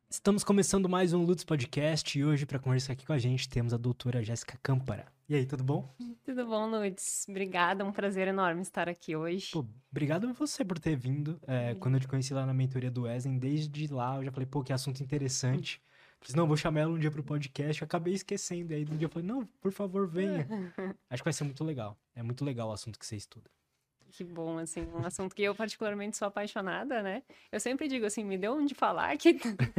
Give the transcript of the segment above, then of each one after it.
Estamos começando mais um Lutz Podcast e hoje, para conversar aqui com a gente, temos a doutora Jéssica Câmpara. E aí, tudo bom? Tudo bom, Lutz? Obrigada, um prazer enorme estar aqui hoje. Pô, obrigado a você por ter vindo. Quando eu te conheci lá na mentoria do Wesley, desde lá eu já falei, pô, que assunto interessante. Falei, não, vou chamar ela um dia pro podcast. Eu acabei esquecendo. Aí um dia eu falei, não, por favor, venha. Acho que vai ser muito legal. É muito legal o assunto que você estuda. Que bom, assim, um assunto que eu particularmente sou apaixonada, né? Eu sempre digo assim, me dê onde falar que,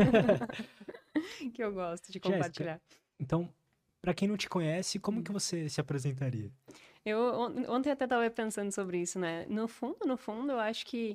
que eu gosto de Jéssica, compartilhar. então, para quem não te conhece, como que você se apresentaria? Ontem até estava pensando sobre isso, né? No fundo, eu acho que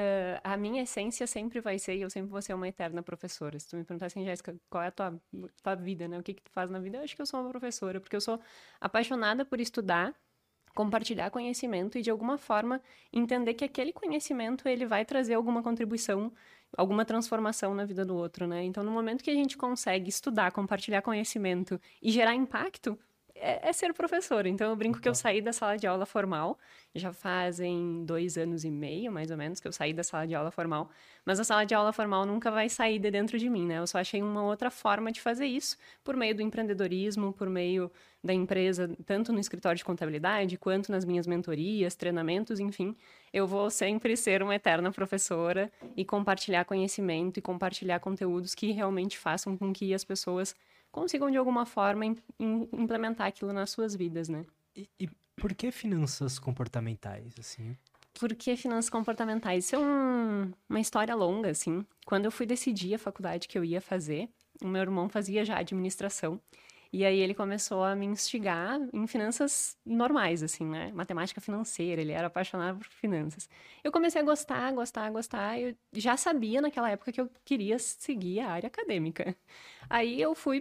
a minha essência sempre vai ser, e eu sempre vou ser uma eterna professora. Se tu me perguntar assim, Jéssica, qual é a tua vida, né? O que que tu faz na vida? Eu acho que eu sou uma professora, porque eu sou apaixonada por estudar, compartilhar conhecimento e de alguma forma entender que aquele conhecimento ele vai trazer alguma contribuição, alguma transformação na vida do outro, né? Então, no momento que a gente consegue estudar, compartilhar conhecimento e gerar impacto, é ser professor. Então, eu brinco que eu Então, saí da sala de aula formal, já fazem 2 anos e meio, mais ou menos, que eu saí da sala de aula formal, mas a sala de aula formal nunca vai sair de dentro de mim, né? Eu só achei uma outra forma de fazer isso, por meio do empreendedorismo, por meio da empresa, tanto no escritório de contabilidade, quanto nas minhas mentorias, treinamentos, enfim, eu vou sempre ser uma eterna professora e compartilhar conhecimento e compartilhar conteúdos que realmente façam com que as pessoas consigam, de alguma forma, implementar aquilo nas suas vidas, né? e por que finanças comportamentais, assim? Por que finanças comportamentais? Isso é uma história longa, assim. Quando eu fui decidir a faculdade que eu ia fazer, o meu irmão fazia já administração. E aí ele começou a me instigar em finanças normais, assim, né? Matemática financeira, ele era apaixonado por finanças. Eu comecei a gostar, gostar, gostar. Eu já sabia naquela época que eu queria seguir a área acadêmica. Aí eu fui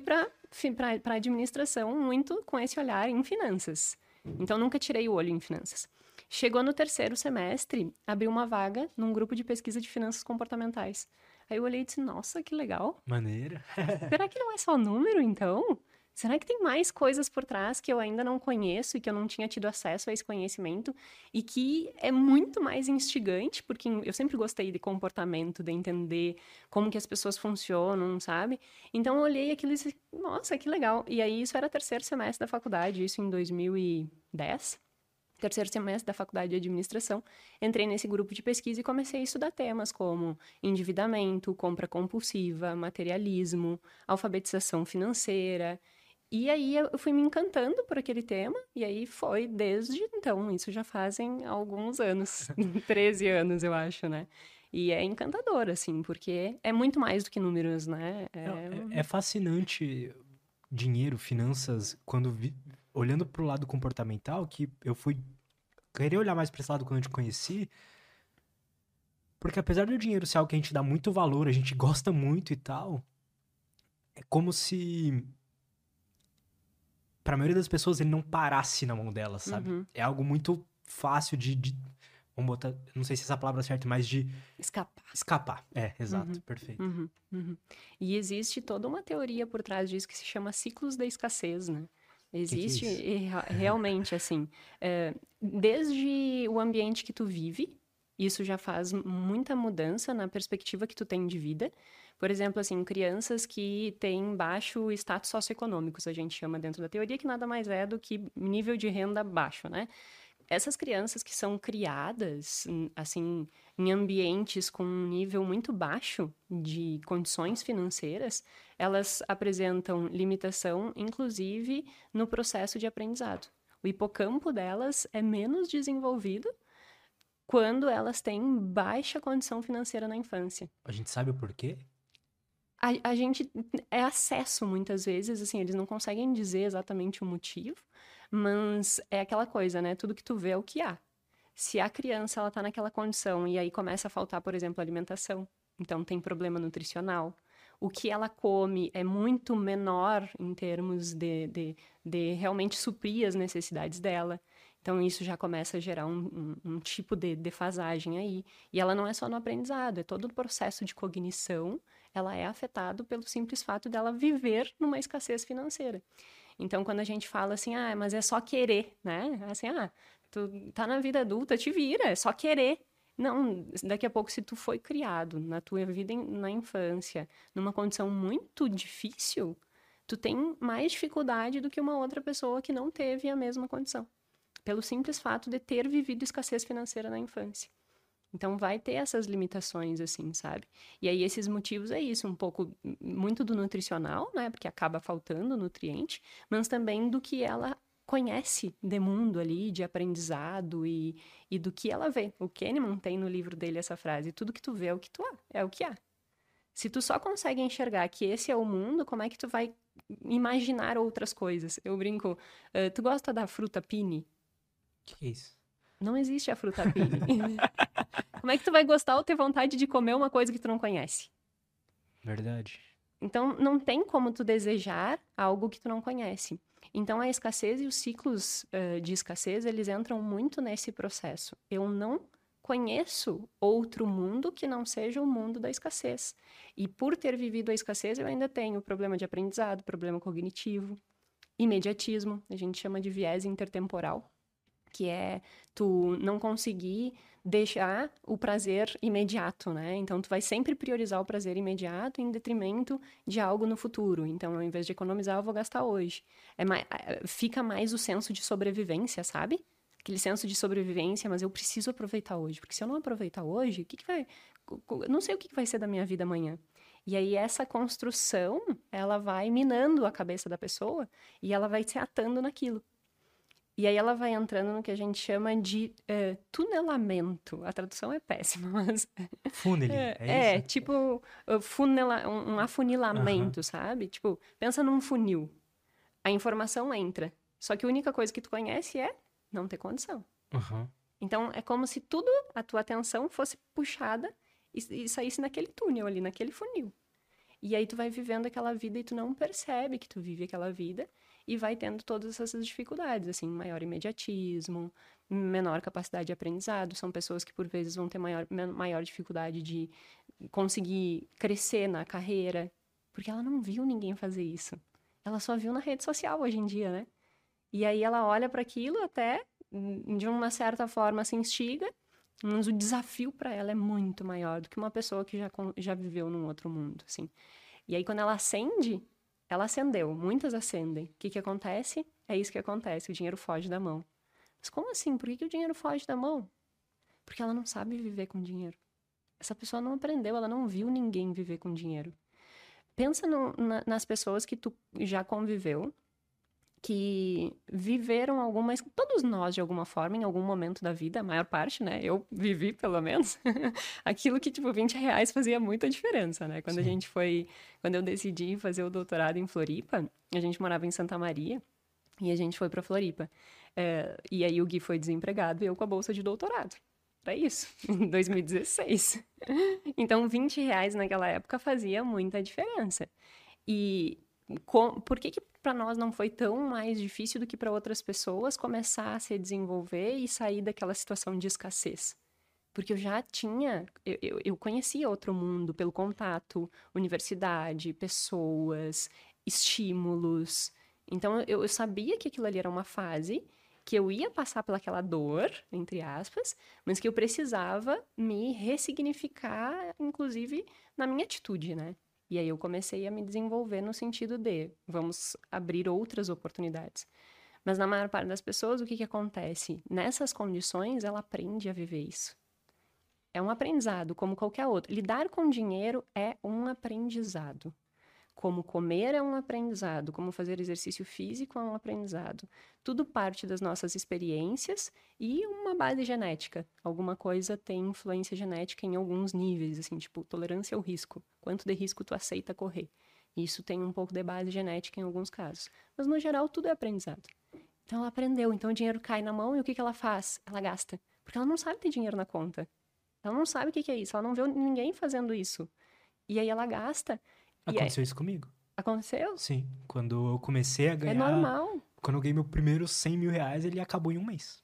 para administração muito com esse olhar em finanças. Então nunca tirei o olho em finanças. Chegou no terceiro semestre, abriu uma vaga num grupo de pesquisa de finanças comportamentais. Aí eu olhei e disse: Nossa, que legal. Maneira. Será que não é só número, então? Será que tem mais coisas por trás que eu ainda não conheço e que eu não tinha tido acesso a esse conhecimento e que é muito mais instigante, porque eu sempre gostei de comportamento, de entender como que as pessoas funcionam, sabe? Então eu olhei aquilo e disse, nossa, que legal. E aí isso era terceiro semestre da faculdade, isso em 2010. Terceiro semestre da faculdade de administração, entrei nesse grupo de pesquisa e comecei a estudar temas como endividamento, compra compulsiva, materialismo, alfabetização financeira. E aí eu fui me encantando por aquele tema, e aí foi desde então, isso já fazem alguns anos, 13 anos, eu acho, né? E é encantador, assim, porque é muito mais do que números, né? Não, é fascinante dinheiro, finanças, olhando pro lado comportamental, que eu fui querer olhar mais pra esse lado quando eu te conheci, porque apesar do dinheiro ser algo que a gente dá muito valor, a gente gosta muito e tal, é como se pra maioria das pessoas ele não parasse na mão delas, sabe? Uhum. É algo muito fácil vamos botar, não sei se essa palavra é certa, mas de Escapar. escapar. É, exato, Uhum, perfeito. uhum, uhum. E existe toda uma teoria por trás disso que se chama ciclos da escassez, né? Que é Existe isso? realmente assim, desde o ambiente que tu vive, isso já faz muita mudança na perspectiva que tu tem de vida. Por exemplo, assim, crianças que têm baixo status socioeconômico, a gente chama dentro da teoria, que nada mais é do que nível de renda baixo, né? Essas crianças que são criadas, assim, em ambientes com um nível muito baixo de condições financeiras, elas apresentam limitação, inclusive, no processo de aprendizado. O hipocampo delas é menos desenvolvido quando elas têm baixa condição financeira na infância. A gente sabe o porquê? A gente é acesso muitas vezes, assim, eles não conseguem dizer exatamente o motivo, mas é aquela coisa, né? Tudo que tu vê é o que há. Se a criança ela tá naquela condição e aí começa a faltar, por exemplo, alimentação, então tem problema nutricional. O que ela come é muito menor em termos de realmente suprir as necessidades dela. Então, isso já começa a gerar um tipo de defasagem aí. E ela não é só no aprendizado, é todo o processo de cognição, ela é afetado pelo simples fato dela viver numa escassez financeira. Então, quando a gente fala assim, ah, mas é só querer, né? Assim, ah, tu tá na vida adulta, te vira, é só querer. Não, daqui a pouco, se tu foi criado na tua vida na infância, numa condição muito difícil, tu tem mais dificuldade do que uma outra pessoa que não teve a mesma condição. Pelo simples fato de ter vivido escassez financeira na infância. Então, vai ter essas limitações, assim, sabe? E aí, esses motivos é isso, um pouco, muito do nutricional, né? Porque acaba faltando nutriente, mas também do que ela conhece de mundo ali, de aprendizado e do que ela vê. O Kahneman tem no livro dele essa frase, tudo que tu vê é o que tu há, é o que há. Se tu só consegue enxergar que esse é o mundo, como é que tu vai imaginar outras coisas? Eu brinco, tu gosta da fruta pini? Que é isso? Não existe a fruta pini. Como é que tu vai gostar ou ter vontade de comer uma coisa que tu não conhece? Verdade. Então, não tem como tu desejar algo que tu não conhece. Então, a escassez e os ciclos de escassez, eles entram muito nesse processo. Eu não conheço outro mundo que não seja o mundo da escassez. E por ter vivido a escassez, eu ainda tenho problema de aprendizado, problema cognitivo, imediatismo, a gente chama de viés intertemporal, que é tu não conseguir deixar o prazer imediato, né? Então, tu vai sempre priorizar o prazer imediato em detrimento de algo no futuro. Então, ao invés de economizar, eu vou gastar hoje. Fica mais o senso de sobrevivência, sabe? Aquele senso de sobrevivência, mas eu preciso aproveitar hoje. Porque se eu não aproveitar hoje, o que vai... Eu não sei o que vai ser da minha vida amanhã. E aí, essa construção, ela vai minando a cabeça da pessoa e ela vai se atando naquilo. E aí ela vai entrando no que a gente chama de tunelamento. A tradução é péssima, mas... Funneling, é isso? tipo um afunilamento, sabe? Tipo, pensa num funil. A informação entra. Só que a única coisa que tu conhece é não ter condição. Uhum. Então, é como se tudo, a tua atenção fosse puxada e saísse naquele túnel ali, naquele funil. E aí tu vai vivendo aquela vida e tu não percebe que tu vive aquela vida e vai tendo todas essas dificuldades, assim, maior imediatismo, menor capacidade de aprendizado, são pessoas que por vezes vão ter maior dificuldade de conseguir crescer na carreira, porque ela não viu ninguém fazer isso. Ela só viu na rede social hoje em dia, né? E aí ela olha para aquilo até, de uma certa forma, se instiga, mas o desafio para ela é muito maior do que uma pessoa que já viveu num outro mundo, assim. E aí, quando ela acende, ela acendeu. Muitas acendem. O que acontece? É isso que acontece. O dinheiro foge da mão. Mas como assim? Por que o dinheiro foge da mão? Porque ela não sabe viver com dinheiro. Essa pessoa não aprendeu, ela não viu ninguém viver com dinheiro. Pensa nas pessoas que tu já conviveu, que viveram algumas... Todos nós, de alguma forma, em algum momento da vida, a maior parte, né? Eu vivi, pelo menos, aquilo que, tipo, R$20 fazia muita diferença, né? Quando Quando eu decidi fazer o doutorado em Floripa, a gente morava em Santa Maria e a gente foi pra Floripa. E aí o Gui foi desempregado e eu com a bolsa de doutorado. Era isso, em 2016. Então, R$20 naquela época fazia muita diferença. E... Por que para nós não foi tão mais difícil do que para outras pessoas começar a se desenvolver e sair daquela situação de escassez? Porque eu já tinha, eu conhecia outro mundo pelo contato, universidade, pessoas, estímulos. Então eu sabia que aquilo ali era uma fase, que eu ia passar pelaquela dor, entre aspas, mas que eu precisava me ressignificar, inclusive na minha atitude, né? E aí eu comecei a me desenvolver no sentido de vamos abrir outras oportunidades. Mas na maior parte das pessoas, o que acontece? Nessas condições, ela aprende a viver isso. É um aprendizado, como qualquer outro. Lidar com dinheiro é um aprendizado. Como comer é um aprendizado, como fazer exercício físico é um aprendizado. Tudo parte das nossas experiências e uma base genética. Alguma coisa tem influência genética em alguns níveis, assim, tipo tolerância ao risco. Quanto de risco tu aceita correr? Isso tem um pouco de base genética em alguns casos. Mas no geral tudo é aprendizado. Então ela aprendeu, então o dinheiro cai na mão e o que ela faz? Ela gasta. Porque ela não sabe ter dinheiro na conta. Ela não sabe o que é isso, ela não viu ninguém fazendo isso. E aí ela gasta. Aconteceu isso comigo. Aconteceu? Sim. Quando eu comecei a ganhar... É normal. Quando eu ganhei meu primeiro R$100.000, ele acabou em um mês.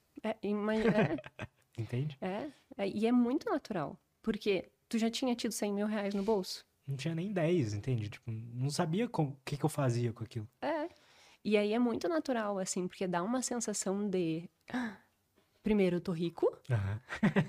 Entende? E é muito natural. Porque tu já tinha tido R$100.000 no bolso? Não tinha nem 10, entende? Tipo, não sabia o que eu fazia com aquilo. E aí é muito natural, assim, porque dá uma sensação de... primeiro, eu tô rico. Aham.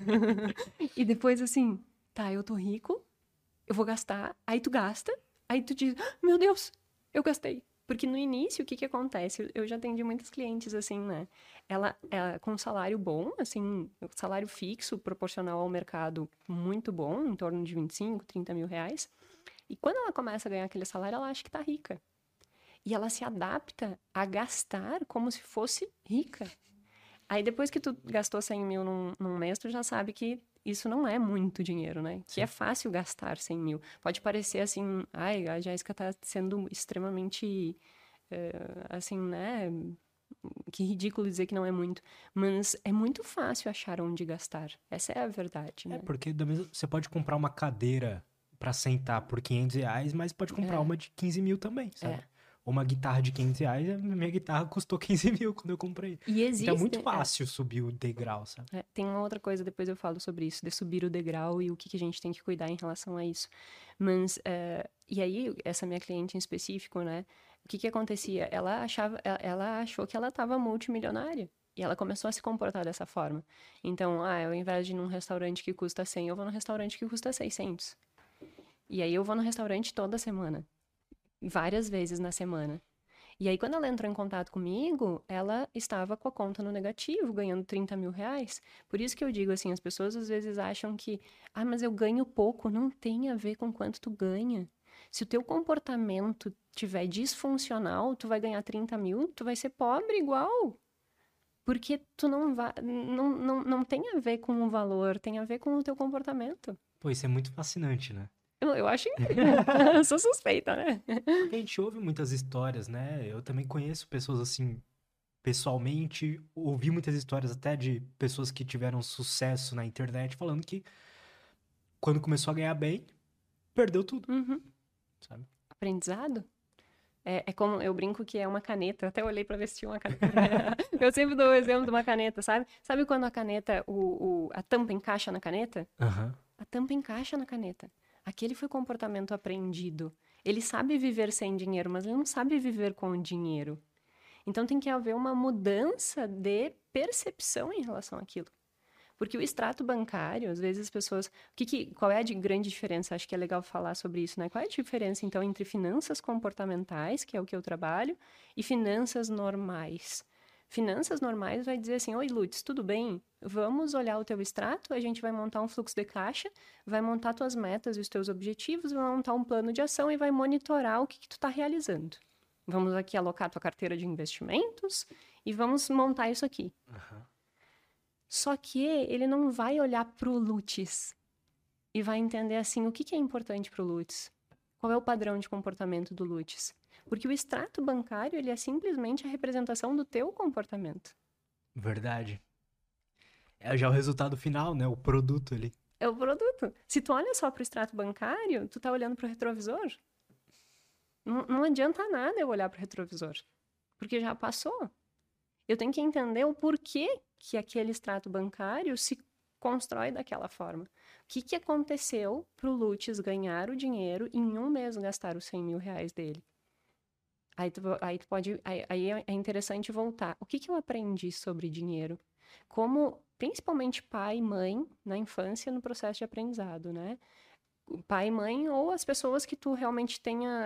E depois, assim, tá, eu tô rico, eu vou gastar. Aí tu gasta, aí tu diz, "Ah, meu Deus, eu gastei." Porque no início, o que que acontece? Eu já atendi muitos clientes, assim, né? Ela com um salário bom, assim, um salário fixo, proporcional ao mercado muito bom, em torno de 25, 30 mil reais. E quando ela começa a ganhar aquele salário, ela acha que tá rica. E ela se adapta a gastar como se fosse rica. Aí depois que tu gastou 100 mil num mês, tu já sabe que isso não é muito dinheiro, né? Que é fácil gastar 100 mil. Pode parecer assim, ai, a Jéssica tá sendo extremamente, assim, né? Que ridículo dizer que não é muito. Mas é muito fácil achar onde gastar. Essa é a verdade, É, né? porque você pode comprar uma cadeira pra sentar por R$ 500, mas pode comprar uma de 15 mil também, sabe? Ou uma guitarra de R$ 500, a minha guitarra custou 15 mil quando eu comprei. E Então é muito existe. fácil subir o degrau, sabe? Tem uma outra coisa, depois eu falo sobre isso, de subir o degrau e o que a gente tem que cuidar em relação a isso. Mas, e aí, essa minha cliente em específico, né? O que acontecia? Ela achou que ela estava multimilionária. E ela começou a se comportar dessa forma. Então, ao invés de ir num restaurante que custa 100, eu vou num restaurante que custa 600. E aí eu vou no restaurante toda semana. Várias vezes na semana. E aí, quando ela entrou em contato comigo, ela estava com a conta no negativo, ganhando 30 mil reais. Por isso que eu digo assim, as pessoas às vezes acham que, mas eu ganho pouco. Não tem a ver com quanto tu ganha. Se o teu comportamento tiver disfuncional, tu vai ganhar 30 mil, tu vai ser pobre igual. Porque tu não vai, não tem a ver com o valor, tem a ver com o teu comportamento. Pô, isso é muito fascinante, né? Eu acho incrível. Eu sou suspeita, né? Porque a gente ouve muitas histórias, né? Eu também conheço pessoas assim, pessoalmente, ouvi muitas histórias até de pessoas que tiveram sucesso na internet falando que quando começou a ganhar bem, perdeu tudo, Uhum. sabe? Aprendizado? É como eu brinco que é uma caneta. Eu até olhei pra ver se tinha uma caneta. Eu sempre dou o exemplo de uma caneta, sabe? Sabe quando a caneta, a tampa encaixa na caneta? Aham. A tampa encaixa na caneta. Aquele foi comportamento aprendido. Ele sabe viver sem dinheiro, mas ele não sabe viver com dinheiro. Então tem que haver uma mudança de percepção em relação àquilo. Porque o extrato bancário, às vezes as pessoas. Qual é a grande diferença? Acho que é legal falar sobre isso, né? Qual é a diferença, então, entre finanças comportamentais, que é o que eu trabalho, e finanças normais? Finanças normais vai dizer assim: oi, Lutz, tudo bem? Vamos olhar o teu extrato, a gente vai montar um fluxo de caixa, vai montar tuas metas e os teus objetivos, vai montar um plano de ação e vai monitorar o que tu está realizando. Vamos aqui alocar tua carteira de investimentos e vamos montar isso aqui. Aham. Só que ele não vai olhar pro Lutz e vai entender assim o que é importante pro Lutz. Qual é o padrão de comportamento do Lutz? Porque o extrato bancário, ele é simplesmente a representação do teu comportamento. Verdade. É já o resultado final, né? O produto ali. É o produto. Se tu olha só pro extrato bancário, tu tá olhando pro retrovisor. Não adianta nada eu olhar pro retrovisor. Porque já passou. Eu tenho que entender o porquê que aquele extrato bancário se constrói daquela forma. O que aconteceu pro Lutz ganhar o dinheiro e em um mês gastar os 100 mil reais dele? Aí é interessante voltar. O que eu aprendi sobre dinheiro? Como, principalmente pai e mãe, na infância, no processo de aprendizado, né? Pai e mãe ou as pessoas que tu realmente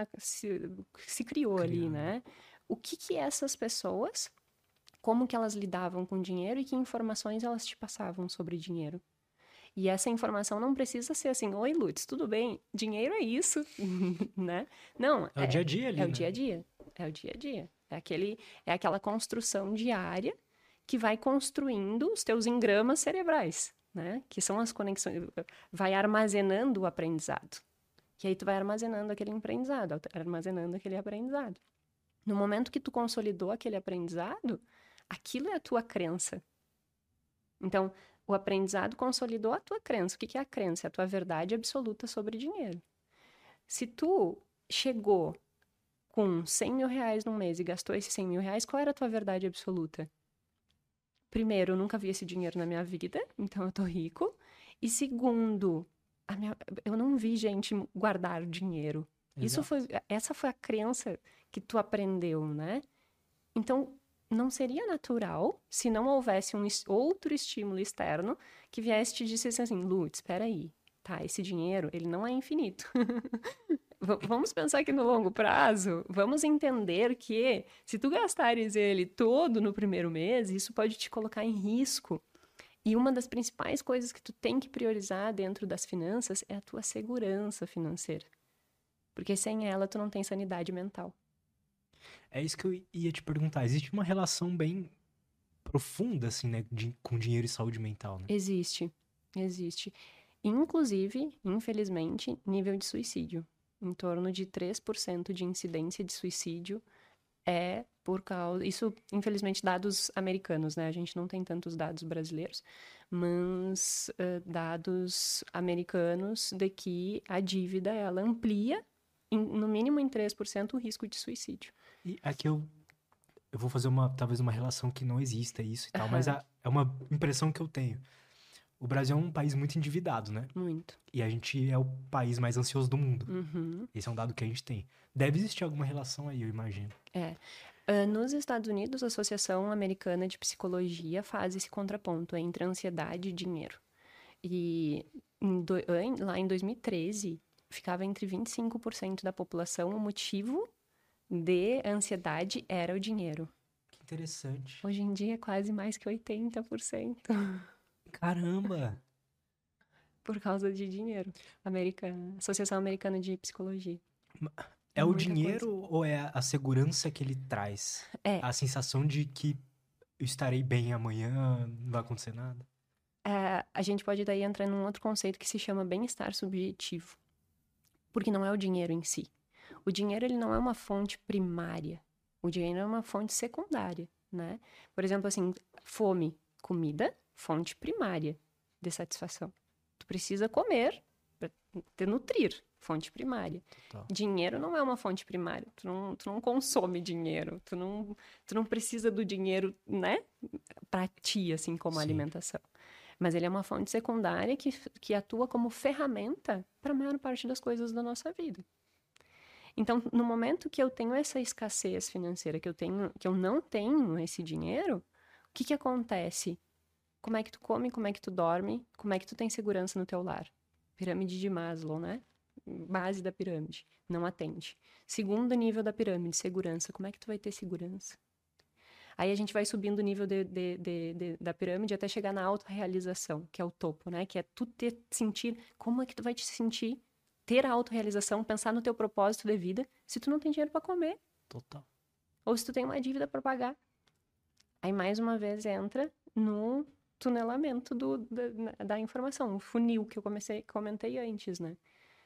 se criou ali, né? O que essas pessoas, como que elas lidavam com dinheiro e que informações elas te passavam sobre dinheiro? E essa informação não precisa ser assim, oi, Lutz, tudo bem? Dinheiro é isso, né? Não, É o dia a dia ali, é o né? dia a dia. É o dia a dia. É aquela construção diária que vai construindo os teus engramas cerebrais, né? Que são as conexões, vai armazenando o aprendizado. E aí tu vai armazenando aquele aprendizado, armazenando aquele aprendizado. No momento que tu consolidou aquele aprendizado, aquilo é a tua crença. Então, o aprendizado consolidou a tua crença. O que é a crença? É a tua verdade absoluta sobre dinheiro. Se tu chegou com 100 mil reais num mês e gastou esses 100 mil reais, qual era a tua verdade absoluta? Primeiro, eu nunca vi esse dinheiro na minha vida, então eu tô rico. E segundo, eu não vi gente guardar dinheiro. Exato. Essa foi a crença que tu aprendeu, né? Então, não seria natural se não houvesse outro estímulo externo que viesse e te dissesse assim, Lu, espera aí, tá, esse dinheiro, ele não é infinito. Vamos pensar aqui no longo prazo, vamos entender que se tu gastares ele todo no primeiro mês, isso pode te colocar em risco. E uma das principais coisas que tu tem que priorizar dentro das finanças é a tua segurança financeira. Porque sem ela tu não tem sanidade mental. É isso que eu ia te perguntar. Existe uma relação bem profunda, assim, né, com dinheiro e saúde mental, né? Existe. Inclusive, infelizmente, nível de suicídio. Em torno de 3% de incidência de suicídio é por causa... Isso, infelizmente, dados americanos, né? A gente não tem tantos dados brasileiros, mas dados americanos de que a dívida, ela amplia, no mínimo em 3%, o risco de suicídio. E aqui eu vou fazer talvez uma relação que não exista isso e tal, mas Aham. é uma impressão que eu tenho. O Brasil é um país muito endividado, né? Muito. E a gente é o país mais ansioso do mundo. Uhum. Esse é um dado que a gente tem. Deve existir alguma relação aí, eu imagino. Nos Estados Unidos, a Associação Americana de Psicologia faz esse contraponto entre ansiedade e dinheiro. E lá em 2013, ficava entre 25% da população, o motivo de ansiedade era o dinheiro. Que interessante. Hoje em dia é quase mais que 80%. Caramba! Por causa de dinheiro. Associação Americana de Psicologia. É o Muita dinheiro ou é a segurança que ele traz? É, A sensação de que eu estarei bem amanhã, não vai acontecer nada? a gente pode daí entrar num outro conceito que se chama bem-estar subjetivo. Porque não é o dinheiro em si. O dinheiro, ele não é uma fonte primária. O dinheiro é uma fonte secundária, né? Por exemplo, assim, fome, comida, fonte primária de satisfação. Tu precisa comer para te nutrir, fonte primária. Total. Dinheiro não é uma fonte primária. Tu não consome dinheiro. Tu não precisa do dinheiro, né? Para ti, assim, como Sim. alimentação. Mas ele é uma fonte secundária que atua como ferramenta para a maior parte das coisas da nossa vida. Então, no momento que eu tenho essa escassez financeira, que eu não tenho esse dinheiro, o que acontece? Como é que tu come, como é que tu dorme, como é que tu tem segurança no teu lar? Pirâmide de Maslow, né? Base da pirâmide, não atende. Segundo nível da pirâmide, segurança. Como é que tu vai ter segurança? Aí a gente vai subindo o nível da pirâmide até chegar na autorrealização, que é o topo, né? Que é tu sentir, como é que tu vai te sentir, ter a autorrealização, pensar no teu propósito de vida, se tu não tem dinheiro para comer. Total. Ou se tu tem uma dívida para pagar. Aí, mais uma vez, entra no tunelamento da informação, o funil que eu comentei antes, né?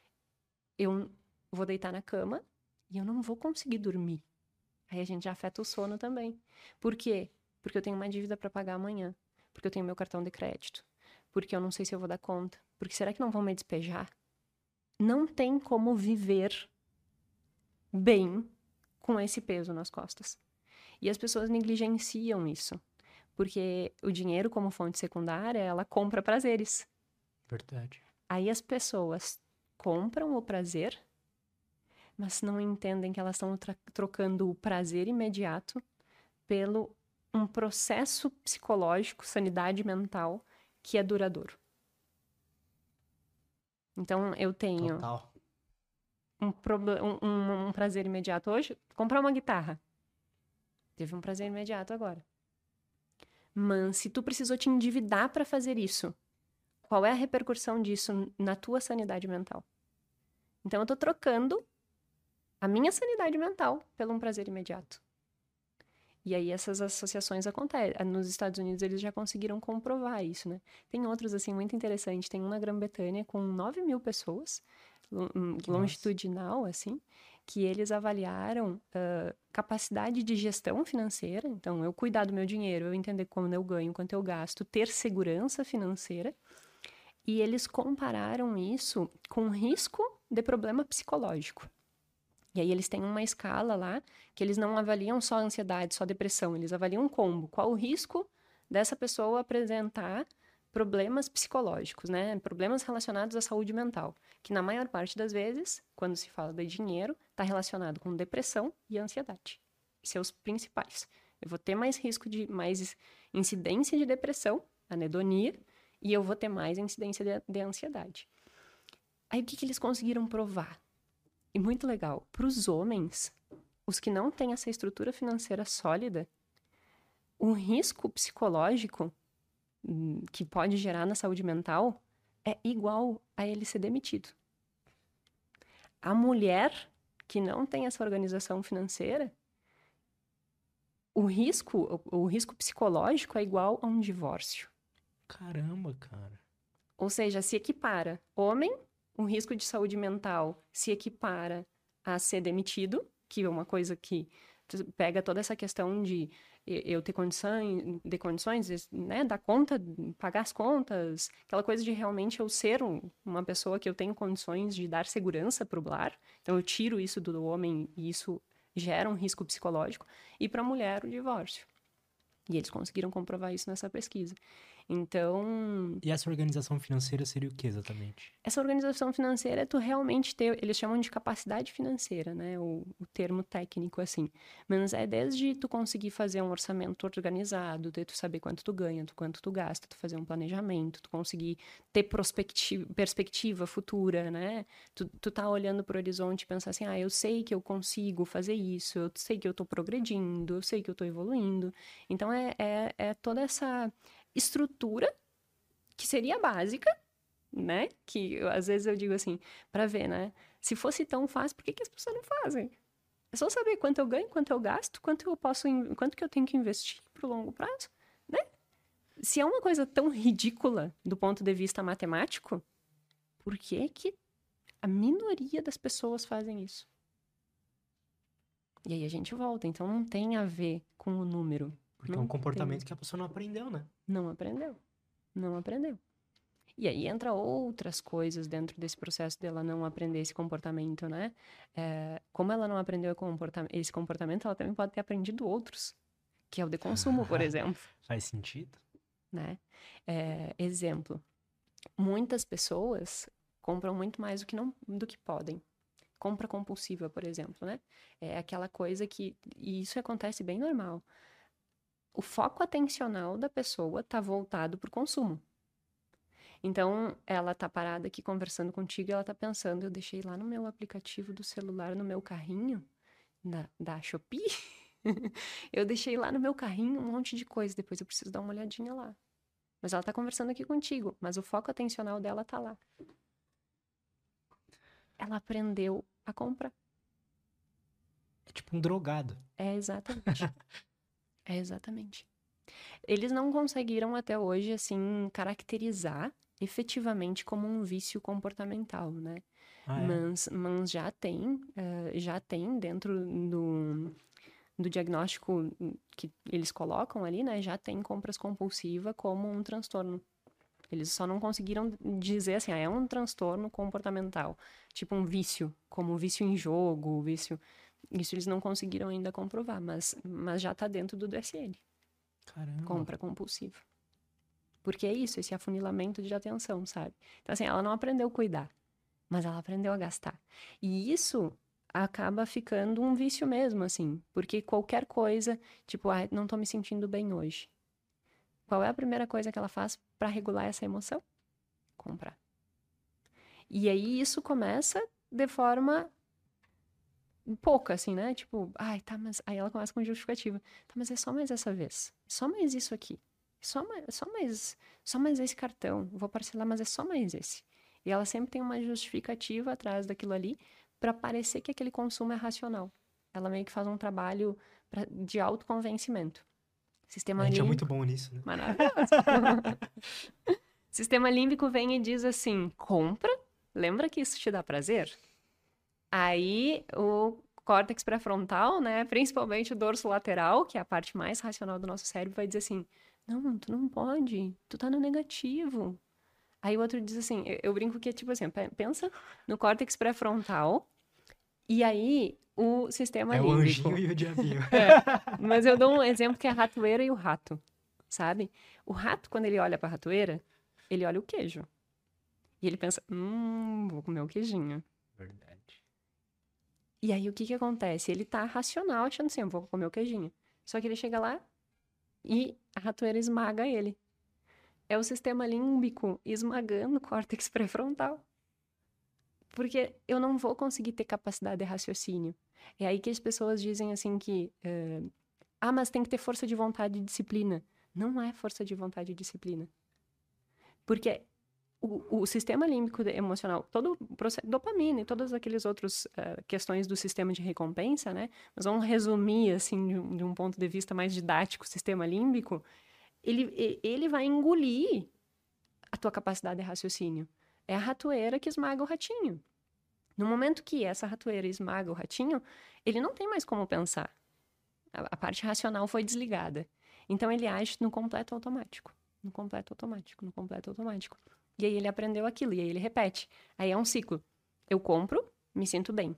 Eu vou deitar na cama e eu não vou conseguir dormir. Aí a gente já afeta o sono também. Por quê? Porque eu tenho uma dívida para pagar amanhã. Porque eu tenho meu cartão de crédito. Porque eu não sei se eu vou dar conta. Porque será que não vão me despejar? Não tem como viver bem com esse peso nas costas. E as pessoas negligenciam isso. Porque o dinheiro, como fonte secundária, ela compra prazeres. Verdade. Aí as pessoas compram o prazer, mas não entendem que elas estão trocando o prazer imediato pelo um processo psicológico, sanidade mental, que é duradouro. Então, eu tenho Total. um prazer imediato hoje, comprar uma guitarra. Teve um prazer imediato agora. Mas se tu precisou te endividar para fazer isso, qual é a repercussão disso na tua sanidade mental? Então, eu tô trocando a minha sanidade mental pelo um prazer imediato. E aí essas associações acontecem. Nos Estados Unidos eles já conseguiram comprovar isso, né? Tem outros, assim, muito interessantes. Tem um na Grã-Bretanha com 9.000 pessoas, longitudinal, assim, que eles avaliaram capacidade de gestão financeira. Então, eu cuidar do meu dinheiro, eu entender como eu ganho, quanto eu gasto, ter segurança financeira. E eles compararam isso com risco de problema psicológico. E aí eles têm uma escala lá que eles não avaliam só ansiedade, só depressão, eles avaliam um combo. Qual o risco dessa pessoa apresentar problemas psicológicos, né? Problemas relacionados à saúde mental, que na maior parte das vezes, quando se fala de dinheiro, está relacionado com depressão e ansiedade. Seus principais. Eu vou ter mais risco de mais incidência de depressão, anedonia, e eu vou ter mais incidência de ansiedade. Aí o que eles conseguiram provar? E muito legal, para os homens, os que não têm essa estrutura financeira sólida, o risco psicológico que pode gerar na saúde mental é igual a ele ser demitido. A mulher que não tem essa organização financeira, o risco psicológico é igual a um divórcio. Caramba, cara. Ou seja, se equipara. Homem, o risco de saúde mental se equipara a ser demitido, que é uma coisa que pega toda essa questão de eu ter condições, né, dar conta, pagar as contas, aquela coisa de realmente eu ser uma pessoa que eu tenho condições de dar segurança para o lar. Então eu tiro isso do homem e isso gera um risco psicológico. E para a mulher, o divórcio. E eles conseguiram comprovar isso nessa pesquisa. Então... E essa organização financeira seria o que exatamente? Essa organização financeira é tu realmente ter... Eles chamam de capacidade financeira, né? O termo técnico, assim. Mas é desde tu conseguir fazer um orçamento organizado, de tu saber quanto tu ganha, quanto tu gasta, tu fazer um planejamento, tu conseguir ter perspectiva futura, né? Tu tá olhando pro horizonte e pensar assim, eu sei que eu consigo fazer isso, eu sei que eu tô progredindo, eu sei que eu tô evoluindo. Então, é toda essa estrutura que seria básica, né? Que às vezes eu digo assim, para ver, né? Se fosse tão fácil, por que as pessoas não fazem? É só saber quanto eu ganho, quanto eu gasto, quanto que eu tenho que investir pro longo prazo, né? Se é uma coisa tão ridícula do ponto de vista matemático, por que a minoria das pessoas fazem isso? E aí a gente volta, então não tem a ver com o número. Porque é um comportamento que a pessoa não aprendeu, né? Não aprendeu. E aí entra outras coisas dentro desse processo dela não aprender esse comportamento, né? Como ela não aprendeu esse comportamento, ela também pode ter aprendido outros, que é o de consumo, por exemplo. Faz sentido. Né? Exemplo, muitas pessoas compram muito mais do que podem. Compra compulsiva, por exemplo, né? É aquela coisa e isso acontece bem normal. O foco atencional da pessoa está voltado para o consumo. Então, ela tá parada aqui conversando contigo e ela tá pensando, eu deixei lá no meu aplicativo do celular, no meu carrinho, da Shopee, eu deixei lá no meu carrinho um monte de coisa, depois eu preciso dar uma olhadinha lá. Mas ela tá conversando aqui contigo, mas o foco atencional dela tá lá. Ela aprendeu a comprar. É tipo um drogado. Exatamente. Exatamente. Eles não conseguiram até hoje, assim, caracterizar efetivamente como um vício comportamental, né? Mas já tem dentro do diagnóstico que eles colocam ali, né? Já tem compras compulsivas como um transtorno. Eles só não conseguiram dizer assim, é um transtorno comportamental. Tipo um vício, como vício em jogo, vício... Isso eles não conseguiram ainda comprovar, mas já tá dentro do DSM. Caramba. Compra compulsiva. Porque é isso, esse afunilamento de atenção, sabe? Então, assim, ela não aprendeu a cuidar, mas ela aprendeu a gastar. E isso acaba ficando um vício mesmo, assim, porque qualquer coisa, tipo, não tô me sentindo bem hoje. Qual é a primeira coisa que ela faz para regular essa emoção? Comprar. E aí isso começa de forma pouca, assim, né? Tipo, tá, mas... Aí ela começa com justificativa. Tá, mas é só mais essa vez. Só mais isso aqui. Só mais esse cartão. Vou parcelar, mas é só mais esse. E ela sempre tem uma justificativa atrás daquilo ali para parecer que aquele consumo é racional. Ela meio que faz um trabalho de autoconvencimento. Sistema A gente límbico, é muito bom nisso, né? Maravilhoso. Sistema límbico vem e diz assim, compra, lembra que isso te dá prazer? Aí o córtex pré-frontal, né, principalmente o dorso lateral, que é a parte mais racional do nosso cérebro, vai dizer assim, não, tu não pode, tu tá no negativo. Aí o outro diz assim, eu brinco que é tipo assim, pensa no córtex pré-frontal, e aí o sistema límbico. É o anjinho e o diabinho. Mas eu dou um exemplo que é a ratoeira e o rato, sabe? O rato, quando ele olha pra ratoeira, ele olha o queijo. E ele pensa, vou comer o queijinho. Verdade. E aí, o que acontece? Ele tá racional, achando assim, eu vou comer o queijinho. Só que ele chega lá e a ratoeira esmaga ele. É o sistema límbico esmagando o córtex pré-frontal. Porque eu não vou conseguir ter capacidade de raciocínio. É aí que as pessoas dizem assim que... mas tem que ter força de vontade e disciplina. Não é força de vontade e disciplina. Porque o sistema límbico emocional, todo o processo, dopamina e todas aquelas outras questões do sistema de recompensa, né? Mas vamos resumir, assim, de um ponto de vista mais didático, o sistema límbico, ele vai engolir a tua capacidade de raciocínio. É a ratoeira que esmaga o ratinho. No momento que essa ratoeira esmaga o ratinho, ele não tem mais como pensar. A parte racional foi desligada. Então, ele age no completo automático. No completo automático, no completo automático. E aí, ele aprendeu aquilo, e aí ele repete. Aí é um ciclo. Eu compro, me sinto bem.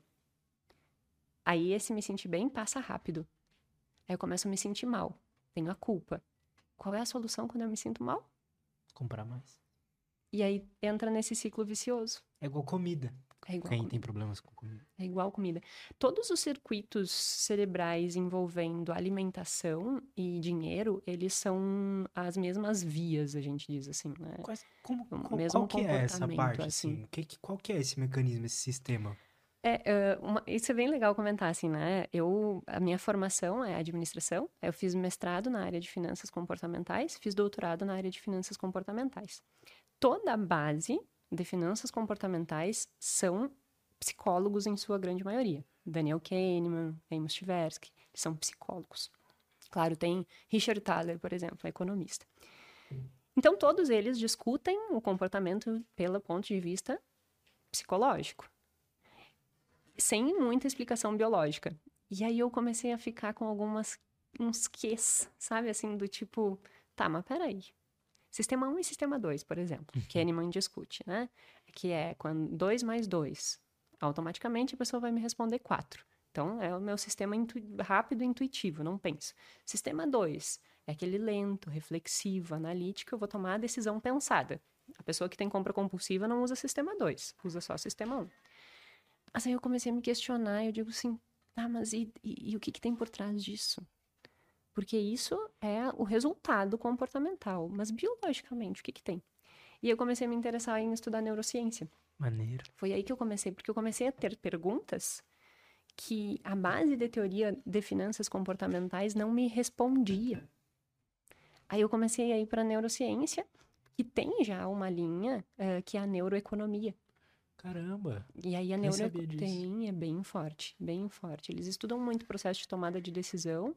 Aí, esse me sentir bem passa rápido. Aí, eu começo a me sentir mal. Tenho a culpa. Qual é a solução quando eu me sinto mal? Comprar mais. E aí, entra nesse ciclo vicioso. É igual comida. É igual Quem comida. tem problemas com comida. É igual comida. Todos os circuitos cerebrais envolvendo alimentação e dinheiro, eles são as mesmas vias, a gente diz assim, né? Qual que é essa parte, assim? Qual que é esse mecanismo, esse sistema? Isso é bem legal comentar, assim, né? A minha formação é administração, eu fiz mestrado na área de finanças comportamentais, fiz doutorado na área de finanças comportamentais. Toda a base de finanças comportamentais são psicólogos em sua grande maioria. Daniel Kahneman, Amos Tversky, são psicólogos. Claro, tem Richard Thaler, por exemplo, economista. Então, todos eles discutem o comportamento pelo ponto de vista psicológico, sem muita explicação biológica. E aí eu comecei a ficar com uns quês, sabe, assim, do tipo, tá, mas peraí. Sistema 1 e sistema 2, por exemplo, Kahneman discute, né? Que é quando 2 mais 2, automaticamente a pessoa vai me responder 4. Então, é o meu sistema rápido e intuitivo, não penso. Sistema 2 é aquele lento, reflexivo, analítico, eu vou tomar a decisão pensada. A pessoa que tem compra compulsiva não usa sistema 2, usa só sistema 1. Mas aí eu comecei a me questionar, eu digo assim, mas e o que tem por trás disso? Porque isso é o resultado comportamental, mas biologicamente, o que tem? E eu comecei a me interessar em estudar neurociência. Maneiro. Foi aí que eu comecei, porque eu comecei a ter perguntas que a base de teoria de finanças comportamentais não me respondia. Aí eu comecei a ir para a neurociência, que tem já uma linha que é a neuroeconomia. Caramba! E aí a neuroeconomia é bem forte, bem forte. Eles estudam muito o processo de tomada de decisão,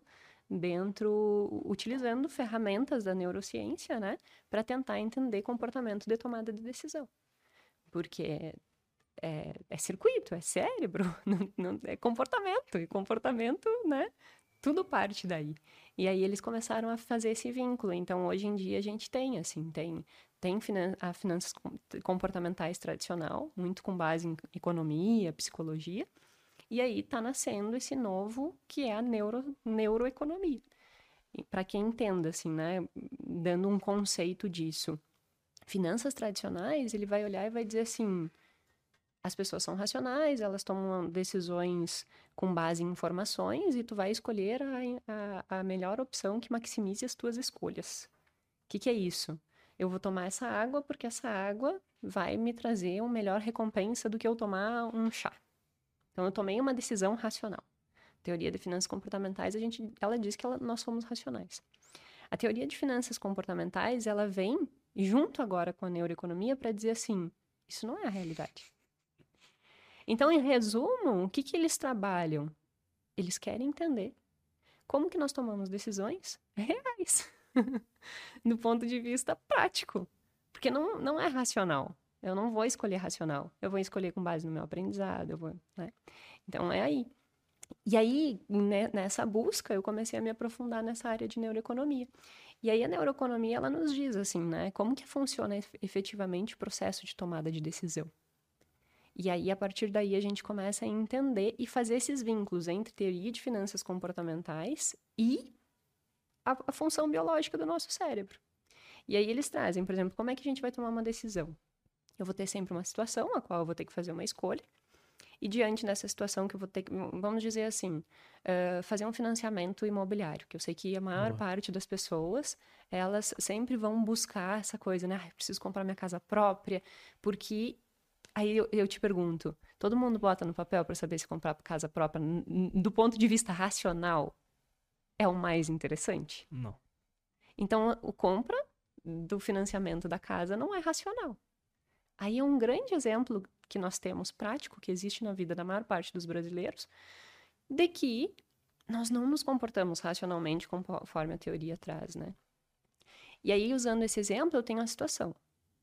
utilizando ferramentas da neurociência, né, para tentar entender comportamento de tomada de decisão. Porque é circuito, é cérebro, não é comportamento, e comportamento, né, tudo parte daí. E aí eles começaram a fazer esse vínculo. Então, hoje em dia, a gente tem, assim, tem a finanças comportamentais tradicional, muito com base em economia, psicologia, e aí está nascendo esse novo que é a neuroeconomia. Para quem entenda, assim, né, dando um conceito disso, finanças tradicionais, ele vai olhar e vai dizer assim, as pessoas são racionais, elas tomam decisões com base em informações e tu vai escolher a melhor opção que maximize as tuas escolhas. O que é isso? Eu vou tomar essa água porque essa água vai me trazer uma melhor recompensa do que eu tomar um chá. Então, eu tomei uma decisão racional. A teoria de finanças comportamentais, ela diz que nós somos racionais. A teoria de finanças comportamentais, ela vem junto agora com a neuroeconomia para dizer assim, isso não é a realidade. Então, em resumo, o que eles trabalham? Eles querem entender como que nós tomamos decisões reais, do ponto de vista prático. Porque não é racional. Eu não vou escolher racional. Eu vou escolher com base no meu aprendizado. Né? Então, é aí. E aí, né, nessa busca, eu comecei a me aprofundar nessa área de neuroeconomia. E aí, a neuroeconomia, ela nos diz, assim, né? Como que funciona efetivamente o processo de tomada de decisão. E aí, a partir daí, a gente começa a entender e fazer esses vínculos entre teoria de finanças comportamentais e a função biológica do nosso cérebro. E aí, eles trazem, por exemplo, como é que a gente vai tomar uma decisão? Eu vou ter sempre uma situação a qual eu vou ter que fazer uma escolha. E diante dessa situação que eu vou ter que, vamos dizer assim, fazer um financiamento imobiliário, que eu sei que a maior parte das pessoas, elas sempre vão buscar essa coisa, né? Preciso comprar minha casa própria, porque aí eu te pergunto, todo mundo bota no papel para saber se comprar casa própria, do ponto de vista racional, é o mais interessante? Não. Então, o compra do financiamento da casa não é racional. Aí é um grande exemplo que nós temos prático, que existe na vida da maior parte dos brasileiros, de que nós não nos comportamos racionalmente conforme a teoria traz, né? E aí, usando esse exemplo, eu tenho a situação.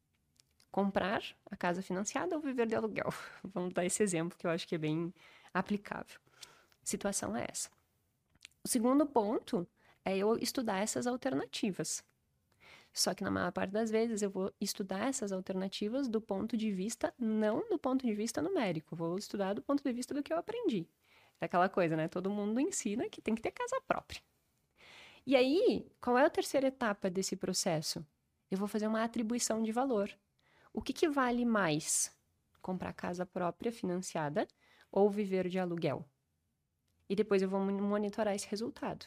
Comprar a casa financiada ou viver de aluguel? Vamos dar esse exemplo que eu acho que é bem aplicável. A situação é essa. O segundo ponto é eu estudar essas alternativas. Só que na maior parte das vezes eu vou estudar essas alternativas do ponto de vista, não do ponto de vista numérico, vou estudar do ponto de vista do que eu aprendi. É aquela coisa, né? Todo mundo ensina que tem que ter casa própria. E aí, qual é a terceira etapa desse processo? Eu vou fazer uma atribuição de valor. O que vale mais? Comprar casa própria financiada ou viver de aluguel? E depois eu vou monitorar esse resultado.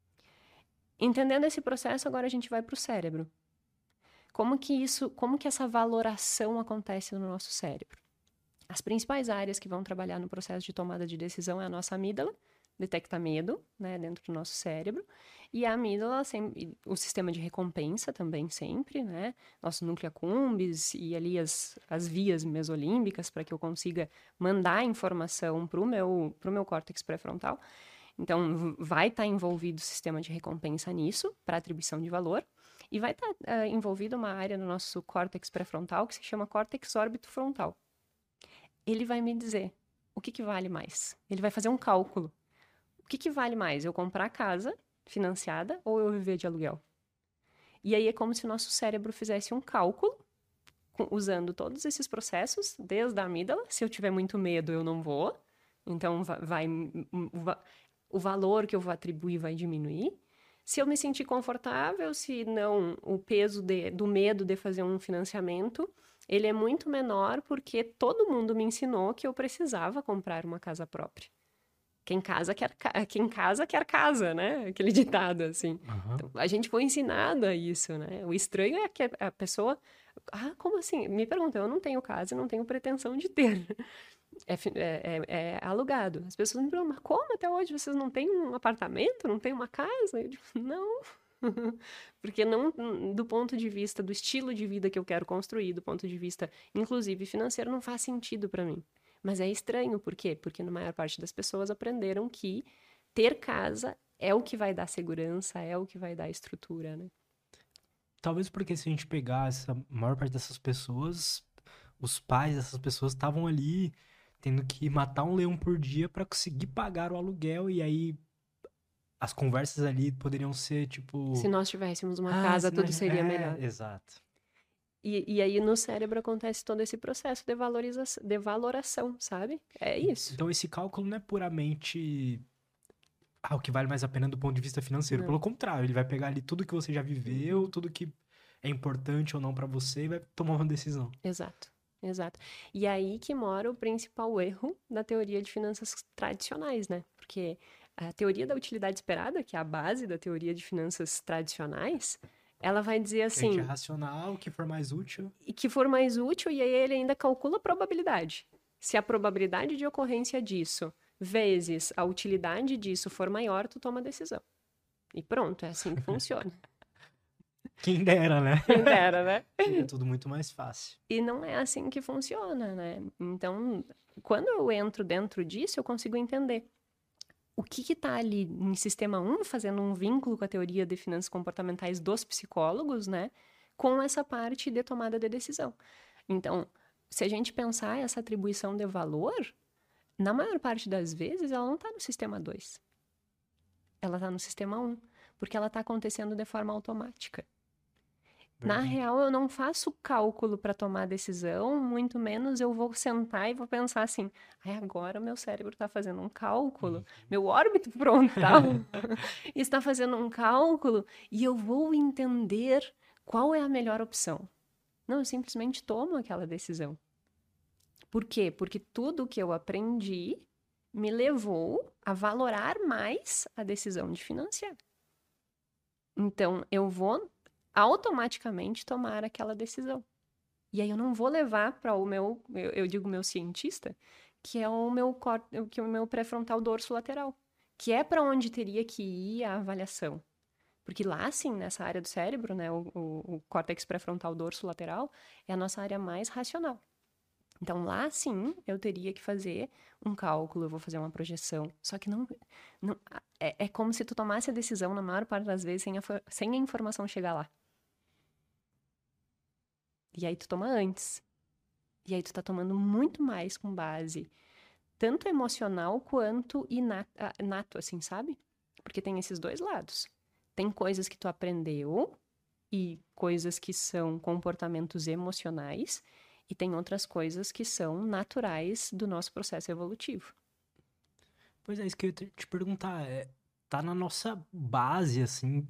Entendendo esse processo, agora a gente vai para o cérebro. Como que essa valoração acontece no nosso cérebro? As principais áreas que vão trabalhar no processo de tomada de decisão é a nossa amígdala, detecta medo, né, dentro do nosso cérebro, e a amígdala, o sistema de recompensa também sempre, né, nosso núcleo accumbens e ali as vias mesolímbicas para que eu consiga mandar informação para o meu córtex pré-frontal. Então, vai estar envolvido o sistema de recompensa nisso, para atribuição de valor, e vai estar envolvido uma área no nosso córtex pré-frontal que se chama córtex órbito-frontal. Ele vai me dizer o que vale mais. Ele vai fazer um cálculo. O que vale mais? Eu comprar a casa financiada ou eu viver de aluguel? E aí é como se o nosso cérebro fizesse um cálculo, usando todos esses processos, desde a amígdala. Se eu tiver muito medo, eu não vou. Então, o valor que eu vou atribuir vai diminuir. Se eu me sentir confortável, se não, o peso do medo de fazer um financiamento, ele é muito menor porque todo mundo me ensinou que eu precisava comprar uma casa própria. Quem casa quer casa, né? Aquele ditado, assim. Uhum. Então, a gente foi ensinado a isso, né? O estranho é que a pessoa... Ah, como assim? Me pergunta, eu não tenho casa e não tenho pretensão de ter. É alugado. As pessoas me perguntam, mas como até hoje vocês não têm um apartamento, não têm uma casa? Eu digo, não. Porque não, do ponto de vista do estilo de vida que eu quero construir, do ponto de vista, inclusive, financeiro, não faz sentido para mim. Mas é estranho, por quê? Porque na maior parte das pessoas aprenderam que ter casa é o que vai dar segurança, é o que vai dar estrutura, né? Talvez porque se a gente pegar essa maior parte dessas pessoas, os pais dessas pessoas estavam ali tendo que matar um leão por dia para conseguir pagar o aluguel, e aí as conversas ali poderiam ser tipo... Se nós tivéssemos uma casa, tudo seria melhor. Exato. E aí no cérebro acontece todo esse processo de valoração, sabe? É isso. Então esse cálculo não é puramente o que vale mais a pena do ponto de vista financeiro. Não. Pelo contrário, ele vai pegar ali tudo que você já viveu, tudo que é importante ou não para você e vai tomar uma decisão. Exato. E aí que mora o principal erro da teoria de finanças tradicionais, né? Porque a teoria da utilidade esperada, que é a base da teoria de finanças tradicionais, ela vai dizer assim... A gente é racional, o que for mais útil. E que for mais útil, e aí ele ainda calcula a probabilidade. Se a probabilidade de ocorrência disso vezes a utilidade disso for maior, tu toma a decisão. E pronto, é assim que funciona. Quem dera, né? Quem dera, né? É tudo muito mais fácil. E não é assim que funciona, né? Então, quando eu entro dentro disso, eu consigo entender o que está ali em sistema 1, fazendo um vínculo com a teoria de finanças comportamentais dos psicólogos, né? Com essa parte de tomada de decisão. Então, se a gente pensar essa atribuição de valor, na maior parte das vezes, ela não está no sistema 2. Ela está no sistema 1, porque ela está acontecendo de forma automática. Na real, eu não faço cálculo para tomar decisão, muito menos eu vou sentar e vou pensar assim, agora meu cérebro está fazendo um cálculo, meu órbito frontal está fazendo um cálculo e eu vou entender qual é a melhor opção. Não, eu simplesmente tomo aquela decisão. Por quê? Porque tudo que eu aprendi me levou a valorar mais a decisão de financiar. Então, eu vou automaticamente tomar aquela decisão. E aí eu não vou levar para o meu, eu digo meu cientista, que é o meu pré-frontal dorso lateral, que é para onde teria que ir a avaliação. Porque lá, sim, nessa área do cérebro, né, o córtex pré-frontal dorso lateral é a nossa área mais racional. Então, lá, sim, eu teria que fazer um cálculo, eu vou fazer uma projeção. Só que não é como se tu tomasse a decisão, na maior parte das vezes, sem a informação chegar lá. E aí tu toma antes. E aí tu tá tomando muito mais com base tanto emocional quanto inato, assim, sabe? Porque tem esses dois lados. Tem coisas que tu aprendeu e coisas que são comportamentos emocionais, e tem outras coisas que são naturais do nosso processo evolutivo. Pois é, isso que eu ia te perguntar. Tá na nossa base, assim,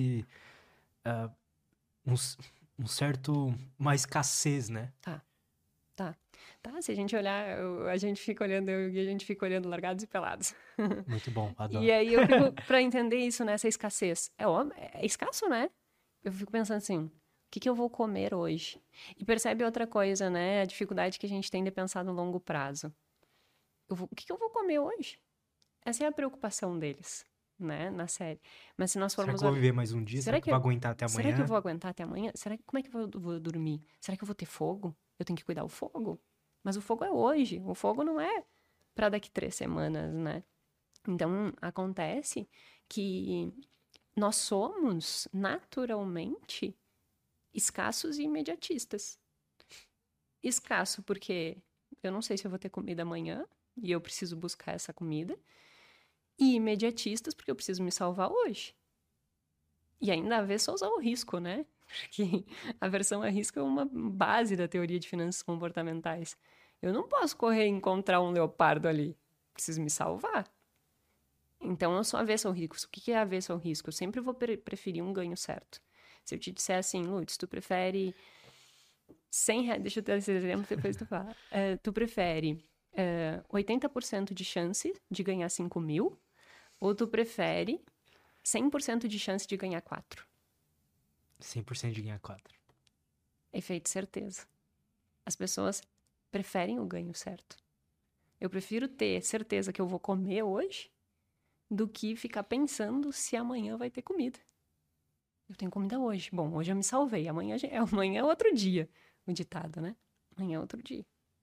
um, um certo, uma escassez, né? Tá. Se a gente olhar, a gente fica olhando, eu e a gente fica olhando largados e pelados. Muito bom, E adoro. aí eu fico, pra entender isso, né, essa escassez. É escasso, né? Eu fico pensando assim, o que eu vou comer hoje? E percebe outra coisa, né? A dificuldade que a gente tem de pensar no longo prazo. O que eu vou comer hoje? Essa é a preocupação deles, né, na série. Mas se nós Será formos que eu vou olhar... viver mais um dia? Será que eu vou aguentar até Será que eu amanhã? vou aguentar até amanhã? Como é que eu vou dormir? Será que eu vou ter fogo? Eu tenho que cuidar do fogo? Mas o fogo é hoje. O fogo não é para daqui 3 semanas, né? Então, acontece que nós somos, naturalmente, escassos e imediatistas. Escasso porque eu não sei se eu vou ter comida amanhã e eu preciso buscar essa comida. E imediatistas porque eu preciso me salvar hoje. E ainda avesso ao risco, né? Porque a aversão a risco é uma base da teoria de finanças comportamentais. Eu não posso correr e encontrar um leopardo ali. Preciso me salvar. Então, eu sou avesso ao risco. O que é avesso ao risco? Eu sempre vou preferir um ganho certo. Se eu te disser assim, Lutz, tu prefere 100 reais... Deixa eu ter esse exemplo, depois tu fala. Tu prefere 80% de chance de ganhar 5 mil? Ou tu prefere 100% de chance de ganhar 4? 100% de ganhar 4. Efeito certeza. As pessoas preferem o ganho certo. Eu prefiro ter certeza que eu vou comer hoje do que ficar pensando se amanhã vai ter comida. Eu tenho comida hoje. Bom, hoje eu me salvei. Amanhã é outro dia. O ditado, né? Amanhã é outro dia.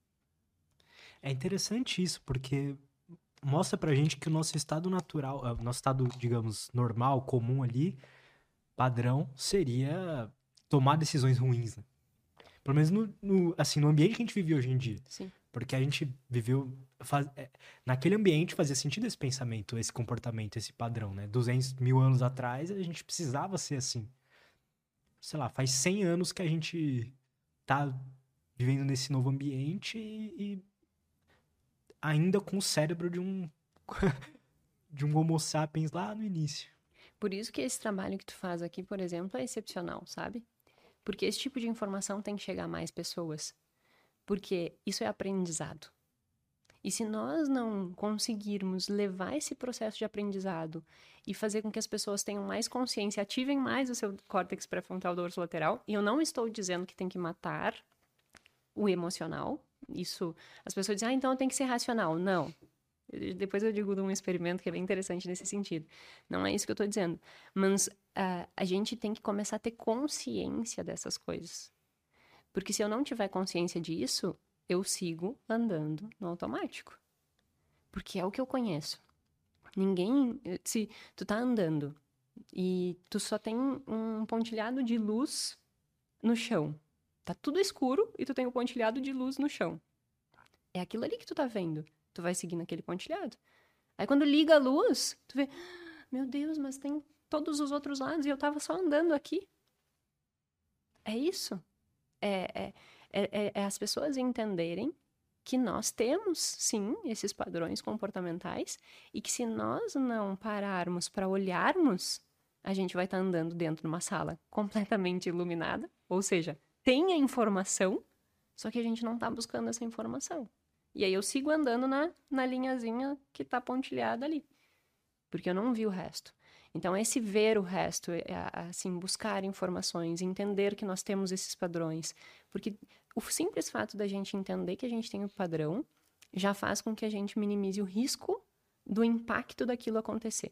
É interessante isso, porque mostra pra gente que o nosso estado natural, o nosso estado, digamos, normal, comum ali, padrão, seria tomar decisões ruins, né? Pelo menos assim, no ambiente que a gente vive hoje em dia. Sim. Porque a gente viveu... naquele ambiente fazia sentido esse pensamento, esse comportamento, esse padrão, né? 200 mil anos atrás, a gente precisava ser assim. Sei lá, faz 100 anos que a gente tá vivendo nesse novo ambiente e ainda com o cérebro de um de um Homo sapiens lá no início. Por isso que esse trabalho que tu faz aqui, por exemplo, é excepcional, sabe? Porque esse tipo de informação tem que chegar a mais pessoas. Porque isso é aprendizado. E se nós não conseguirmos levar esse processo de aprendizado e fazer com que as pessoas tenham mais consciência, ativem mais o seu córtex pré-frontal dorso lateral, e eu não estou dizendo que tem que matar o emocional, isso, as pessoas dizem, então eu tenho que ser racional. Não. Depois eu digo de um experimento que é bem interessante nesse sentido. Não é isso que eu estou dizendo. Mas a gente tem que começar a ter consciência dessas coisas. Porque se eu não tiver consciência disso, eu sigo andando no automático. Porque é o que eu conheço. Se tu tá andando e tu só tem um pontilhado de luz no chão. Tá tudo escuro e tu tem um pontilhado de luz no chão. É aquilo ali que tu tá vendo. Tu vai seguir naquele pontilhado. Aí quando liga a luz, tu vê, meu Deus, mas tem todos os outros lados e eu tava só andando aqui. É isso. É as pessoas entenderem que nós temos, sim, esses padrões comportamentais e que se nós não pararmos para olharmos, a gente vai estar andando dentro de uma sala completamente iluminada, ou seja, tem a informação, Só que a gente não tá buscando essa informação. E aí eu sigo andando na linhazinha que tá pontilhada ali. Porque eu não vi o resto. Então, esse ver o resto, assim, buscar informações, entender que nós temos esses padrões. Porque o simples fato da gente entender que a gente tem um padrão já faz com que a gente minimize o risco do impacto daquilo acontecer.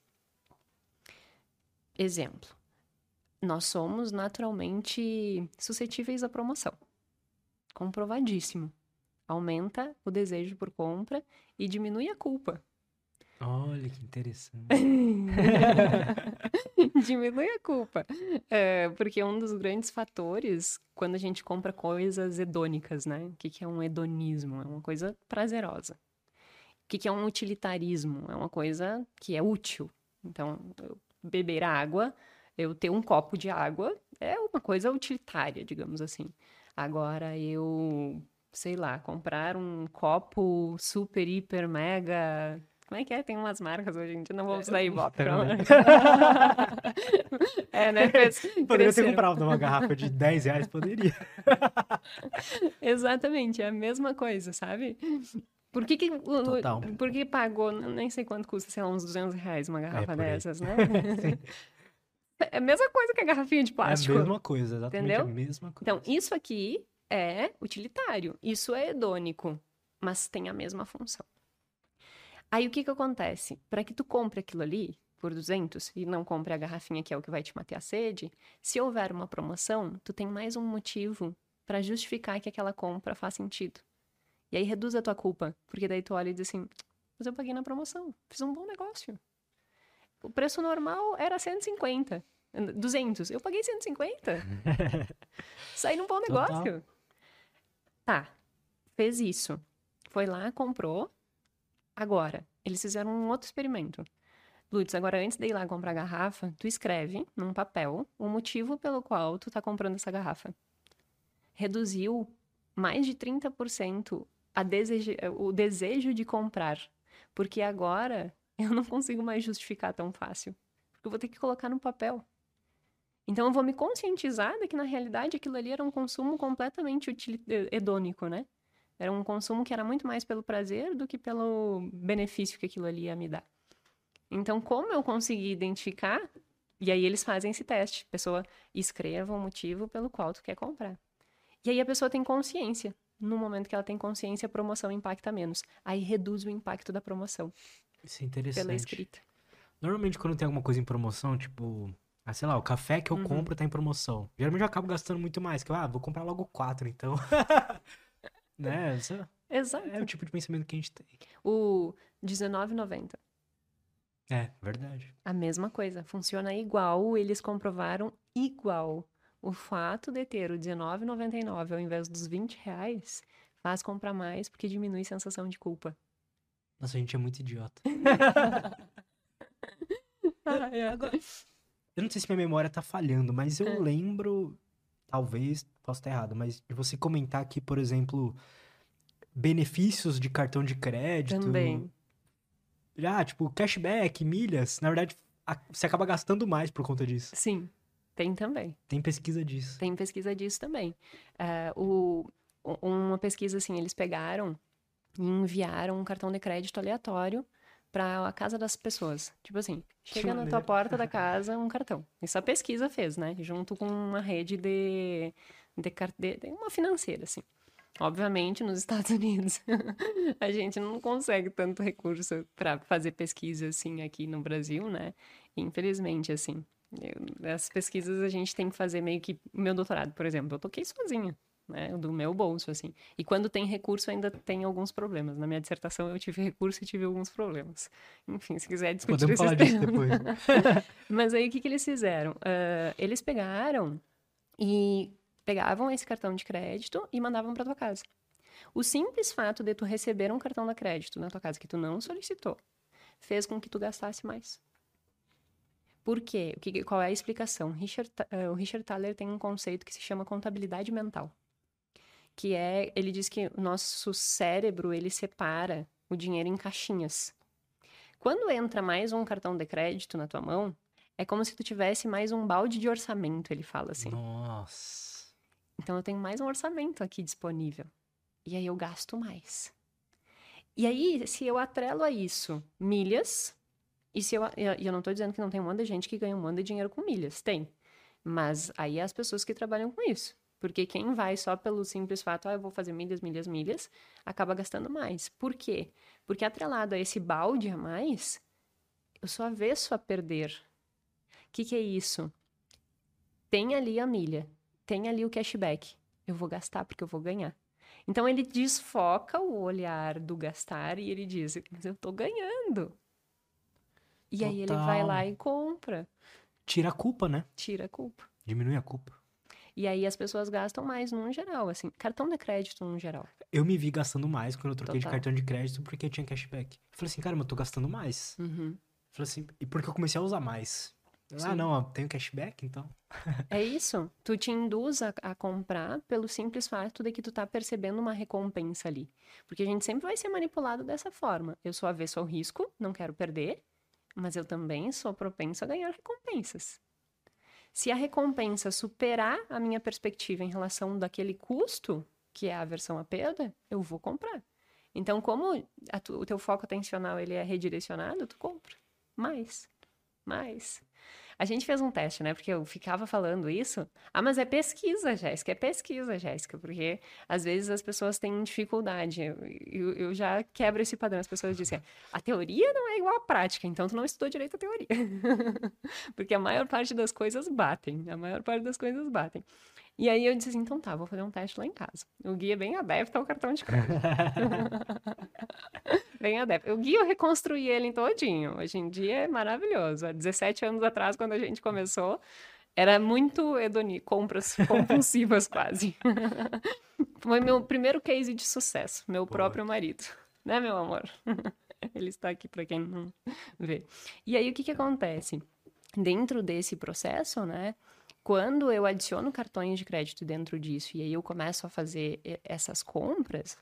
Exemplo. Nós somos naturalmente suscetíveis à promoção. Comprovadíssimo. Aumenta o desejo por compra e diminui a culpa. Olha que interessante. Diminui a culpa. Porque um dos grandes fatores, quando a gente compra coisas hedônicas, né? O que é um hedonismo? É uma coisa prazerosa. O que é um utilitarismo? É uma coisa que é útil. Então, eu beber água, eu ter um copo de água, é uma coisa utilitária, digamos assim. Agora, sei lá, comprar um copo super, hiper, mega... Como é que é? Tem umas marcas hoje em dia, não vamos dar Ibope. Né? Poderia ter comprado uma garrafa de R$10, poderia. Exatamente, é a mesma coisa, sabe? Por que pagou, nem sei quanto custa, sei lá, uns R$200 uma garrafa dessas, né? Sim. É a mesma coisa que a garrafinha de plástico. É a mesma coisa, exatamente entendeu? a mesma coisa. Então, isso aqui é utilitário, isso é hedônico, mas tem a mesma função. Aí, o que acontece? Para que tu compre aquilo ali por 200 e não compre a garrafinha que é o que vai te matar a sede, se houver uma promoção, tu tem mais um motivo para justificar que aquela compra faz sentido. E aí reduz a tua culpa, porque daí tu olha e diz assim, mas eu paguei na promoção, fiz um bom negócio. O preço normal era 150, 200, eu paguei 150. Saí num bom negócio. Total. Tá, fez isso. Foi lá, comprou. Agora, eles fizeram um outro experimento. Lutz, agora antes de ir lá comprar a garrafa, tu escreve num papel o motivo pelo qual tu tá comprando essa garrafa. Reduziu mais de 30% o desejo de comprar. Porque agora eu não consigo mais justificar tão fácil. Porque eu vou ter que colocar no papel. Então eu vou me conscientizar de que na realidade aquilo ali era um consumo completamente hedônico, né? Era um consumo que era muito mais pelo prazer do que pelo benefício que aquilo ali ia me dar. Então, como eu consegui identificar, e aí eles fazem esse teste. A pessoa escreva o motivo pelo qual tu quer comprar. E aí a pessoa tem consciência. No momento que ela tem consciência, a promoção impacta menos. Aí reduz o impacto da promoção. Isso é interessante. Pela escrita. Normalmente quando tem alguma coisa em promoção, tipo... sei lá, o café que eu compro tá em promoção. Geralmente eu acabo gastando muito mais. Que vou comprar logo 4, então... né? Exato. É o tipo de pensamento que a gente tem. O R$19,90. É, verdade. A mesma coisa. Funciona igual. Eles comprovaram igual. O fato de ter o R$19,99 ao invés dos R$20 faz comprar mais porque diminui a sensação de culpa. Nossa, a gente é muito idiota. Agora, eu não sei se minha memória tá falhando, mas eu lembro, talvez, posso estar errado, mas de você comentar aqui, por exemplo, benefícios de cartão de crédito. Também. Tipo, cashback, milhas. Na verdade, você acaba gastando mais por conta disso. Sim, tem também. Tem pesquisa disso. Tem pesquisa disso também. Uma pesquisa, assim, eles pegaram e enviaram um cartão de crédito aleatório para a casa das pessoas. Tipo assim, chega na tua porta da casa um cartão. Isso a pesquisa fez, né? Junto com uma rede de uma financeira, assim. Obviamente, nos Estados Unidos, a gente não consegue tanto recurso para fazer pesquisa, assim, aqui no Brasil, né? Infelizmente, assim. As pesquisas a gente tem que fazer meio que... Meu doutorado, por exemplo, eu toquei sozinha, né? Do meu bolso, assim. E quando tem recurso, ainda tem alguns problemas. Na minha dissertação, eu tive recurso e tive alguns problemas. Enfim, se quiser discutir Podemos falar disso depois. Mas aí, o que eles fizeram? Eles pegaram e... pegavam esse cartão de crédito e mandavam para tua casa. O simples fato de tu receber um cartão de crédito na tua casa que tu não solicitou fez com que tu gastasse mais. Por quê? Qual é a explicação? O Richard Thaler tem um conceito que se chama contabilidade mental. Ele diz que o nosso cérebro, ele separa o dinheiro em caixinhas. Quando entra mais um cartão de crédito na tua mão, é como se tu tivesse mais um balde de orçamento, ele fala assim. Nossa. Então eu tenho mais um orçamento aqui disponível. E aí eu gasto mais. E aí, se eu atrelo a isso milhas, e eu não tô dizendo que não tem um monte de gente que ganha um monte de dinheiro com milhas. Tem. Mas aí é as pessoas que trabalham com isso. Porque quem vai só pelo simples fato, eu vou fazer milhas, milhas, milhas, acaba gastando mais. Por quê? Porque atrelado a esse balde a mais, eu sou avesso a perder. O que é isso? Tem ali a milha, tem ali o cashback. Eu vou gastar porque eu vou ganhar. Então ele desfoca o olhar do gastar e ele diz, mas eu tô ganhando. E aí ele vai lá e compra. Tira a culpa, né? Tira a culpa. Diminui a culpa. E aí as pessoas gastam mais num geral, assim, cartão de crédito num geral. Eu me vi gastando mais quando eu troquei de Total. cartão de crédito porque tinha cashback. Eu falei assim, cara, mas eu tô gastando mais. Uhum. Eu falei assim, e porque eu comecei a usar mais. Ah, não, eu tenho cashback, então. É isso. Tu te induz a comprar pelo simples fato de que tu tá percebendo uma recompensa ali. Porque a gente sempre vai ser manipulado dessa forma. Eu sou avesso ao risco, não quero perder, mas eu também sou propenso a ganhar recompensas. Se a recompensa superar a minha perspectiva em relação daquele custo, que é a aversão à perda, eu vou comprar. Então, como o teu foco atencional ele é redirecionado, tu compra. Mais. A gente fez um teste, né? Porque eu ficava falando isso. Ah, mas é pesquisa, Jéssica. Porque às vezes as pessoas têm dificuldade. Eu já quebro esse padrão. As pessoas dizem, a teoria não é igual à prática, então tu não estudou direito a teoria. Porque a maior parte das coisas batem. E aí eu disse assim, então tá, vou fazer um teste lá em casa. O Gui é bem adepto ao cartão de crédito. Bem adepto. O Gui eu reconstruí ele todinho. Hoje em dia é maravilhoso. Há 17 anos atrás, quando a gente começou, era muito compras compulsivas quase. Foi meu primeiro case de sucesso, meu próprio marido. Né, meu amor? Ele está aqui para quem não vê. E aí, o que acontece? Dentro desse processo, né? Quando eu adiciono cartões de crédito dentro disso e aí eu começo a fazer essas compras,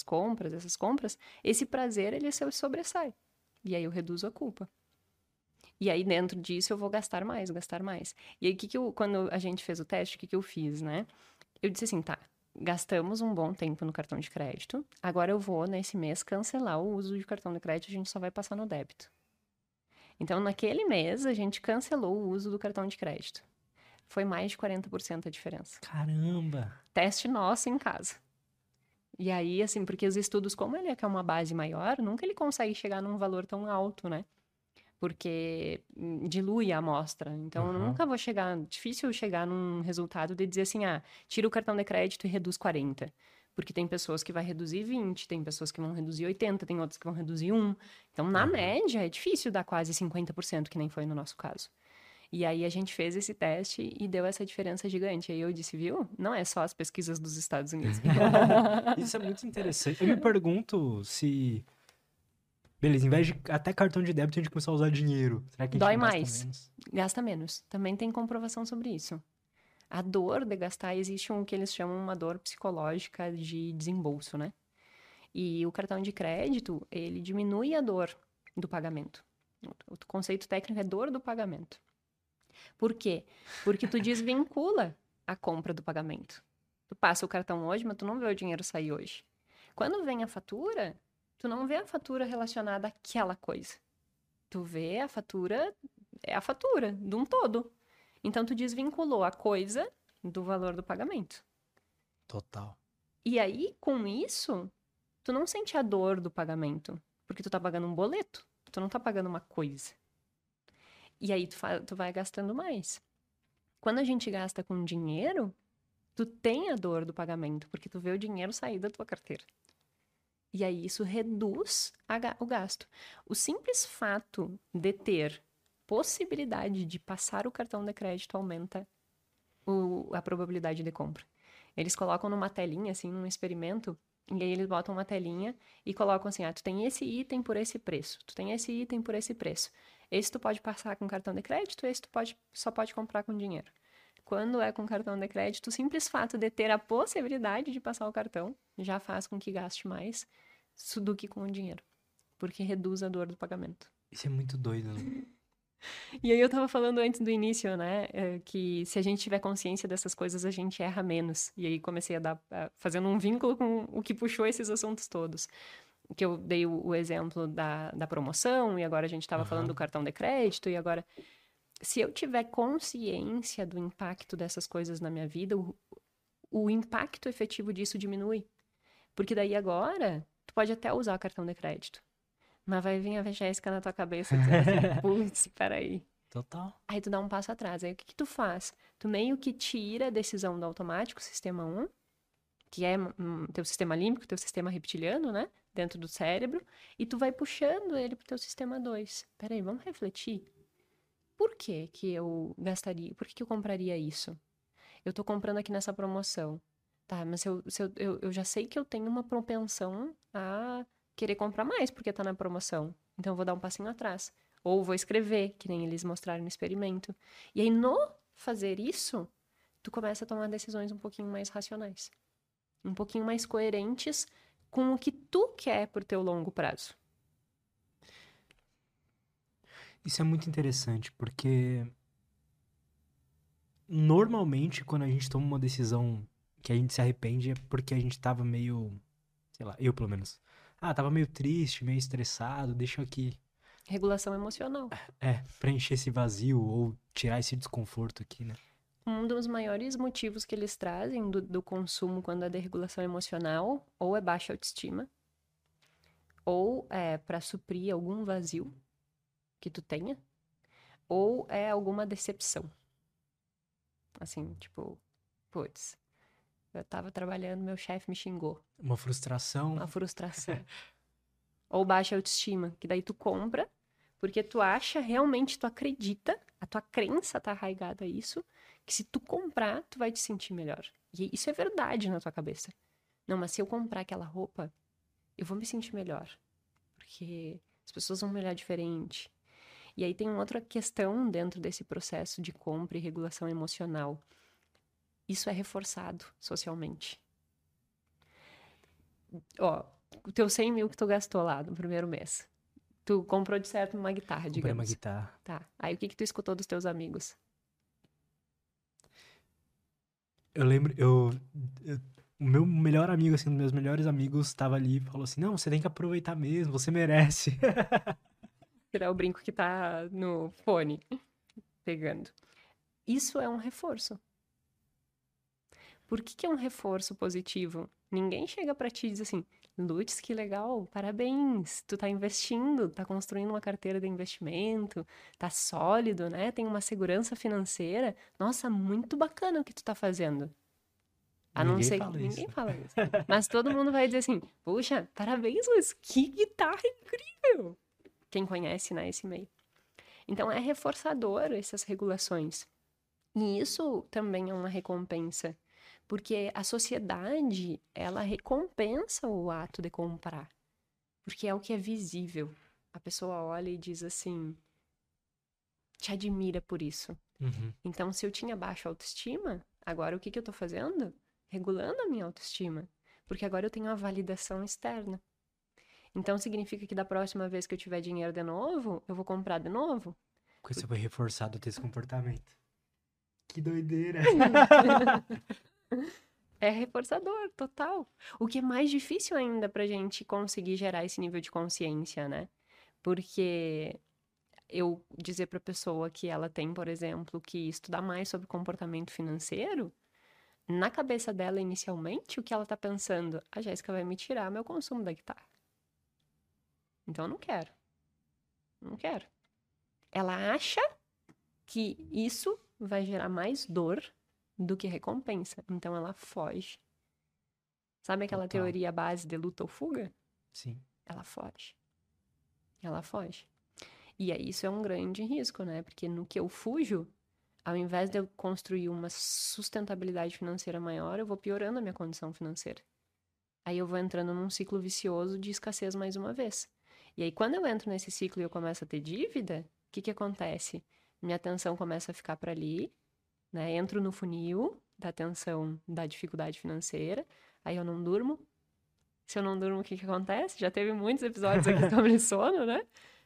esse prazer ele se sobressai. E aí eu reduzo a culpa. E aí dentro disso eu vou gastar mais. E aí quando a gente fez o teste, o que eu fiz, né? Eu disse assim, tá, gastamos um bom tempo no cartão de crédito, agora eu vou nesse mês cancelar o uso de cartão de crédito, a gente só vai passar no débito. Então naquele mês a gente cancelou o uso do cartão de crédito. Foi mais de 40% a diferença. Caramba! Teste nosso em casa. E aí, assim, porque os estudos, como ele é uma base maior, nunca ele consegue chegar num valor tão alto, né? Porque dilui a amostra. Então, eu nunca vou difícil chegar num resultado de dizer assim, tira o cartão de crédito e reduz 40. Porque tem pessoas que vai reduzir 20, tem pessoas que vão reduzir 80, tem outras que vão reduzir 1. Então, na média, é difícil dar quase 50%, que nem foi no nosso caso. E aí a gente fez esse teste e deu essa diferença gigante. Aí eu disse, viu? Não é só as pesquisas dos Estados Unidos. Isso é muito interessante. Eu me pergunto se... Beleza, em vez de até cartão de débito, a gente começar a usar dinheiro. Será que a gente Dói gasta mais. menos? Gasta menos. Também tem comprovação sobre isso. A dor de gastar, existe um que eles chamam uma dor psicológica de desembolso, né? E o cartão de crédito, ele diminui a dor do pagamento. O conceito técnico é dor do pagamento. Por quê? Porque tu desvincula a compra do pagamento. Tu passa o cartão hoje, mas tu não vê o dinheiro sair hoje. Quando vem a fatura, tu não vê a fatura relacionada àquela coisa. Tu vê a fatura, é a fatura de um todo. Então tu desvinculou a coisa do valor do pagamento. Total. E aí, com isso, tu não sente a dor do pagamento, porque tu tá pagando um boleto, tu não tá pagando uma coisa. E aí tu vai gastando mais. Quando a gente gasta com dinheiro, tu tem a dor do pagamento, porque tu vê o dinheiro sair da tua carteira. E aí isso reduz o gasto. O simples fato de ter possibilidade de passar o cartão de crédito aumenta a probabilidade de compra. Eles colocam numa telinha, assim, num experimento, e aí eles botam uma telinha e colocam assim, tu tem esse item por esse preço, tu tem esse item por esse preço. Esse tu pode passar com cartão de crédito, esse tu só pode comprar com dinheiro. Quando é com cartão de crédito, o simples fato de ter a possibilidade de passar o cartão já faz com que gaste mais do que com o dinheiro. Porque reduz a dor do pagamento. Isso é muito doido, né? E aí eu tava falando antes do início, né? Que se a gente tiver consciência dessas coisas, a gente erra menos. E aí comecei a dar, fazendo um vínculo com o que puxou esses assuntos todos. Que eu dei o exemplo da promoção, e agora a gente tava falando do cartão de crédito, e agora... Se eu tiver consciência do impacto dessas coisas na minha vida, o impacto efetivo disso diminui. Porque daí agora, tu pode até usar o cartão de crédito. Mas vai vir a Jéssica na tua cabeça dizendo assim, putz, peraí. Total. Aí tu dá um passo atrás. Aí o que que tu faz? Tu meio que tira a decisão do automático, sistema 1, que é teu sistema límbico, teu sistema reptiliano, né? Dentro do cérebro. E tu vai puxando ele pro teu sistema 2. Peraí, vamos refletir. Por que que eu gastaria? Por que que eu compraria isso? Eu tô comprando aqui nessa promoção. Tá, mas eu já sei que eu tenho uma propensão a querer comprar mais porque tá na promoção. Então eu vou dar um passinho atrás. Ou vou escrever, que nem eles mostraram no experimento. E aí, no fazer isso, tu começa a tomar decisões um pouquinho mais racionais. Um pouquinho mais coerentes com o que tu quer pro teu longo prazo. Isso é muito interessante, porque normalmente quando a gente toma uma decisão que a gente se arrepende é porque a gente tava meio, sei lá, eu pelo menos. Tava meio triste, meio estressado, deixa eu aqui, Regulação emocional. preencher esse vazio ou tirar esse desconforto aqui, né? Um dos maiores motivos que eles trazem do consumo quando é desregulação emocional, ou é baixa autoestima, ou é para suprir algum vazio que tu tenha, ou é alguma decepção. Assim, tipo, putz, eu tava trabalhando, meu chefe me xingou. Uma frustração. Uma frustração. Ou baixa autoestima, que daí tu compra, porque tu acha, realmente tu acredita, a tua crença tá arraigada a isso, que se tu comprar, tu vai te sentir melhor. E isso é verdade na tua cabeça. Não, mas se eu comprar aquela roupa, eu vou me sentir melhor. Porque as pessoas vão me olhar diferente. E aí tem outra questão dentro desse processo de compra e regulação emocional. Isso é reforçado socialmente. Ó, o teu 100 mil que tu gastou lá no primeiro mês. Tu comprou de certo uma guitarra, Comprei digamos. uma guitarra. Tá. Aí o que que tu escutou dos teus amigos? Eu lembro, o meu melhor amigo, assim, um dos meus melhores amigos, tava ali e falou assim: não, você tem que aproveitar mesmo, você merece. Tirar o brinco que tá no fone, pegando. Isso é um reforço. Por que que é um reforço positivo? Ninguém chega pra ti e diz assim, Lutz, que legal, parabéns, tu tá investindo, tá construindo uma carteira de investimento, tá sólido, né? Tem uma segurança financeira. Nossa, muito bacana o que tu tá fazendo. A não Ninguém ser fala ninguém isso. fala isso. Mas todo mundo vai dizer assim, puxa, parabéns, Lutz, que guitarra incrível. Quem conhece, né, esse meio. Então é reforçador essas regulações. E isso também é uma recompensa, porque a sociedade, ela recompensa o ato de comprar, porque é o que é visível. A pessoa olha e diz assim, te admira por isso. Uhum. Então, se eu tinha baixa autoestima, agora o que que eu tô fazendo? Regulando a minha autoestima, porque agora eu tenho a validação externa. Então, significa que da próxima vez que eu tiver dinheiro de novo, eu vou comprar de novo? Porque você foi reforçado a ter esse comportamento. Que doideira. É reforçador, total. O que é mais difícil ainda pra gente conseguir gerar esse nível de consciência, né? Porque eu dizer pra pessoa que ela tem, por exemplo, que estudar mais sobre comportamento financeiro, na cabeça dela, inicialmente, o que ela tá pensando? A Jéssica vai me tirar meu consumo da guitarra. Então eu não quero. Não quero. Ela acha que isso vai gerar mais dor do que recompensa. Então ela foge. Sabe aquela Total. teoria base de luta ou fuga? Sim. Ela foge. Ela foge. E aí isso é um grande risco, né? Porque no que eu fujo, ao invés de eu construir uma sustentabilidade financeira maior, eu vou piorando a minha condição financeira. Aí eu vou entrando num ciclo vicioso de escassez mais uma vez. E aí quando eu entro nesse ciclo e eu começo a ter dívida, o que que acontece? Minha atenção começa a ficar para ali, né? Entro no funil da atenção da dificuldade financeira, aí eu não durmo. Se eu não durmo, o que que acontece? Já teve muitos episódios aqui sobre sono, né?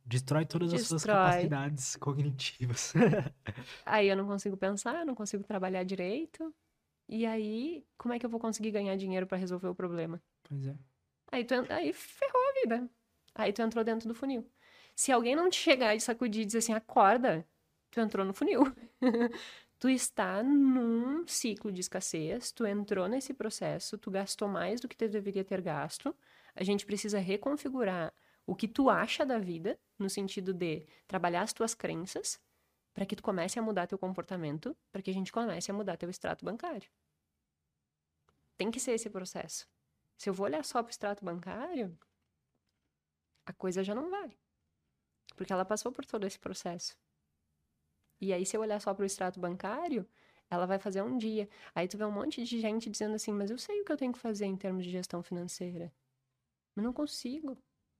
Destrói todas as suas Destrói. capacidades cognitivas. Aí eu não consigo pensar, eu não consigo trabalhar direito. E aí, como é que eu vou conseguir ganhar dinheiro pra resolver o problema? Pois é. Aí ferrou a vida. Aí tu entrou dentro do funil. Se alguém não te chegar e sacudir e dizer assim, acorda, tu entrou no funil. Tu está num ciclo de escassez, tu entrou nesse processo, tu gastou mais do que tu deveria ter gasto. A gente precisa reconfigurar o que tu acha da vida, no sentido de trabalhar as tuas crenças, para que tu comece a mudar teu comportamento, para que a gente comece a mudar teu extrato bancário. Tem que ser esse processo. Se eu vou olhar só para o extrato bancário, a coisa já não vale. Porque ela passou por todo esse processo. E aí, se eu olhar só para o extrato bancário, ela vai fazer um dia. Aí tu vê um monte de gente dizendo assim, mas eu sei o que eu tenho que fazer em termos de gestão financeira. Mas não consigo.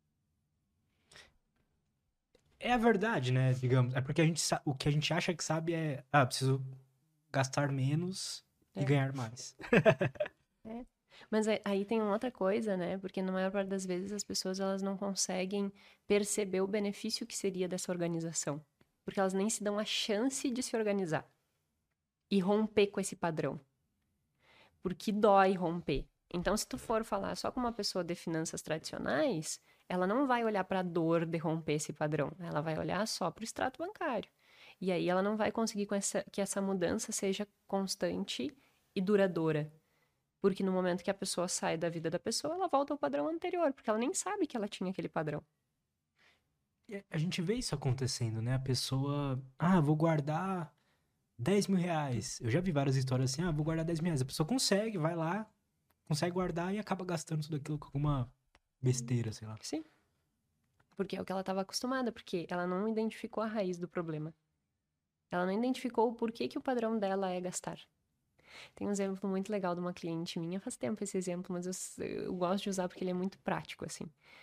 É a verdade, né? Digamos. É porque o que a gente acha que sabe é. Preciso gastar menos e É, ganhar mais. é. Mas aí tem uma outra coisa, né? Porque na maior parte das vezes as pessoas elas não conseguem perceber o benefício que seria dessa organização. Porque elas nem se dão a chance de se organizar e romper com esse padrão. Porque dói romper. Então, se tu for falar só com uma pessoa de finanças tradicionais, ela não vai olhar para a dor de romper esse padrão. Ela vai olhar só para o extrato bancário. E aí ela não vai conseguir que essa mudança seja constante e duradoura. Porque no momento que a pessoa sai da vida da pessoa, ela volta ao padrão anterior, porque ela nem sabe que ela tinha aquele padrão. E a gente vê isso acontecendo, né? A pessoa. Vou guardar 10 mil reais. Eu já vi várias histórias assim, vou guardar 10 mil reais. A pessoa consegue, vai lá, consegue guardar e acaba gastando tudo aquilo com alguma besteira, sei lá. Sim. Porque é o que ela estava acostumada, porque ela não identificou a raiz do problema. Ela não identificou o porquê que o padrão dela é gastar. Tem um exemplo muito legal de uma cliente minha, faz tempo esse exemplo, mas eu gosto de usar porque ele é muito prático, assim.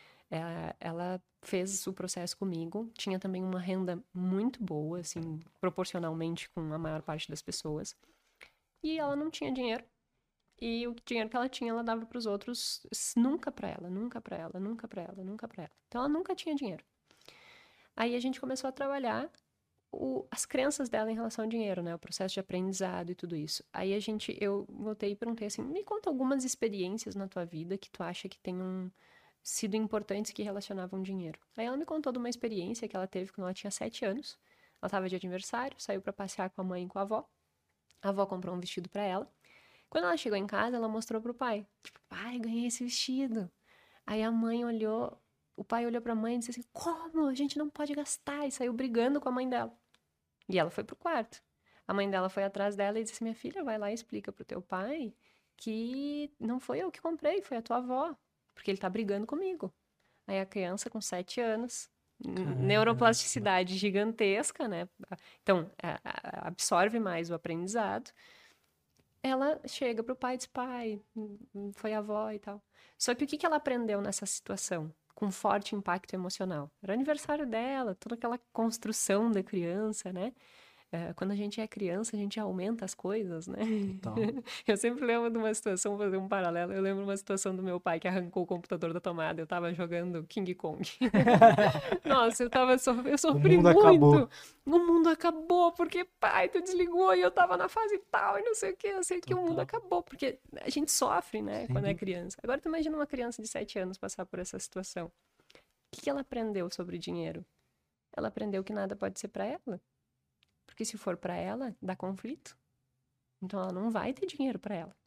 Ela fez o processo comigo, tinha também uma renda muito boa, assim, proporcionalmente com a maior parte das pessoas. E ela não tinha dinheiro. E o dinheiro que ela tinha, ela dava para os outros, nunca para ela, nunca para ela, nunca para ela, nunca para ela. Então ela nunca tinha dinheiro. Aí a gente começou a trabalhar as crenças dela em relação ao dinheiro, né? O processo de aprendizado e tudo isso. Aí eu voltei e perguntei assim, me conta algumas experiências na tua vida que tu acha que tenham sido importantes que relacionavam dinheiro. Aí ela me contou de uma experiência que ela teve quando ela tinha 7 anos. Ela estava de aniversário, saiu para passear com a mãe e com a avó. A avó comprou um vestido para ela. Quando ela chegou em casa, ela mostrou pro pai. Tipo, pai, ganhei esse vestido. Aí a mãe olhou, o pai olhou pra mãe e disse assim, como? A gente não pode gastar. E saiu brigando com a mãe dela. E ela foi pro quarto. A mãe dela foi atrás dela e disse: Minha filha, vai lá e explica pro teu pai que não foi eu que comprei, foi a tua avó. Porque ele tá brigando comigo. Aí a criança com 7 anos, Caramba. neuroplasticidade gigantesca, né? Então, absorve mais o aprendizado. Ela chega pro pai e diz: Pai, foi a avó e tal. Só que o que ela aprendeu nessa situação? Com forte impacto emocional. Era aniversário dela, toda aquela construção da criança, né? Quando a gente é criança, a gente aumenta as coisas, né? Total. Eu sempre lembro de uma situação, vou fazer um paralelo. Eu lembro de uma situação do meu pai que arrancou o computador da tomada. Eu tava jogando King Kong. Nossa, eu O sofri mundo muito. acabou. O mundo acabou porque, pai, tu desligou e eu tava na fase tal e não sei o que. Eu sei que o mundo Total. acabou porque a gente sofre, né, Sem quando é dúvida. criança. Agora tu imagina uma criança de 7 anos passar por essa situação. O que ela aprendeu sobre dinheiro? Ela aprendeu que nada pode ser pra ela. Porque se for pra ela, dá conflito. Então ela não vai ter dinheiro pra ela.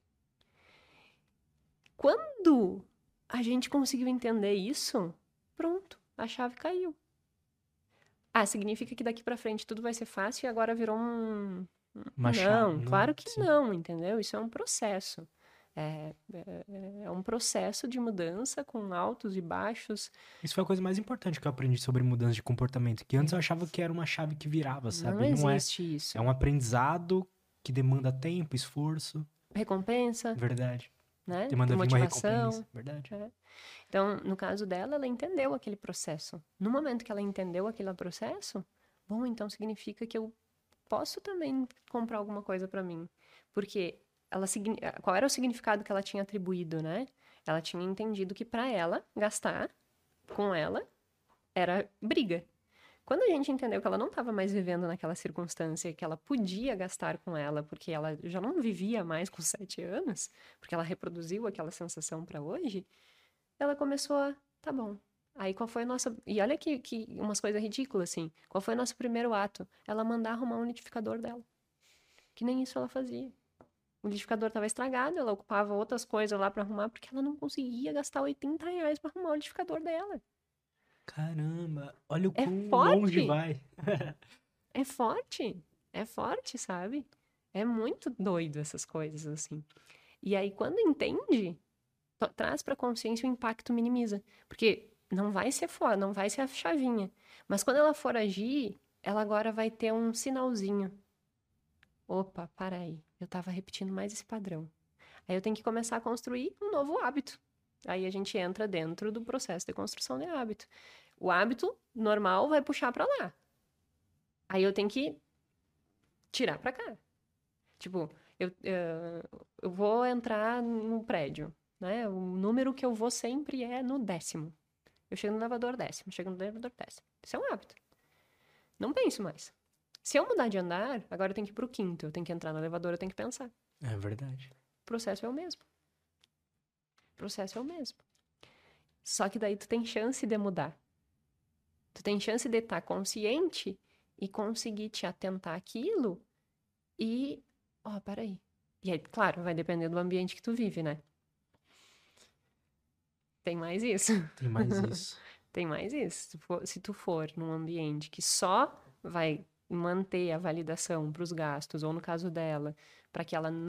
Quando a gente conseguiu entender isso, pronto, a chave caiu. Significa que daqui pra frente tudo vai ser fácil e agora virou um. Uma chave. Não, Não, claro que sim. não, entendeu? Isso é um processo. É um processo de mudança com altos e baixos. Isso foi a coisa mais importante que eu aprendi sobre mudança de comportamento. Que antes eu achava que era uma chave que virava, Não sabe? E não é. existe isso. É um aprendizado que demanda tempo, esforço. Recompensa, Verdade. né? Demanda vir uma recompensa. Motivação. Verdade. É. Então, no caso dela, ela entendeu aquele processo. No momento que ela entendeu aquele processo, bom, então significa que eu posso também comprar alguma coisa pra mim. Porque qual era o significado que ela tinha atribuído, né? Ela tinha entendido que pra ela gastar com ela era briga. Quando a gente entendeu que ela não estava mais vivendo naquela circunstância, que ela podia gastar com ela, porque ela já não vivia mais com 7 anos, porque ela reproduziu aquela sensação para hoje, ela começou a, tá bom. Aí qual foi a nossa. E olha que umas coisas ridículas, assim. Qual foi o nosso primeiro ato? Ela mandar arrumar um liquidificador dela. Que nem isso ela fazia. O liquidificador estava estragado, ela ocupava outras coisas lá para arrumar, porque ela não conseguia gastar R$ 80 para arrumar o liquidificador dela. Caramba, olha o É quão longe forte! vai. É forte! É forte, sabe? É muito doido essas coisas, assim. E aí, quando entende, traz pra consciência o impacto minimiza. Porque não vai ser fora, não vai ser a chavinha. Mas quando ela for agir, ela agora vai ter um sinalzinho. Opa, para aí. Eu tava repetindo mais esse padrão. Aí eu tenho que começar a construir um novo hábito. Aí a gente entra dentro do processo de construção de hábito. O hábito normal vai puxar pra lá. Aí eu tenho que tirar pra cá. Tipo, eu vou entrar num prédio, né? O número que eu vou sempre é no 10º. Eu chego no elevador 10º, chego no elevador 10º. Isso é um hábito. Não penso mais. Se eu mudar de andar, agora eu tenho que ir pro 5º. Eu tenho que entrar no elevador, eu tenho que pensar. É verdade. O processo é o mesmo. O processo é o mesmo. Só que daí tu tem chance de mudar. Tu tem chance de estar consciente e conseguir te atentar àquilo e... Ó, peraí. E aí, claro, vai depender do ambiente que tu vive, né? Tem mais isso. Tem mais isso. Tem mais isso. Se tu for num ambiente que só vai manter a validação para os gastos, ou no caso dela, para que ela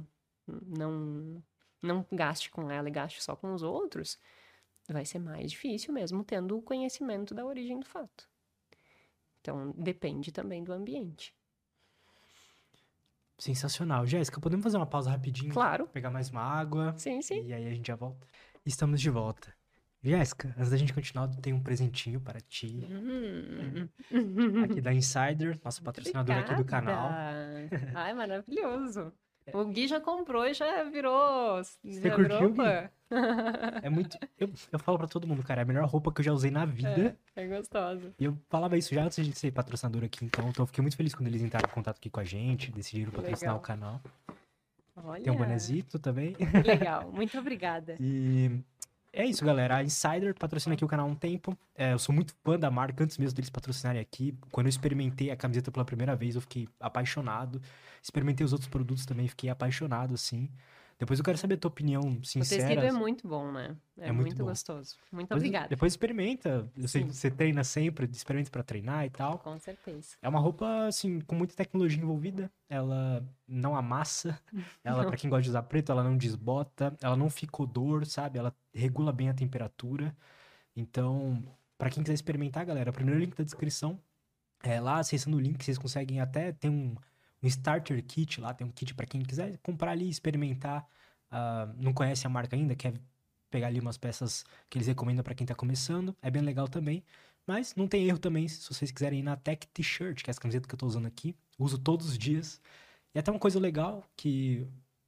não gaste com ela e gaste só com os outros, vai ser mais difícil mesmo tendo o conhecimento da origem do fato. Então, depende também do ambiente. Sensacional. Jéssica, podemos fazer uma pausa rapidinho? Claro. Pegar mais uma água. Sim, sim. E aí a gente já volta. Estamos de volta. Jéssica, antes da gente continuar, tem um presentinho para ti. Aqui da Insider, nossa patrocinadora aqui do canal. Ai, maravilhoso. O Gui já comprou e já virou. Você Já curtiu, virou fã. É muito. Eu falo pra todo mundo, cara, é a melhor roupa que eu já usei na vida. É gostosa. E eu falava isso já antes de ser patrocinador aqui, então eu fiquei muito feliz quando eles entraram em contato aqui com a gente, decidiram patrocinar Legal. o canal. Olha. Tem um bonezito também. Legal, muito obrigada. E é isso, galera. A Insider patrocina aqui o canal há um tempo. Eu sou muito fã da marca, antes mesmo deles patrocinarem aqui. Quando eu experimentei a camiseta pela primeira vez, eu fiquei apaixonado. Experimentei os outros produtos também, fiquei apaixonado, assim. Depois eu quero saber a tua opinião O sincera. tecido é muito bom, né? É muito muito bom. gostoso. Muito obrigada. Depois experimenta. Eu sei Sim. que você treina sempre, experimenta pra treinar e tal. Com certeza. É uma roupa, assim, com muita tecnologia envolvida. Ela não amassa. Ela, pra quem gosta de usar preto, ela não desbota. Ela não fica odor, sabe? Ela regula bem a temperatura. Então, pra quem quiser experimentar, galera, o primeiro link da descrição. Lá, acessando o link, vocês conseguem até ter um starter kit lá. Tem um kit pra quem quiser comprar ali, experimentar. Não conhece a marca ainda, quer pegar ali umas peças que eles recomendam pra quem tá começando. É bem legal também. Mas não tem erro também se vocês quiserem ir na Tech T-Shirt, que é essa camiseta que eu tô usando aqui. Uso todos os dias. E até uma coisa legal que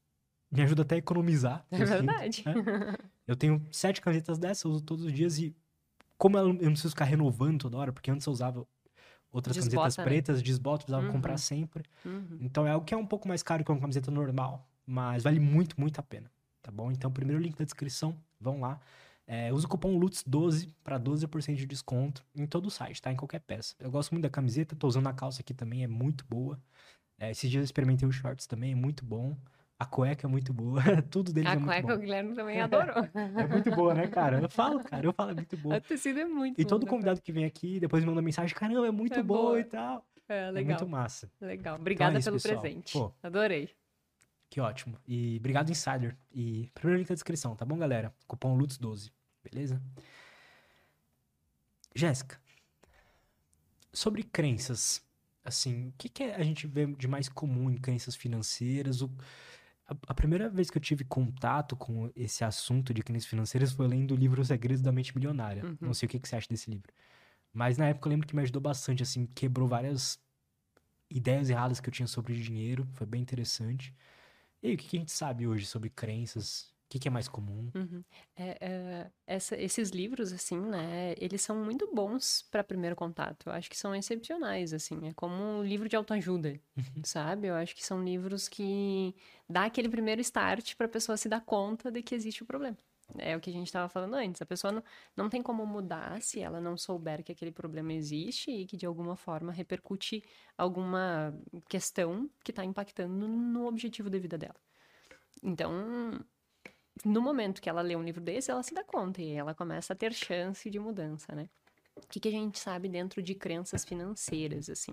me ajuda até a economizar. É verdade. Eu tenho 7 camisetas dessas, eu uso todos os dias. E como eu não preciso ficar renovando toda hora, porque antes eu usava outras camisetas pretas, desbota, precisava comprar sempre. Então é algo que é um pouco mais caro que uma camiseta normal. Mas vale muito, muito a pena. Tá bom? Então, primeiro link da descrição, vão lá. Usa o cupom LUTS12 para 12% de desconto em todo o site, tá? Em qualquer peça. Eu gosto muito da camiseta, tô usando a calça aqui também, é muito boa. Esses dias eu experimentei os shorts também, é muito bom. A cueca é muito boa, tudo deles é muito bom. A cueca o Guilherme também adorou. É muito boa, né, cara? Eu falo, é muito boa. O tecido é muito E bom, todo convidado que vem aqui, depois me manda mensagem, caramba, é muito boa e tal. É, legal. É muito massa. Legal, obrigada Então é isso, pelo pessoal. presente. Pô, adorei. Que ótimo. E obrigado, Insider. E primeiro link na descrição, tá bom, galera? Cupom LUTS12, beleza? Jéssica, sobre crenças, assim, o que a gente vê de mais comum em crenças financeiras? A primeira vez que eu tive contato com esse assunto de crenças financeiras foi lendo o livro Os Segredos da Mente Milionária. Não sei o que você acha desse livro. Mas na época eu lembro que me ajudou bastante, assim, quebrou várias ideias erradas que eu tinha sobre dinheiro. Foi bem interessante. E aí, o que a gente sabe hoje sobre crenças que é mais comum? Uhum. Esses livros, assim, né, eles são muito bons para primeiro contato. Eu acho que são excepcionais, assim. É como um livro de autoajuda, sabe? Eu acho que são livros que dá aquele primeiro start para a pessoa se dar conta de que existe o problema. É o que a gente estava falando antes. A pessoa não tem como mudar se ela não souber que aquele problema existe e que de alguma forma repercute alguma questão que está impactando no objetivo de vida dela. Então, no momento que ela lê um livro desse, ela se dá conta e ela começa a ter chance de mudança, né? O que a gente sabe dentro de crenças financeiras, assim?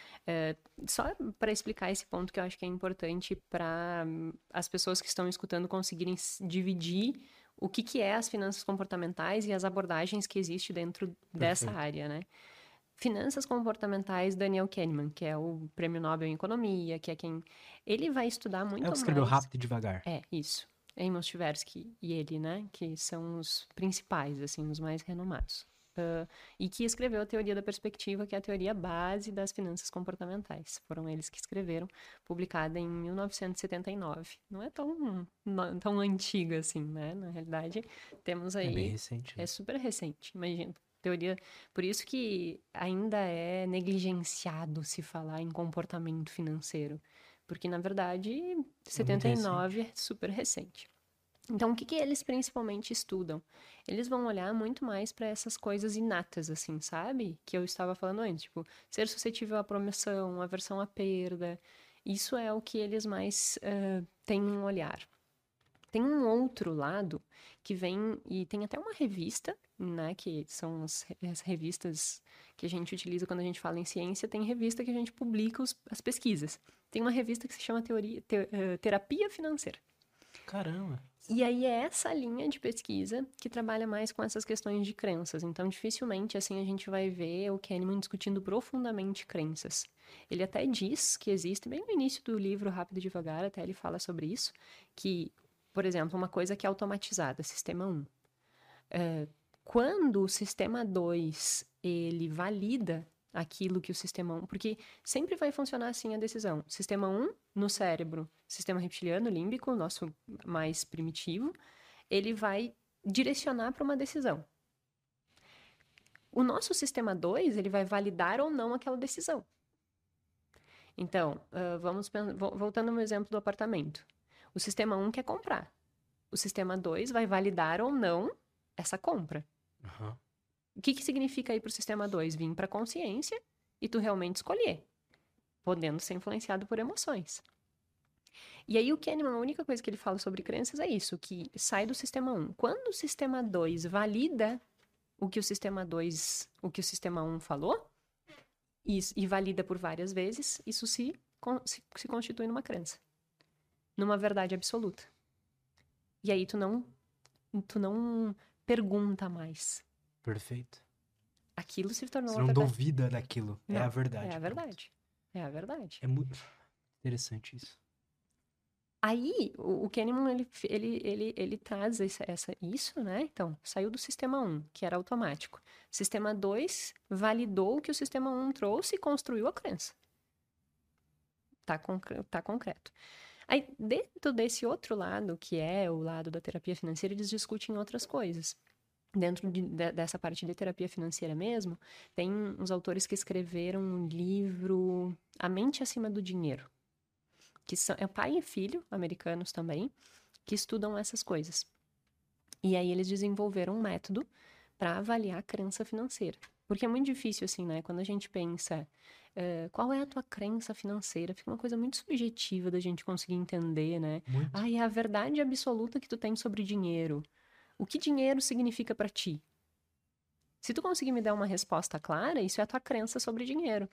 Só para explicar esse ponto que eu acho que é importante para as pessoas que estão escutando conseguirem dividir o que é as finanças comportamentais e as abordagens que existem dentro dessa área, né? Finanças comportamentais, Daniel Kahneman, que é o prêmio Nobel em Economia, que é quem... Ele vai estudar muito É o que escreveu mais... Rápido e Devagar. É, isso. Amos Tversky e ele, né? Que são os principais, assim, os mais renomados. E que escreveu a teoria da perspectiva, que é a teoria base das finanças comportamentais. Foram eles que escreveram, publicada em 1979. Não é tão antiga assim, né? Na realidade, temos aí... É bem recente. Né? É super recente, imagina. Teoria... Por isso que ainda é negligenciado se falar em comportamento financeiro. Porque, na verdade, 79 é super recente. Então, o que eles principalmente estudam? Eles vão olhar muito mais para essas coisas inatas, assim, sabe? Que eu estava falando antes, tipo, ser suscetível à promoção, aversão à perda. Isso é o que eles mais têm um olhar. Tem um outro lado que vem, e tem até uma revista, né, que são as revistas que a gente utiliza quando a gente fala em ciência, tem revista que a gente publica as pesquisas. Tem uma revista que se chama Terapia Financeira. Caramba! E aí é essa linha de pesquisa que trabalha mais com essas questões de crenças. Então, dificilmente, assim, a gente vai ver o Kahneman discutindo profundamente crenças. Ele até diz que existe, bem no início do livro Rápido e Devagar, até ele fala sobre isso, que, por exemplo, uma coisa que é automatizada, sistema 1. Quando o sistema 2, ele valida aquilo que o sistema 1... Porque sempre vai funcionar assim a decisão. Sistema 1, no cérebro, sistema reptiliano, límbico, nosso mais primitivo, ele vai direcionar para uma decisão. O nosso sistema 2, ele vai validar ou não aquela decisão. Então, voltando ao exemplo do apartamento. O sistema 1 quer comprar. O sistema 2 vai validar ou não essa compra. Uhum. O que significa aí para o sistema 2? Vir para a consciência e tu realmente escolher, podendo ser influenciado por emoções. E aí o Kahneman, a única coisa que ele fala sobre crenças é isso, que sai do sistema 1. Quando o sistema 2 valida o que o sistema 1 falou, e valida por várias vezes, isso se constitui numa crença. Numa verdade absoluta. E aí tu não pergunta mais. Perfeito. Aquilo se tornou Você não duvida daquilo. Não, é a verdade. É a verdade. É a verdade. É muito interessante isso. Aí, o Kahneman, ele traz isso, né? Então, saiu do sistema 1, que era automático. Sistema 2 validou o que o sistema 1 trouxe e construiu a crença. Tá concreto. Aí, dentro desse outro lado, que é o lado da terapia financeira, eles discutem outras coisas. Dentro dessa parte de terapia financeira mesmo, tem uns autores que escreveram um livro, A Mente Acima do Dinheiro, que é pai e filho, americanos também, que estudam essas coisas. E aí eles desenvolveram um método para avaliar a crença financeira. Porque é muito difícil, assim, né? Quando a gente pensa, qual é a tua crença financeira? Fica uma coisa muito subjetiva da gente conseguir entender, né? Muito. É a verdade absoluta que tu tem sobre dinheiro. O que dinheiro significa para ti? Se tu conseguir me dar uma resposta clara, isso é a tua crença sobre dinheiro.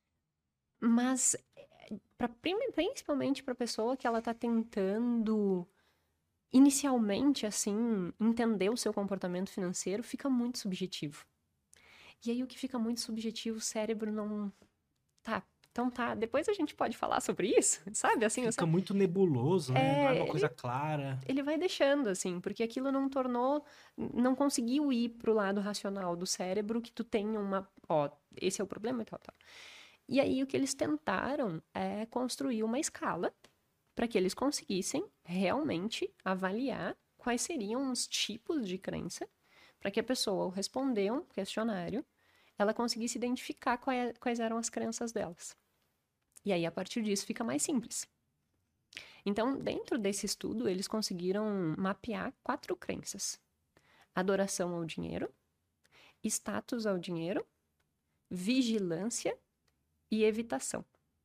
Mas, principalmente para a pessoa que ela tá tentando, inicialmente, assim, entender o seu comportamento financeiro, fica muito subjetivo. E aí, o que fica muito subjetivo, o cérebro não... Então depois a gente pode falar sobre isso, sabe? Assim, fica muito nebuloso, né? Não é uma coisa clara. Ele vai deixando, assim, porque aquilo não conseguiu ir pro lado racional do cérebro, que tu tenha esse é o problema e tal. E aí o que eles tentaram é construir uma escala para que eles conseguissem realmente avaliar quais seriam os tipos de crença para que a pessoa, ao responder um questionário, ela conseguisse identificar quais eram as crenças delas. E aí, a partir disso, fica mais simples. Então, dentro desse estudo, eles conseguiram mapear 4 crenças: adoração ao dinheiro, status ao dinheiro, vigilância e evitação.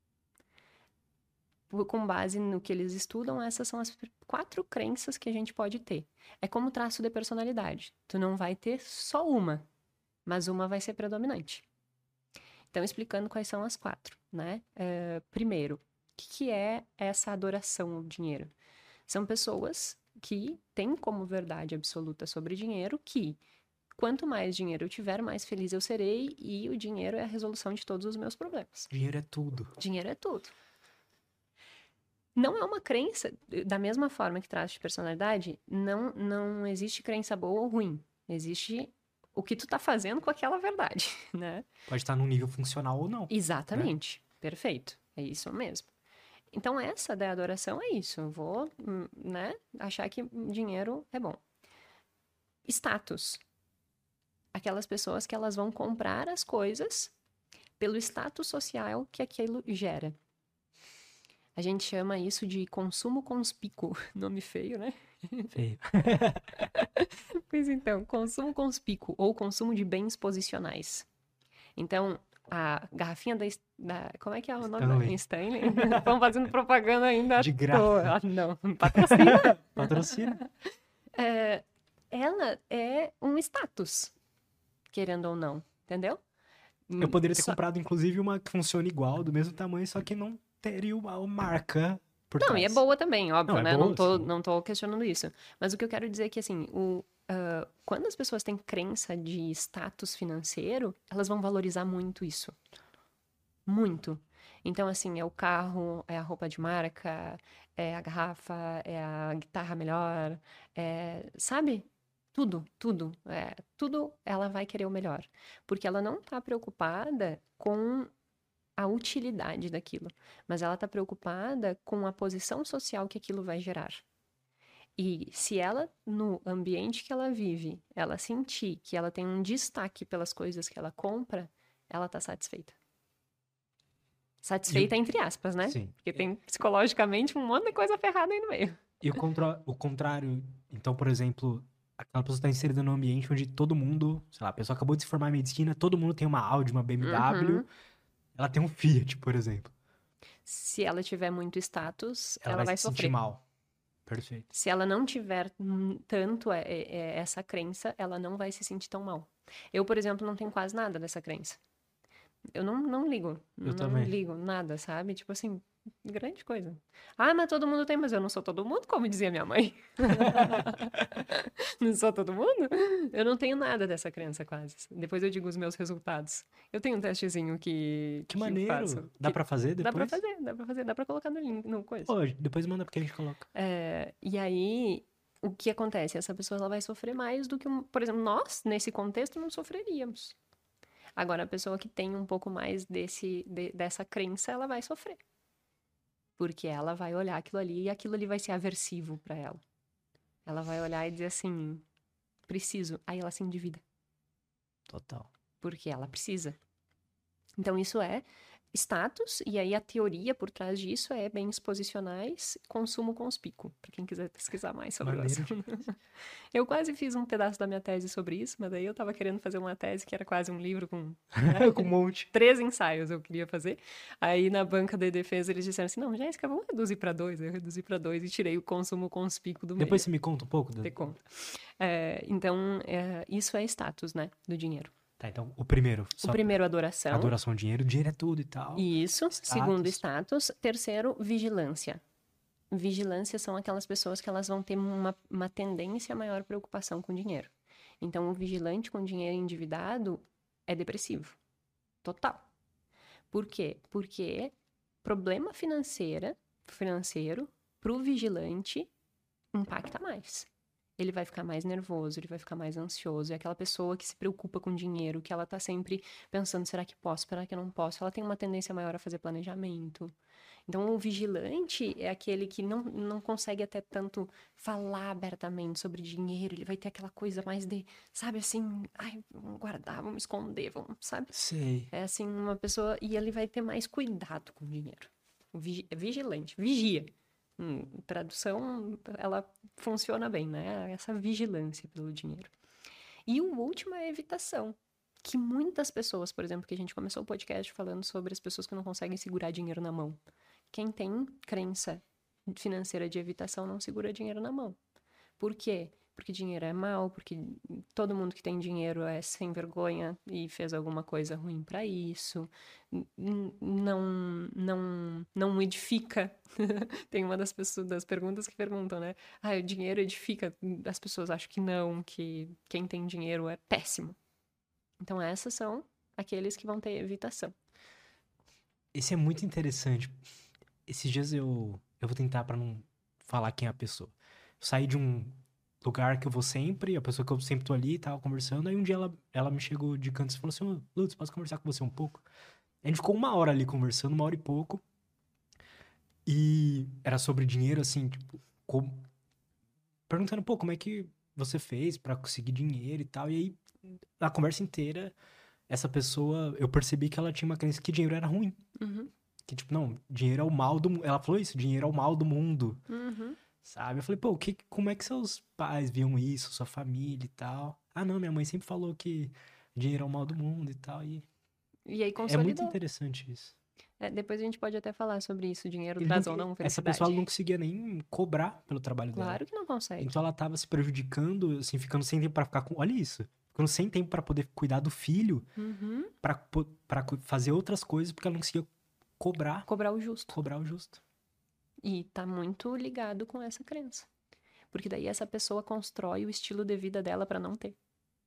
Com base no que eles estudam, essas são as 4 crenças que a gente pode ter. É como traço de personalidade. Tu não vai ter só uma, mas uma vai ser predominante. Então, explicando quais são as 4, né? Primeiro, o que é essa adoração ao dinheiro? São pessoas que têm como verdade absoluta sobre dinheiro que quanto mais dinheiro eu tiver, mais feliz eu serei, e o dinheiro é a resolução de todos os meus problemas. Dinheiro é tudo. Dinheiro é tudo. Não é uma crença, da mesma forma que traço de personalidade, não existe crença boa ou ruim. Existe o que tu tá fazendo com aquela verdade, né? Pode estar num nível funcional ou não. Exatamente. Perfeito. É isso mesmo. Então, essa da adoração é isso. Eu vou, né, achar que dinheiro é bom. Status. Aquelas pessoas que elas vão comprar as coisas pelo status social que aquilo gera. A gente chama isso de consumo conspícuo. Nome feio, né? Feio. Pois então, consumo conspícuo ou consumo de bens posicionais. Então, a garrafinha como é que é o nome da Stanley? Estão fazendo propaganda ainda. De graça. Não, patrocina. Patrocina. Ela é um status, querendo ou não, entendeu? Eu poderia ter comprado, inclusive, uma que funcione igual, do mesmo tamanho, só que não teria uma marca por trás. Não, e é boa também, óbvio, né? Boa, não tô questionando isso. Mas o que eu quero dizer é que, assim, quando as pessoas têm crença de status financeiro, elas vão valorizar muito isso. Muito. Então, assim, é o carro, é a roupa de marca, é a garrafa, é a guitarra melhor, sabe? Tudo. Tudo ela vai querer o melhor. Porque ela não tá preocupada com a utilidade daquilo, mas ela tá preocupada com a posição social que aquilo vai gerar. E se ela, no ambiente que ela vive, ela sentir que ela tem um destaque pelas coisas que ela compra, ela tá satisfeita. Satisfeita entre aspas, né? Sim. Porque tem psicologicamente um monte de coisa ferrada aí no meio. E o contrário, então, por exemplo, aquela pessoa está inserida num ambiente onde todo mundo, sei lá, a pessoa acabou de se formar em medicina, todo mundo tem uma Audi, uma BMW, ela tem um Fiat, por exemplo. Se ela tiver muito status, ela vai se sofrer. sentir mal. Perfeito. Se ela não tiver tanto essa crença, ela não vai se sentir tão mal. Eu, por exemplo, não tenho quase nada dessa crença. Eu não ligo. Eu também. Ligo nada, sabe? Tipo assim, grande coisa. Ah, mas todo mundo tem, mas eu não sou todo mundo, como dizia minha mãe. Não sou todo mundo? Eu não tenho nada dessa crença quase. Depois eu digo os meus resultados. Eu tenho um testezinho que maneiro. eu faço. Dá pra fazer depois? Dá pra fazer. Dá pra colocar no link, no coisa. Pô, depois manda porque a gente coloca. E aí, o que acontece? Essa pessoa ela vai sofrer mais do que, por exemplo, nós, nesse contexto, não sofreríamos. Agora, a pessoa que tem um pouco mais dessa crença, ela vai sofrer. Porque ela vai olhar aquilo ali e aquilo ali vai ser aversivo pra ela. Ela vai olhar e dizer assim, preciso. Aí ela se endivida. Total. Porque ela precisa. Então, isso é status, e aí a teoria por trás disso é bens posicionais, consumo conspícuo, para quem quiser pesquisar mais sobre o assunto. Eu quase fiz um pedaço da minha tese sobre isso, mas daí eu tava querendo fazer uma tese que era quase um livro com com um monte. 3 ensaios eu queria fazer. Aí na banca de defesa eles disseram assim, não, Jéssica, vamos reduzir para 2. Eu reduzi para 2 e tirei o consumo conspícuo do meio. Depois você me conta um pouco? Te conta. Então, isso é status, né, do dinheiro. Tá, então, o primeiro. O primeiro, adoração. Adoração ao dinheiro. Dinheiro é tudo e tal. Isso. Segundo, status. Terceiro, vigilância. Vigilância são aquelas pessoas que elas vão ter uma tendência a maior preocupação com dinheiro. Então, o vigilante com dinheiro endividado é depressivo. Total. Por quê? Porque problema financeiro pro vigilante impacta mais. ele vai ficar mais nervoso, ele vai ficar mais ansioso. É aquela pessoa que se preocupa com dinheiro, que ela tá sempre pensando, será que posso, será que eu não posso? Ela tem uma tendência maior a fazer planejamento. Então, o vigilante é aquele que não consegue até tanto falar abertamente sobre dinheiro. Ele vai ter aquela coisa mais de, sabe, assim, ai, vamos guardar, vamos esconder, vamos, sabe? Sei. É assim, uma pessoa. E ele vai ter mais cuidado com o dinheiro. Vigilante, vigia. Tradução, ela funciona bem, né? Essa vigilância pelo dinheiro. E o último é a evitação. Que muitas pessoas, por exemplo, que a gente começou o podcast falando sobre as pessoas que não conseguem segurar dinheiro na mão. Quem tem crença financeira de evitação não segura dinheiro na mão. Por quê? Porque dinheiro é mal, porque todo mundo que tem dinheiro é sem vergonha e fez alguma coisa ruim para isso. Não edifica. Tem uma das pessoas, das perguntas que perguntam, né? Ah, o dinheiro edifica? As pessoas acham que não, que quem tem dinheiro é péssimo. Então, essas são aqueles que vão ter evitação. Esse é muito interessante. Esses dias eu vou tentar pra não falar quem é a pessoa. Eu saí de um lugar que eu vou sempre, a pessoa que eu sempre tô ali, tava conversando, aí um dia ela me chegou de canto e falou assim, "Ô, Lutz, posso conversar com você um pouco?" A gente ficou 1 hora ali conversando, 1 hora e pouco, e era sobre dinheiro, assim, tipo, perguntando, pô, como é que você fez pra conseguir dinheiro e tal, e aí, na conversa inteira, essa pessoa, eu percebi que ela tinha uma crença que dinheiro era ruim. Uhum. Que, tipo, não, dinheiro é o mal do mundo. Ela falou isso, dinheiro é o mal do mundo. Uhum. Sabe? Eu falei, pô, como é que seus pais viam isso, sua família e tal? Ah, não, minha mãe sempre falou que dinheiro é o mal do mundo e tal. E E aí é muito consolidou. interessante isso. Depois a gente pode até falar sobre isso, dinheiro Ele traz ou não essa felicidade. pessoa ela não conseguia nem cobrar pelo trabalho dela. Claro que não consegue. Então ela tava se prejudicando, assim, ficando sem tempo pra ficar com. Olha isso. Ficando sem tempo pra poder cuidar do filho, Uhum. pra fazer outras coisas, porque ela não conseguia cobrar Cobrar o justo. o justo. E tá muito ligado com essa crença. Porque daí essa pessoa constrói o estilo de vida dela pra não ter.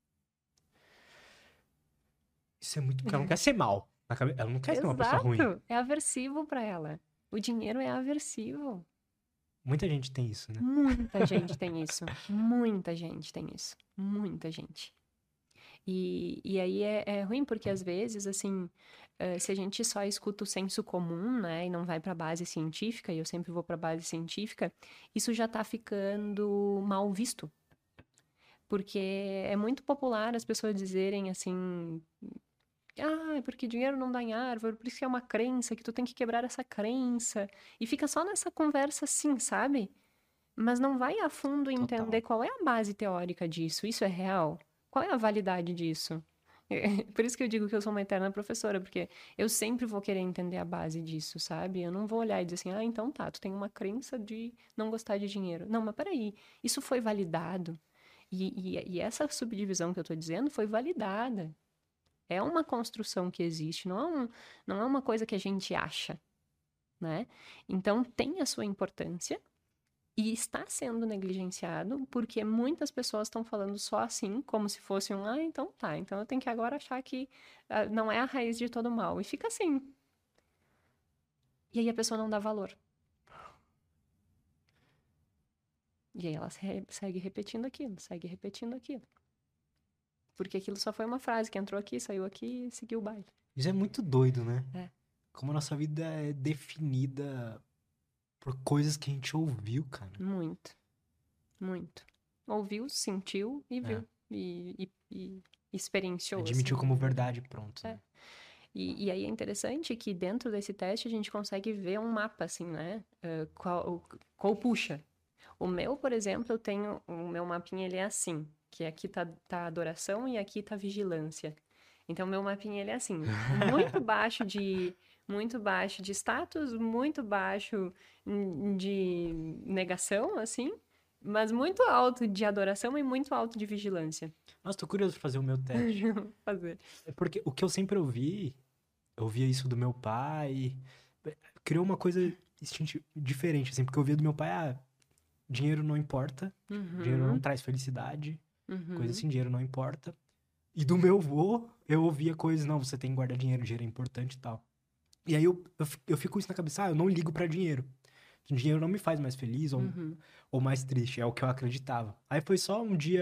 Isso é muito. Porque ela não quer ser mal. Ela não quer ser uma pessoa ruim. Exato! É aversivo pra ela. O dinheiro é aversivo. Muita gente tem isso, né? Muita gente tem isso. Muita gente tem isso. Muita gente. E aí é ruim porque às vezes, assim, se a gente só escuta o senso comum, né, e não vai pra base científica, e eu sempre vou pra base científica, isso já tá ficando mal visto. Porque é muito popular as pessoas dizerem assim, ah, porque dinheiro não dá em árvore, por isso que é uma crença, que tu tem que quebrar essa crença. E fica só nessa conversa assim, sabe? Mas não vai a fundo entender Total. qual é a base teórica disso. Isso é real? Qual é a validade disso? Por isso que eu digo que eu sou uma eterna professora, porque eu sempre vou querer entender a base disso, sabe? Eu não vou olhar e dizer assim, ah, então tá, tu tem uma crença de não gostar de dinheiro. Não, mas peraí, isso foi validado. E essa subdivisão que eu tô dizendo foi validada. É uma construção que existe, não é uma coisa que a gente acha, né? Então tem a sua importância e está sendo negligenciado porque muitas pessoas estão falando só assim, como se fosse ah, então tá, então eu tenho que agora achar que não é a raiz de todo mal. E fica assim. E aí a pessoa não dá valor. E aí ela segue repetindo aquilo, segue repetindo aquilo. Porque aquilo só foi uma frase que entrou aqui, saiu aqui e seguiu o baile. Isso é muito doido, né? É. Como a nossa vida é definida por coisas que a gente ouviu, cara. Muito. Muito. Ouviu, sentiu e viu. E experienciou. Admitiu assim, como verdade, pronto. É. Né? E aí é interessante que dentro desse teste a gente consegue ver um mapa, assim, né? Qual puxa. O meu, por exemplo, eu tenho... O meu mapinha, ele é assim. Que aqui tá a adoração e aqui tá a vigilância. Então, o meu mapinha, ele é assim. Muito baixo de status, muito baixo de negação, assim. Mas muito alto de adoração e muito alto de vigilância. Nossa, tô curioso pra fazer o meu teste. Fazer. É porque o que eu sempre ouvi, eu ouvia isso do meu pai, criou uma coisa diferente, assim, porque eu ouvia do meu pai, dinheiro não importa, dinheiro não traz felicidade, coisa assim, dinheiro não importa. E do meu avô, eu ouvia coisas, não, você tem que guardar dinheiro é importante e tal. E aí eu fico com isso na cabeça, eu não ligo pra dinheiro. O dinheiro não me faz mais feliz ou mais triste, é o que eu acreditava. Aí foi só um dia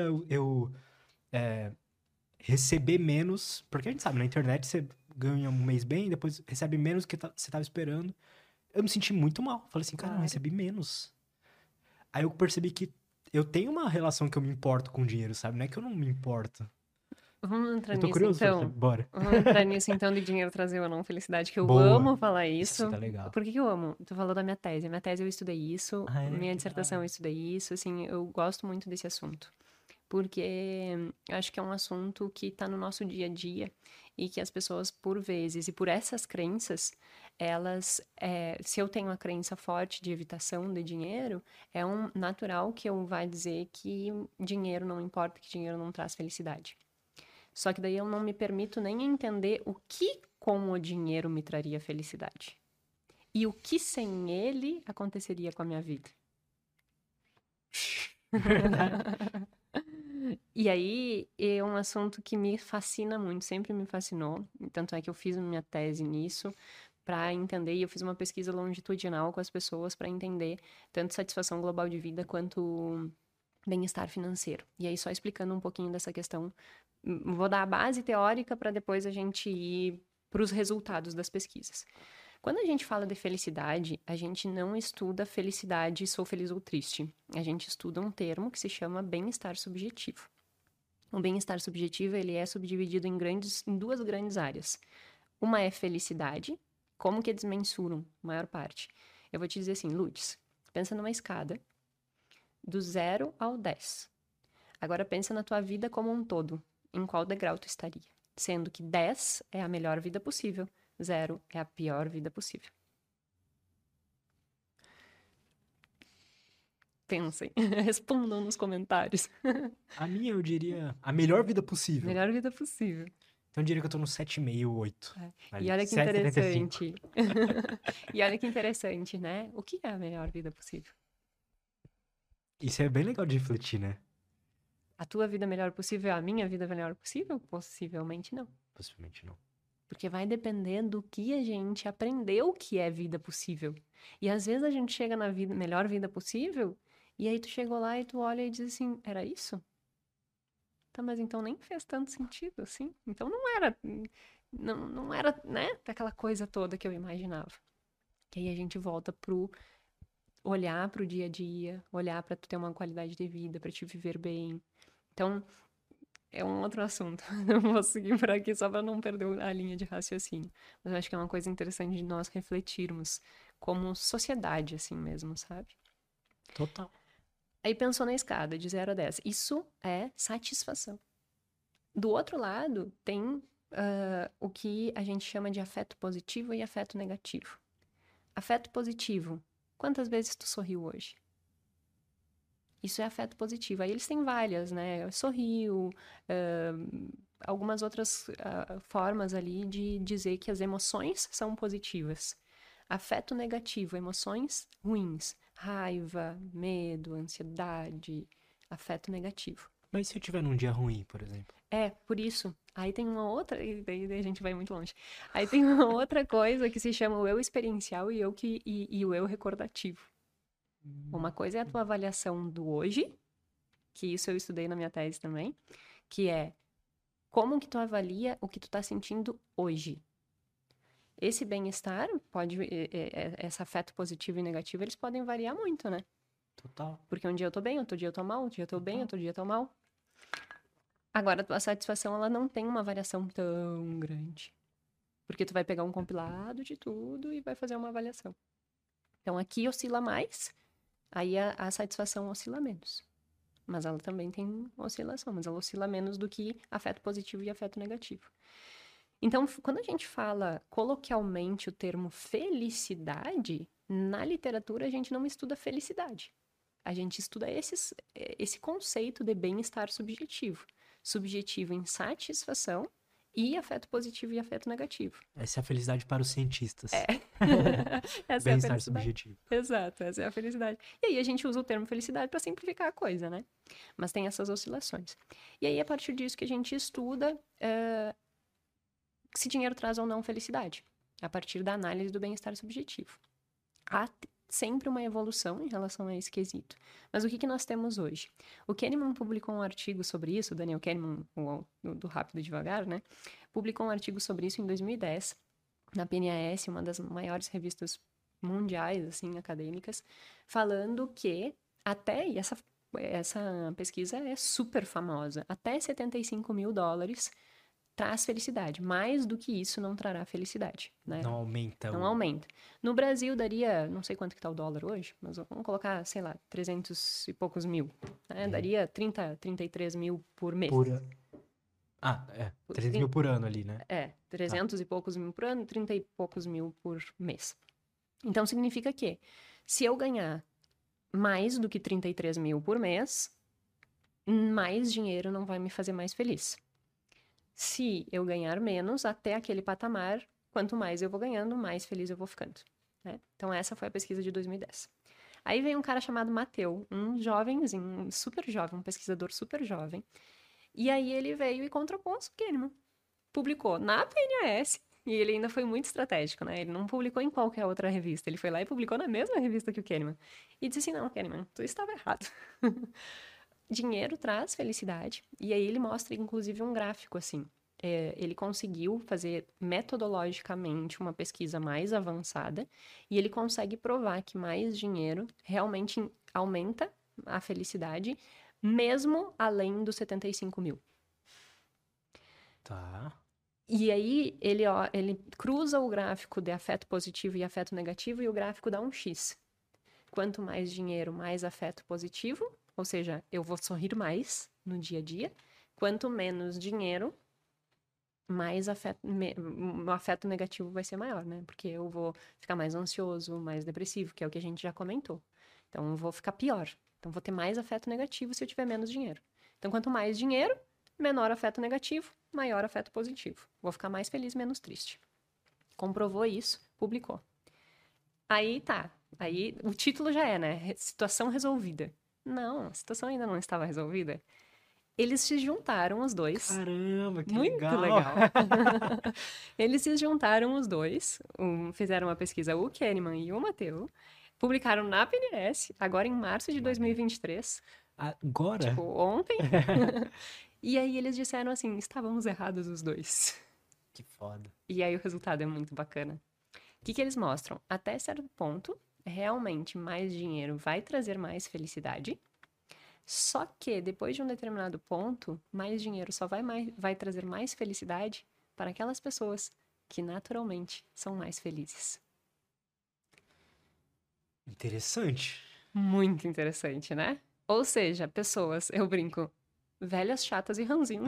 receber menos, porque a gente sabe, na internet você ganha um mês bem, depois recebe menos do que você tava esperando. Eu me senti muito mal. Falei assim, cara, eu recebi menos. Aí eu percebi que eu tenho uma relação que eu me importo com o dinheiro, sabe? Não é que eu não me importo. Vamos entrar Eu tô nisso, curioso pra então. saber. Bora. Vamos entrar nisso, então, de dinheiro trazer ou não felicidade, que eu Boa. amo falar Isso isso. tá legal. Por que que eu amo? Tu falou da minha tese. Minha tese eu estudei isso, Ah, é? minha Que da dissertação eu hora. estudei isso, assim, eu gosto muito desse assunto. Porque acho que é um assunto que tá no nosso dia a dia e que as pessoas, por vezes, e por essas crenças, elas, se eu tenho uma crença forte de evitação de dinheiro, é um natural que eu vá dizer que dinheiro não importa, que dinheiro não traz felicidade. Só que daí eu não me permito nem entender o que com o dinheiro me traria felicidade. E o que sem ele aconteceria com a minha vida. Verdade. E aí é um assunto que me fascina muito, sempre me fascinou. Tanto é que eu fiz minha tese nisso para entender, e eu fiz uma pesquisa longitudinal com as pessoas para entender tanto satisfação global de vida quanto bem-estar financeiro. E aí, só explicando um pouquinho dessa questão, vou dar a base teórica para depois a gente ir para os resultados das pesquisas. Quando a gente fala de felicidade, a gente não estuda felicidade, sou feliz ou triste. A gente estuda um termo que se chama bem-estar subjetivo. O bem-estar subjetivo, ele é subdividido em duas grandes áreas. Uma é felicidade, como que eles mensuram, a maior parte. Eu vou te dizer assim, Lutz, pensa numa escada, do 0 ao 10. Agora pensa na tua vida como um todo, em qual degrau tu estaria. Sendo que 10 é a melhor vida possível, 0 é a pior vida possível. Pensem, respondam nos comentários. A minha, eu diria, a melhor vida possível. Melhor vida possível. Então eu diria que eu tô no 7,5, 8. E olha que 7,75. interessante. E olha que interessante, né? O que é a melhor vida possível? Isso é bem legal de refletir, né? A tua vida melhor possível é a minha vida melhor possível? Possivelmente não. Possivelmente não. Porque vai depender do que a gente aprendeu que é vida possível. E às vezes a gente chega na vida, melhor vida possível, e aí tu chegou lá e tu olha e diz assim, era isso? Tá, mas então nem fez tanto sentido assim. Então não era, né, aquela coisa toda que eu imaginava. Que aí a gente volta pro olhar pro dia a dia, olhar pra tu ter uma qualidade de vida, pra te viver bem. Então, é um outro assunto. Eu vou seguir por aqui só para não perder a linha de raciocínio. Mas eu acho que é uma coisa interessante de nós refletirmos como sociedade, assim mesmo, sabe? Total. Aí pensou na escada, de 0 a 10. Isso é satisfação. Do outro lado, tem o que a gente chama de afeto positivo e afeto negativo. Afeto positivo. Quantas vezes tu sorriu hoje? Isso é afeto positivo. Aí eles têm várias, né? Sorriu, algumas outras formas ali de dizer que as emoções são positivas. Afeto negativo, emoções ruins. Raiva, medo, ansiedade, afeto negativo. Mas se eu tiver num dia ruim, por exemplo? Por isso. Aí tem uma outra, e daí a gente vai muito longe. Aí tem uma outra coisa que se chama o eu experiencial e o eu recordativo. Uma coisa é a tua avaliação do hoje, que isso eu estudei na minha tese também, que é como que tu avalia o que tu tá sentindo hoje. Esse bem-estar esse afeto positivo e negativo, eles podem variar muito, né? Total. Porque um dia eu tô bem, outro dia eu tô mal, outro dia eu tô bem, outro dia eu tô mal. Agora, a tua satisfação, ela não tem uma variação tão grande. Porque tu vai pegar um compilado de tudo e vai fazer uma avaliação. Então, aqui oscila mais, aí a satisfação oscila menos. Mas ela também tem oscilação, mas ela oscila menos do que afeto positivo e afeto negativo. Então, quando a gente fala coloquialmente o termo felicidade, na literatura a gente não estuda felicidade. A gente estuda esse conceito de bem-estar subjetivo. Subjetivo em satisfação e afeto positivo e afeto negativo. Essa é a felicidade para os cientistas. Essa é a Bem-estar felicidade. subjetivo. Exato, essa é a felicidade. E aí a gente usa o termo felicidade para simplificar a coisa, né? Mas tem essas oscilações. E aí, a partir disso que a gente estuda se dinheiro traz ou não felicidade. A partir da análise do bem-estar subjetivo. sempre uma evolução em relação a esse quesito. Mas o que nós temos hoje? O Kahneman publicou um artigo sobre isso, o Daniel Kahneman, do Rápido e Devagar, né? Publicou um artigo sobre isso em 2010, na PNAS, uma das maiores revistas mundiais, assim, acadêmicas, falando que e essa pesquisa é super famosa, até $75 mil traz felicidade. Mais do que isso não trará felicidade, né? Não aumenta. Não aumenta. No Brasil daria, não sei quanto que tá o dólar hoje, mas vamos colocar, sei lá, 300 e poucos mil, né? Daria 33 mil por mês. 300 mil por ano ali, né? 300 e poucos mil por ano, 30 e poucos mil por mês. Então, significa que se eu ganhar mais do que 33 mil por mês, mais dinheiro não vai me fazer mais feliz. Se eu ganhar menos, até aquele patamar, quanto mais eu vou ganhando, mais feliz eu vou ficando, né? Então, essa foi a pesquisa de 2010. Aí vem um cara chamado Mateu, um jovenzinho, super jovem, um pesquisador super jovem. E aí ele veio e contrapôs o Kahneman. Publicou na PNAS, e ele ainda foi muito estratégico, né? Ele não publicou em qualquer outra revista, ele foi lá e publicou na mesma revista que o Kahneman. E disse assim, não, Kahneman, tu estava errado. Dinheiro traz felicidade. E aí ele mostra, inclusive, um gráfico, assim. Ele conseguiu fazer metodologicamente uma pesquisa mais avançada e ele consegue provar que mais dinheiro realmente aumenta a felicidade, mesmo além dos 75 mil. Tá. E aí ele cruza o gráfico de afeto positivo e afeto negativo e o gráfico dá um X. Quanto mais dinheiro, mais afeto positivo, ou seja, eu vou sorrir mais no dia a dia. Quanto menos dinheiro, mais o afeto negativo vai ser maior, né? Porque eu vou ficar mais ansioso, mais depressivo, que é o que a gente já comentou. Então, eu vou ficar pior. Então, vou ter mais afeto negativo se eu tiver menos dinheiro. Então, quanto mais dinheiro, menor afeto negativo, maior afeto positivo. Vou ficar mais feliz, menos triste. Comprovou isso, publicou. Aí tá. Aí o título já é, né? Situação resolvida. Não, a situação ainda não estava resolvida. Eles se juntaram os dois. Caramba, que Muito legal. Eles se juntaram os dois, fizeram uma pesquisa, o Kahneman e o Mateu, publicaram na PNAS, agora em março de 2023. Agora? Tipo, ontem. E aí eles disseram assim, estávamos errados os dois. Que foda. E aí o resultado é muito bacana. O que eles mostram? Até certo ponto, realmente mais dinheiro vai trazer mais felicidade. Só que, depois de um determinado ponto, mais dinheiro só vai trazer mais felicidade para aquelas pessoas que naturalmente são mais felizes. Interessante. Muito interessante, né? Ou seja, pessoas, eu brinco, velhas, chatas e ranzinhas.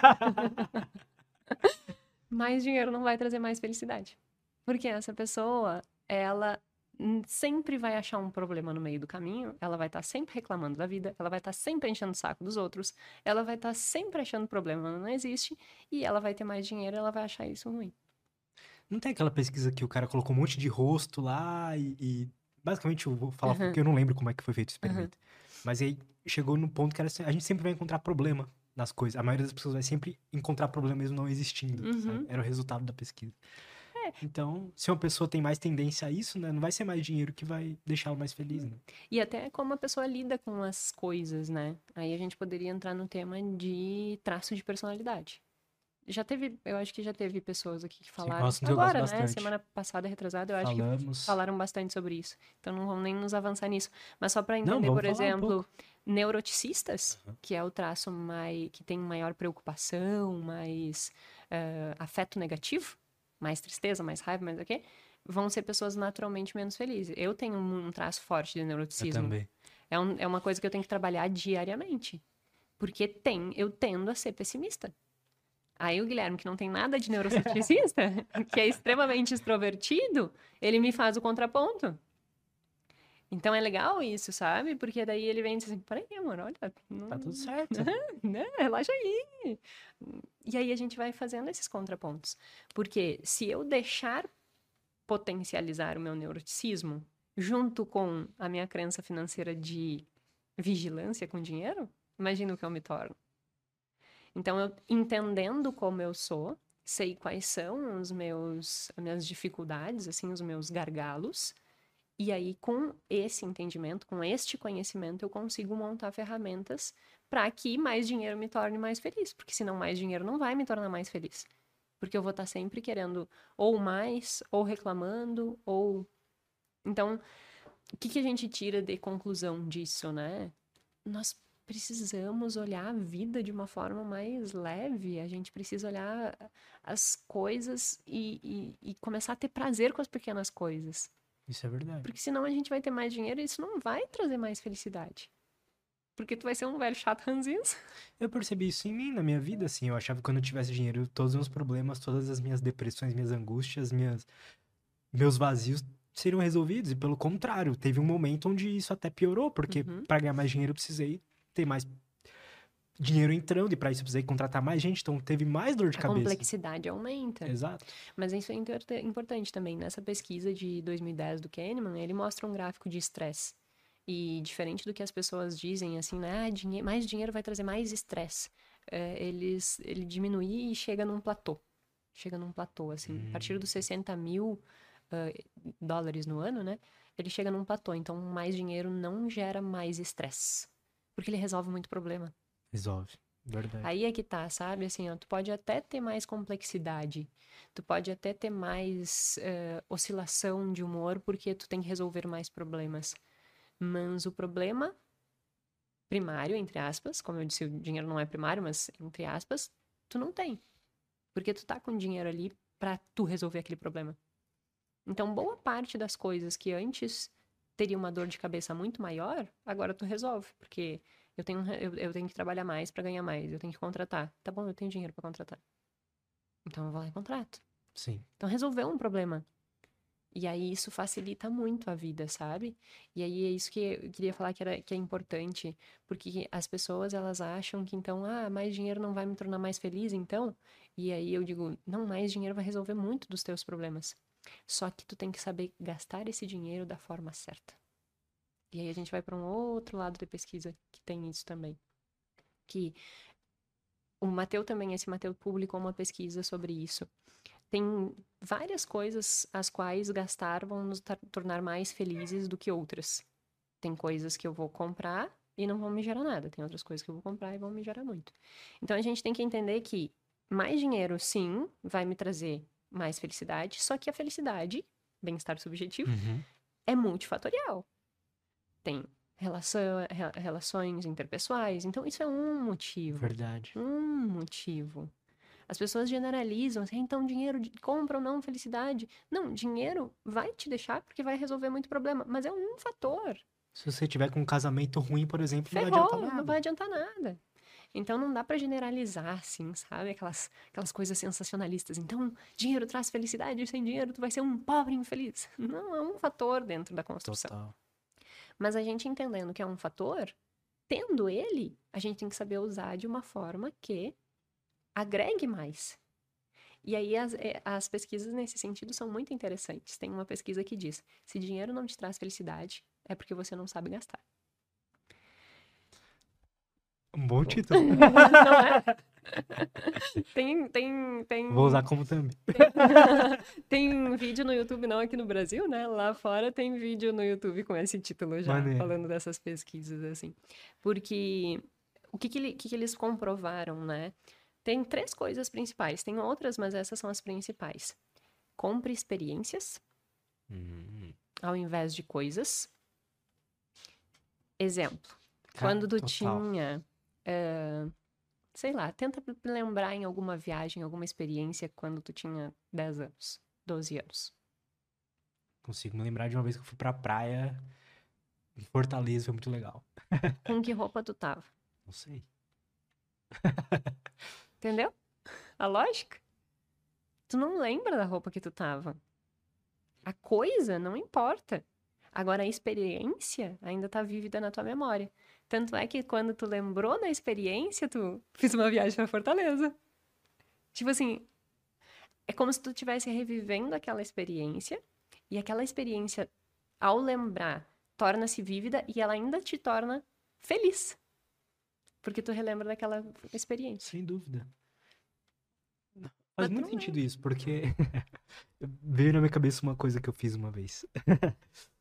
Mais dinheiro não vai trazer mais felicidade. Porque essa pessoa, ela sempre vai achar um problema no meio do caminho, ela vai estar sempre reclamando da vida, ela vai estar sempre enchendo o saco dos outros, ela vai estar sempre achando problema não existe, e ela vai ter mais dinheiro, ela vai achar isso ruim. Não tem aquela pesquisa que o cara colocou um monte de rosto lá e basicamente eu vou falar porque eu não lembro como é que foi feito o experimento. Mas aí chegou no ponto que a gente sempre vai encontrar problema nas coisas. A maioria das pessoas vai sempre encontrar problema mesmo não existindo, sabe? Era o resultado da pesquisa. Então, se uma pessoa tem mais tendência a isso, né? Não vai ser mais dinheiro que vai deixá-la mais feliz, né? E até como a pessoa lida com as coisas, né? Aí a gente poderia entrar no tema de traços de personalidade. Eu acho que já teve pessoas aqui que falaram agora, né? Semana passada, retrasada, eu acho que falaram bastante sobre isso. Então não vamos nem nos avançar nisso. Mas só para entender, por exemplo, neuroticistas, que é o traço que tem maior preocupação, mais afeto negativo, mais tristeza, mais raiva, mais o quê? Vão ser pessoas naturalmente menos felizes. Eu tenho um traço forte de neuroticismo. Eu também. É uma coisa que eu tenho que trabalhar diariamente. Porque eu tendo a ser pessimista. Aí o Guilherme, que não tem nada de neuroticista, que é extremamente extrovertido, ele me faz o contraponto. Então é legal isso, sabe? Porque daí ele vem e diz assim, peraí, amor, olha... Tá tudo certo. Né? Relaxa aí. E aí a gente vai fazendo esses contrapontos. Porque se eu deixar potencializar o meu neuroticismo junto com a minha crença financeira de vigilância com dinheiro, imagina o que eu me torno. Então, eu entendendo como eu sou, sei quais são as minhas dificuldades, assim, os meus gargalos, E aí, com esse entendimento, com este conhecimento, eu consigo montar ferramentas para que mais dinheiro me torne mais feliz. Porque senão mais dinheiro não vai me tornar mais feliz. Porque eu vou estar sempre querendo ou mais, ou reclamando, ou... Então, o que a gente tira de conclusão disso, né? Nós precisamos olhar a vida de uma forma mais leve. A gente precisa olhar as coisas e começar a ter prazer com as pequenas coisas. Isso é verdade. Porque senão a gente vai ter mais dinheiro e isso não vai trazer mais felicidade. Porque tu vai ser um velho chato ranzinza. Eu percebi isso em mim, na minha vida, assim. Eu achava que quando eu tivesse dinheiro, todos os meus problemas, todas as minhas depressões, minhas angústias, meus vazios seriam resolvidos. E pelo contrário, teve um momento onde isso até piorou, porque para ganhar mais dinheiro eu precisei ter mais dinheiro entrando, e para isso eu precisei contratar mais gente, então teve mais dor de A cabeça. complexidade aumenta. Exato. Mas isso é importante também. Nessa pesquisa de 2010 do Kahneman, ele mostra um gráfico de estresse. E diferente do que as pessoas dizem, assim, né? Mais dinheiro vai trazer mais estresse. Ele diminui e chega num platô. Chega num platô, assim. A partir dos 60 mil dólares no ano, né? Ele chega num platô. Então, mais dinheiro não gera mais estresse. Porque ele resolve muito problema. Resolve. Verdade. Aí é que tá, sabe? Assim, ó, tu pode até ter mais complexidade, tu pode até ter mais oscilação de humor, porque tu tem que resolver mais problemas. Mas o problema primário, entre aspas, como eu disse, o dinheiro não é primário, mas entre aspas, tu não tem. Porque tu tá com dinheiro ali pra tu resolver aquele problema. Então, boa parte das coisas que antes teria uma dor de cabeça muito maior, agora tu resolve, porque eu tenho que trabalhar mais pra ganhar mais, eu tenho que contratar. Tá bom, eu tenho dinheiro pra contratar. Então eu vou lá e contrato. Sim. Então resolveu um problema. E aí isso facilita muito a vida, sabe? E aí é isso que eu queria falar que é importante, porque as pessoas elas acham que então, mais dinheiro não vai me tornar mais feliz, então. E aí eu digo, não, mais dinheiro vai resolver muito dos teus problemas. Só que tu tem que saber gastar esse dinheiro da forma certa. E aí a gente vai para um outro lado da pesquisa que tem isso também. Que o Mateus também, esse Mateus publicou uma pesquisa sobre isso. Tem várias coisas as quais gastar vão nos tornar mais felizes do que outras. Tem coisas que eu vou comprar e não vão me gerar nada. Tem outras coisas que eu vou comprar e vão me gerar muito. Então a gente tem que entender que mais dinheiro, sim, vai me trazer mais felicidade, só que a felicidade, bem-estar subjetivo, é multifatorial. Tem relações interpessoais. Então, isso é um motivo. Verdade. Um motivo. As pessoas generalizam, assim, então dinheiro compra ou não felicidade. Não, dinheiro vai te deixar porque vai resolver muito problema, mas é um fator. Se você tiver com um casamento ruim, por exemplo, não vai Ferrou, adiantar nada. não vai adiantar nada. Então não dá pra generalizar, assim, sabe? Aquelas coisas sensacionalistas. Então, dinheiro traz felicidade, sem dinheiro tu vai ser um pobre infeliz. Não, é um fator dentro da construção. Total. Mas a gente entendendo que é um fator, tendo ele, a gente tem que saber usar de uma forma que agregue mais. E aí as pesquisas nesse sentido são muito interessantes. Tem uma pesquisa que diz: se dinheiro não te traz felicidade, é porque você não sabe gastar. Um bom título. Não é? Tem... Vou usar como thumb. Tem vídeo no YouTube, não aqui no Brasil, né? Lá fora tem vídeo no YouTube com esse título já, Maneiro. falando dessas pesquisas, assim. Porque o que eles comprovaram, né? Tem 3 coisas principais. Tem outras, mas essas são as principais. Compre experiências ao invés de coisas. Exemplo. Quando tu tinha... sei lá, tenta lembrar em alguma viagem, alguma experiência quando tu tinha 10 anos, 12 anos. Consigo me lembrar de uma vez que eu fui pra praia em Fortaleza, foi muito legal. Com que roupa tu tava? Não sei. Entendeu? A lógica? Tu não lembra da roupa que tu tava. A coisa não importa. Agora, a experiência ainda tá vívida na tua memória. Tanto é que quando tu lembrou da experiência, tu fiz uma viagem pra Fortaleza. Tipo assim, é como se tu estivesse revivendo aquela experiência, e aquela experiência, ao lembrar, torna-se vívida e ela ainda te torna feliz. Porque tu relembra daquela experiência. Sem dúvida. Faz muito sentido isso, porque veio na minha cabeça uma coisa que eu fiz uma vez.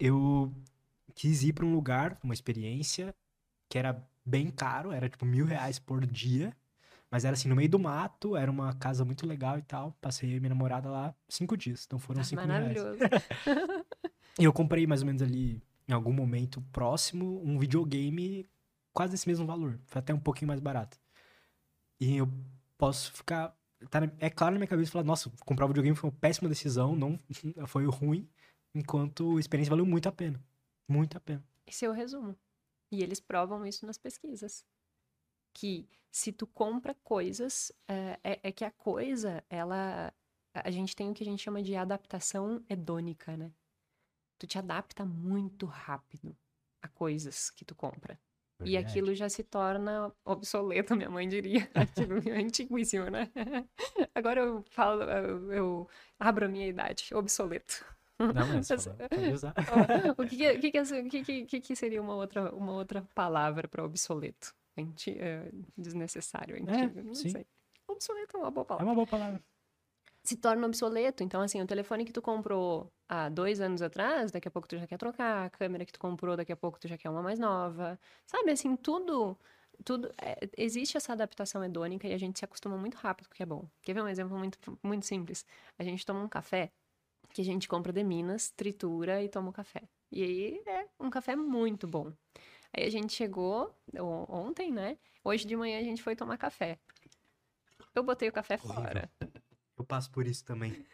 eu quis ir pra um lugar, uma experiência, que era bem caro, era tipo R$ 1.000 por dia. Mas era assim, no meio do mato, era uma casa muito legal e tal. Passei eu e minha namorada lá 5 dias, então foram Ah, R$ 5.000. maravilhoso. E eu comprei mais ou menos ali, em algum momento próximo, um videogame quase esse mesmo valor. Foi até um pouquinho mais barato. E eu posso ficar. É claro na minha cabeça falar, nossa, comprar o videogame foi uma péssima decisão, não foi ruim, enquanto a experiência valeu muito a pena. Muito a pena. Esse é o resumo. E eles provam isso nas pesquisas. Que se tu compra coisas, é que a coisa, ela. A gente tem o que a gente chama de adaptação hedônica, né? Tu te adapta muito rápido a coisas que tu compra. E Verdade. aquilo já se torna obsoleto, minha mãe diria. Aquilo é antiguíssimo, né? Agora eu falo, eu abro a minha idade, obsoleto. Não, mas Mas, pode usar. o que seria uma outra palavra para obsoleto? Desnecessário, antigo, não Sim. sei. Obsoleto é uma boa É palavra. uma boa palavra. Se torna obsoleto. Então, assim, o telefone que tu comprou há 2 anos atrás, daqui a pouco tu já quer trocar. A câmera que tu comprou, daqui a pouco tu já quer uma mais nova. Sabe, assim, existe essa adaptação hedônica e a gente se acostuma muito rápido com o que é bom. Quer ver um exemplo muito, muito simples? A gente toma um café que a gente compra de Minas, tritura e toma o café. E aí é um café muito bom. Aí a gente chegou ontem, né? Hoje de manhã a gente foi tomar café. Eu botei o café Horrível. fora. Eu passo por isso também.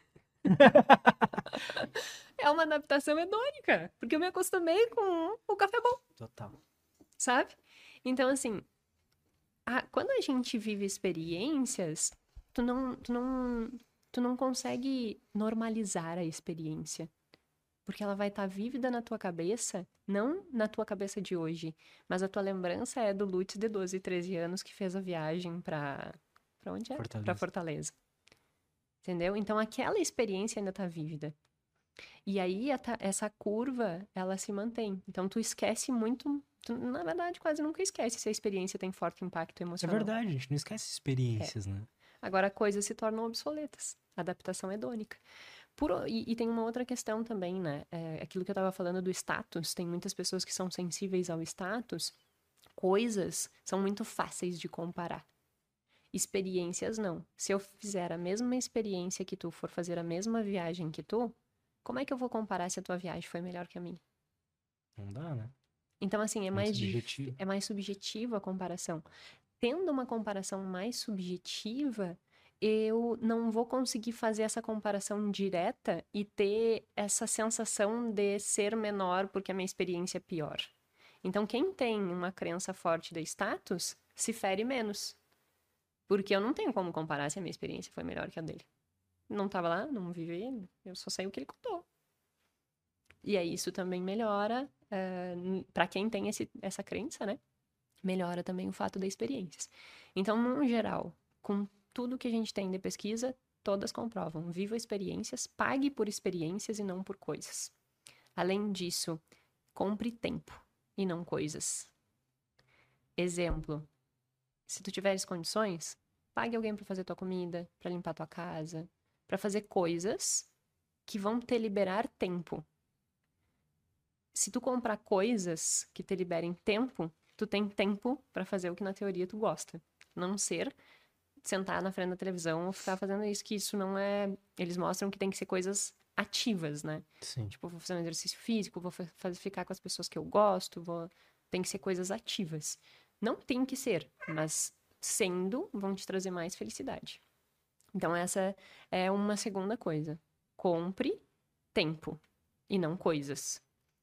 É uma adaptação hedônica, porque eu me acostumei com o café bom, Total. sabe? Então, assim, quando a gente vive experiências, tu não consegue normalizar a experiência. Porque ela vai estar vívida na tua cabeça, não na tua cabeça de hoje, mas a tua lembrança é do Lutz de 12, 13 anos que fez a viagem pra onde é? Fortaleza. Pra Fortaleza. Entendeu? Então aquela experiência ainda tá vívida. E aí essa curva, ela se mantém. Então tu esquece muito, na verdade quase nunca esquece se a experiência tem forte impacto É emocional. verdade, a gente não esquece experiências, né? Agora coisas se tornam obsoletas. Adaptação hedônica. E tem uma outra questão também, né? Aquilo que eu tava falando do status, tem muitas pessoas que são sensíveis ao status. Coisas são muito fáceis de comparar. Experiências não. Se eu fizer a mesma experiência que tu, for fazer a mesma viagem que tu, como é que eu vou comparar se a tua viagem foi melhor que a minha? Não dá, né? Então, assim, é Muito subjetivo. mais subjetiva a comparação. Tendo uma comparação mais subjetiva, eu não vou conseguir fazer essa comparação direta e ter essa sensação de ser menor porque a minha experiência é pior. Então, quem tem uma crença forte de status se fere menos. Porque eu não tenho como comparar se a minha experiência foi melhor que a dele. Não estava lá, não vivi, eu só sei o que ele contou. E aí isso também melhora, para quem tem essa crença, né? Melhora também o fato das experiências. Então, no geral, com tudo que a gente tem de pesquisa, todas comprovam. Viva experiências, pague por experiências e não por coisas. Além disso, compre tempo e não coisas. Exemplo, se tu tiveres condições, pague alguém para fazer tua comida, para limpar tua casa, para fazer coisas que vão te liberar tempo. Se tu comprar coisas que te liberem tempo, tu tem tempo para fazer o que na teoria tu gosta. Não ser sentar na frente da televisão ou ficar fazendo isso, que isso não é... Eles mostram que tem que ser coisas ativas, né? Sim. Tipo, vou fazer um exercício físico, vou ficar com as pessoas que eu gosto, tem que ser coisas ativas. Não tem que ser, mas sendo, vão te trazer mais felicidade. Então, essa é uma segunda coisa. Compre tempo e não coisas.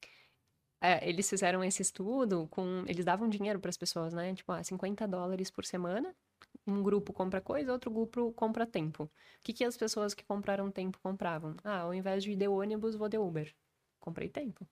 Eles fizeram esse estudo eles davam dinheiro para as pessoas, né? Tipo, $50 por semana. Um grupo compra coisa, outro grupo compra tempo. O que as pessoas que compraram tempo compravam? Ao invés de ir de ônibus, vou de Uber. Comprei tempo.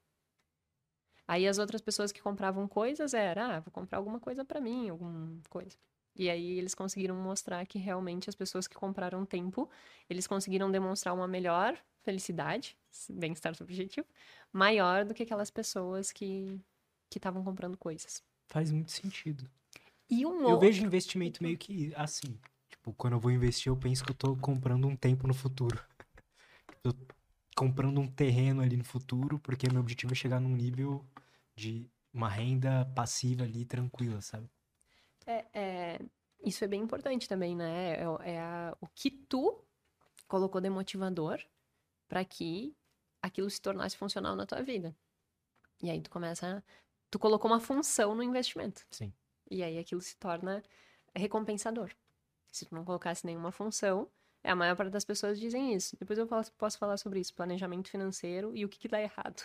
Aí as outras pessoas que compravam coisas vou comprar alguma coisa para mim, alguma coisa. E aí eles conseguiram mostrar que realmente as pessoas que compraram tempo, eles conseguiram demonstrar uma melhor felicidade, bem-estar subjetivo, maior do que aquelas pessoas que estavam comprando coisas. Faz muito sentido. E eu vejo investimento meio que assim. Tipo, quando eu vou investir, eu penso que eu tô comprando um tempo no futuro. comprando um terreno ali no futuro, porque meu objetivo é chegar num nível de uma renda passiva ali tranquila, sabe? Isso é bem importante também, né? O que tu colocou de motivador para que aquilo se tornasse funcional na tua vida. E aí tu colocou uma função no investimento. Sim. E aí aquilo se torna recompensador. Se tu não colocasse nenhuma função, a maior parte das pessoas dizem isso. Depois eu posso falar sobre isso, planejamento financeiro e o que dá errado.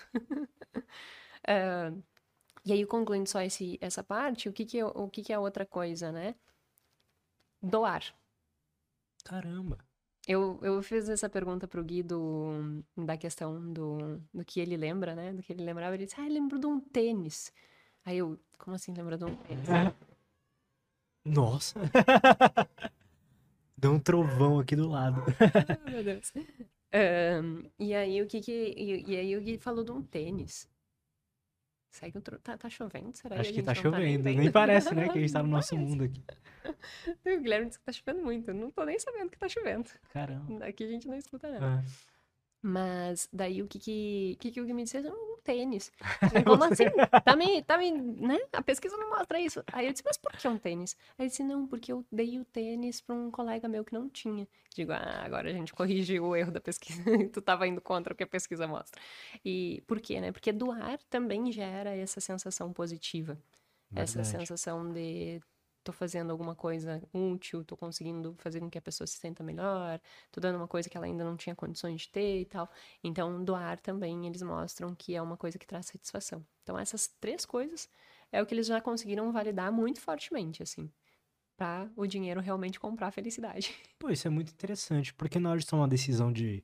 E aí, concluindo só essa parte, o que é outra coisa, né? Doar. Caramba. Eu fiz essa pergunta pro Gui da questão do que ele lembra, né? Do que ele lembrava. Ele disse, lembro de um tênis. Aí eu, como assim lembra de um tênis? Nossa. Deu um trovão aqui do lado. Meu Deus. E aí, e aí o Gui falou de um tênis. Será que tá chovendo? Será que Acho a que gente tá não tá nem chovendo. vendo? Nem parece, né? Que a gente tá no Não nosso parece. mundo aqui. O Guilherme disse que tá chovendo muito. Eu não tô nem sabendo que tá chovendo. Caramba. Aqui a gente não escuta nada. Mas daí o que o Gui me disse? Um tênis. Como assim? Né? A pesquisa não mostra isso. Aí eu disse, mas por que um tênis? Aí ele disse, não, porque eu dei o tênis pra um colega meu que não tinha. Digo, agora a gente corrigiu o erro da pesquisa. Tu tava indo contra o que a pesquisa mostra. E por quê, né? Porque doar também gera essa sensação positiva. Essa Verdade. sensação de tô fazendo alguma coisa útil, tô conseguindo fazer com que a pessoa se sinta melhor, tô dando uma coisa que ela ainda não tinha condições de ter e tal. Então, doar também, eles mostram que é uma coisa que traz satisfação. Então, essas 3 coisas é o que eles já conseguiram validar muito fortemente, assim, para o dinheiro realmente comprar a felicidade. Pô, isso é muito interessante, porque na hora de tomar uma decisão de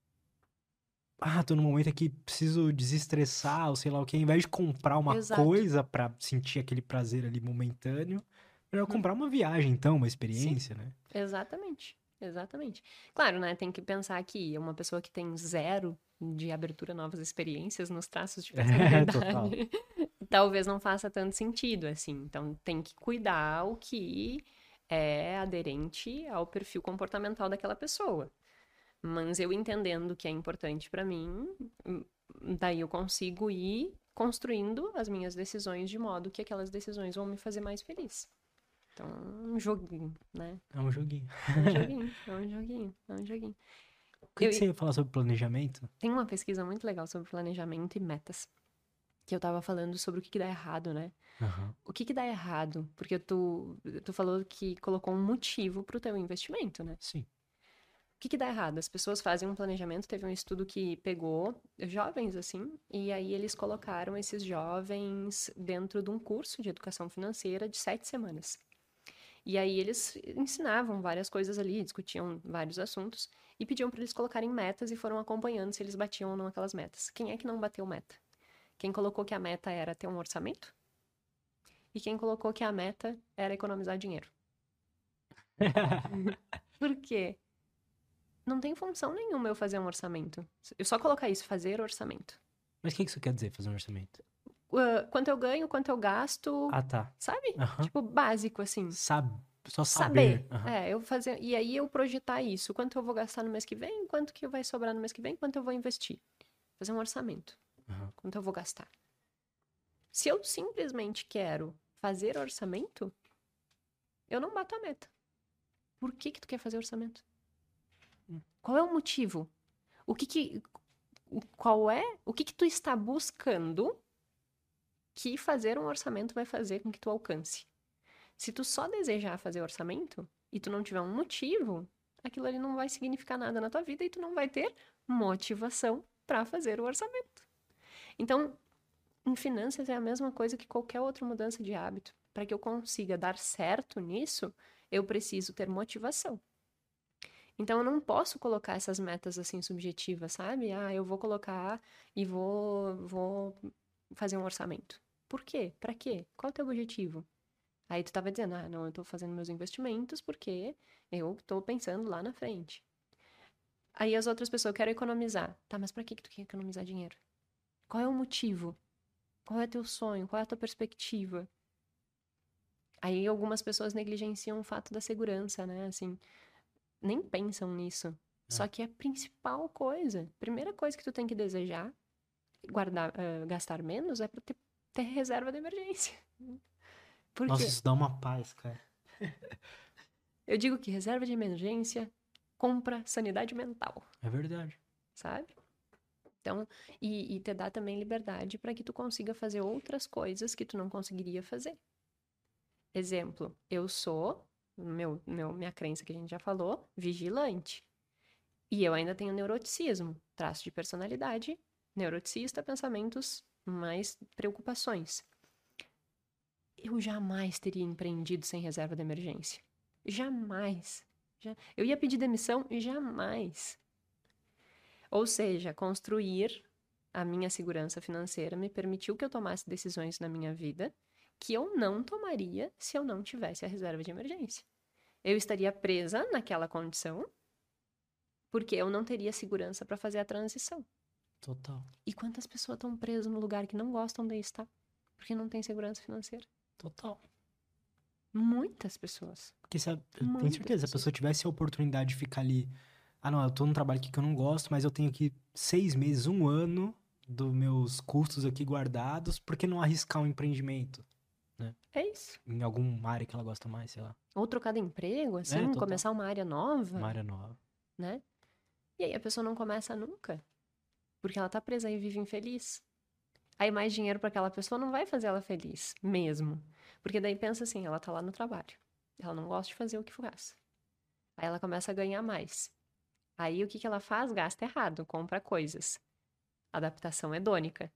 tô num momento aqui, preciso desestressar, ou sei lá o que, ao invés de comprar uma Exato. coisa pra sentir aquele prazer ali momentâneo, melhor comprar uma viagem, então, uma Sim, experiência, né? exatamente. Exatamente. Claro, né? Tem que pensar que uma pessoa que tem 0 de abertura a novas experiências nos traços de Total. personalidade talvez não faça tanto sentido, assim. Então, tem que cuidar o que é aderente ao perfil comportamental daquela pessoa. Mas eu entendendo que é importante pra mim, daí eu consigo ir construindo as minhas decisões de modo que aquelas decisões vão me fazer mais feliz. Então, um joguinho, né? É um joguinho. É um joguinho, é um joguinho, é um joguinho. O que você ia falar sobre planejamento? Tem uma pesquisa muito legal sobre planejamento e metas, que eu tava falando sobre o que dá errado, né? Aham. O que dá errado? Porque tu falou que colocou um motivo pro teu investimento, né? Sim. O que dá errado? As pessoas fazem um planejamento, teve um estudo que pegou jovens, assim, e aí eles colocaram esses jovens dentro de um curso de educação financeira de 7 semanas. E aí eles ensinavam várias coisas ali, discutiam vários assuntos, e pediam para eles colocarem metas e foram acompanhando se eles batiam ou não aquelas metas. Quem é que não bateu meta? Quem colocou que a meta era ter um orçamento? E quem colocou que a meta era economizar dinheiro? Por quê? Não tem função nenhuma eu fazer um orçamento. Eu só colocar isso, fazer orçamento. Mas o que isso quer dizer, fazer um orçamento? Quanto eu ganho, quanto eu gasto, Ah, tá. sabe? Aham. Tipo, básico, assim. Só Saber. saber. Aham. Eu fazer. E aí eu projetar isso. Quanto eu vou gastar no mês que vem, quanto que vai sobrar no mês que vem, quanto eu vou investir. Fazer um orçamento. Aham. Quanto eu vou gastar. Se eu simplesmente quero fazer orçamento, eu não bato a meta. Por que tu quer fazer orçamento? Qual é o motivo? O que tu está buscando que fazer um orçamento vai fazer com que tu alcance? Se tu só desejar fazer orçamento e tu não tiver um motivo, aquilo ali não vai significar nada na tua vida e tu não vai ter motivação para fazer o orçamento. Então, em finanças é a mesma coisa que qualquer outra mudança de hábito. Para que eu consiga dar certo nisso, eu preciso ter motivação. Então, eu não posso colocar essas metas assim subjetivas, sabe? Eu vou colocar e vou fazer um orçamento. Por quê? Para quê? Qual é o teu objetivo? Aí tu tava dizendo, não, eu tô fazendo meus investimentos porque eu tô pensando lá na frente. Aí as outras pessoas, eu quero economizar. Tá, mas pra que tu quer economizar dinheiro? Qual é o motivo? Qual é teu sonho? Qual é a tua perspectiva? Aí algumas pessoas negligenciam o fato da segurança, né? Assim, nem pensam nisso. Só que é a principal coisa, primeira coisa que tu tem que desejar, gastar menos, é pra ter reserva de emergência. Por Nossa, quê? isso dá uma paz, cara. Eu digo que reserva de emergência compra sanidade mental, É verdade. sabe? Então, e te dá também liberdade para que tu consiga fazer outras coisas que tu não conseguiria fazer. Exemplo, eu sou, minha crença que a gente já falou, vigilante. E eu ainda tenho neuroticismo, traço de personalidade, neuroticista, pensamentos, mais preocupações. Eu jamais teria empreendido sem reserva de emergência. Jamais. Eu ia pedir demissão? Jamais. Ou seja, construir a minha segurança financeira me permitiu que eu tomasse decisões na minha vida que eu não tomaria se eu não tivesse a reserva de emergência. Eu estaria presa naquela condição porque eu não teria segurança para fazer a transição. Total. E quantas pessoas estão presas no lugar que não gostam de estar porque não tem segurança financeira? Total. Muitas pessoas. Porque se eu tenho Muitas certeza, se a pessoas. pessoa tivesse a oportunidade de ficar ali. Ah, não, eu tô num trabalho aqui que eu não gosto, mas eu tenho aqui 6 meses, 1 ano dos meus custos aqui guardados, por que não arriscar um empreendimento? Né? É isso. Em alguma área que ela gosta mais, sei lá. Ou trocar de emprego, assim, Total. começar uma área nova, Uma área nova. né? E aí a pessoa não começa nunca, porque ela tá presa e vive infeliz. Aí mais dinheiro para aquela pessoa não vai fazer ela feliz, mesmo. Porque daí pensa assim, ela tá lá no trabalho. Ela não gosta de fazer o que faz. Aí ela começa a ganhar mais. Aí o que ela faz? Gasta errado, compra coisas. Adaptação hedônica.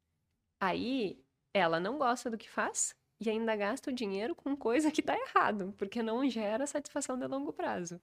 Aí ela não gosta do que faz e ainda gasta o dinheiro com coisa que dá errado, porque não gera satisfação de longo prazo.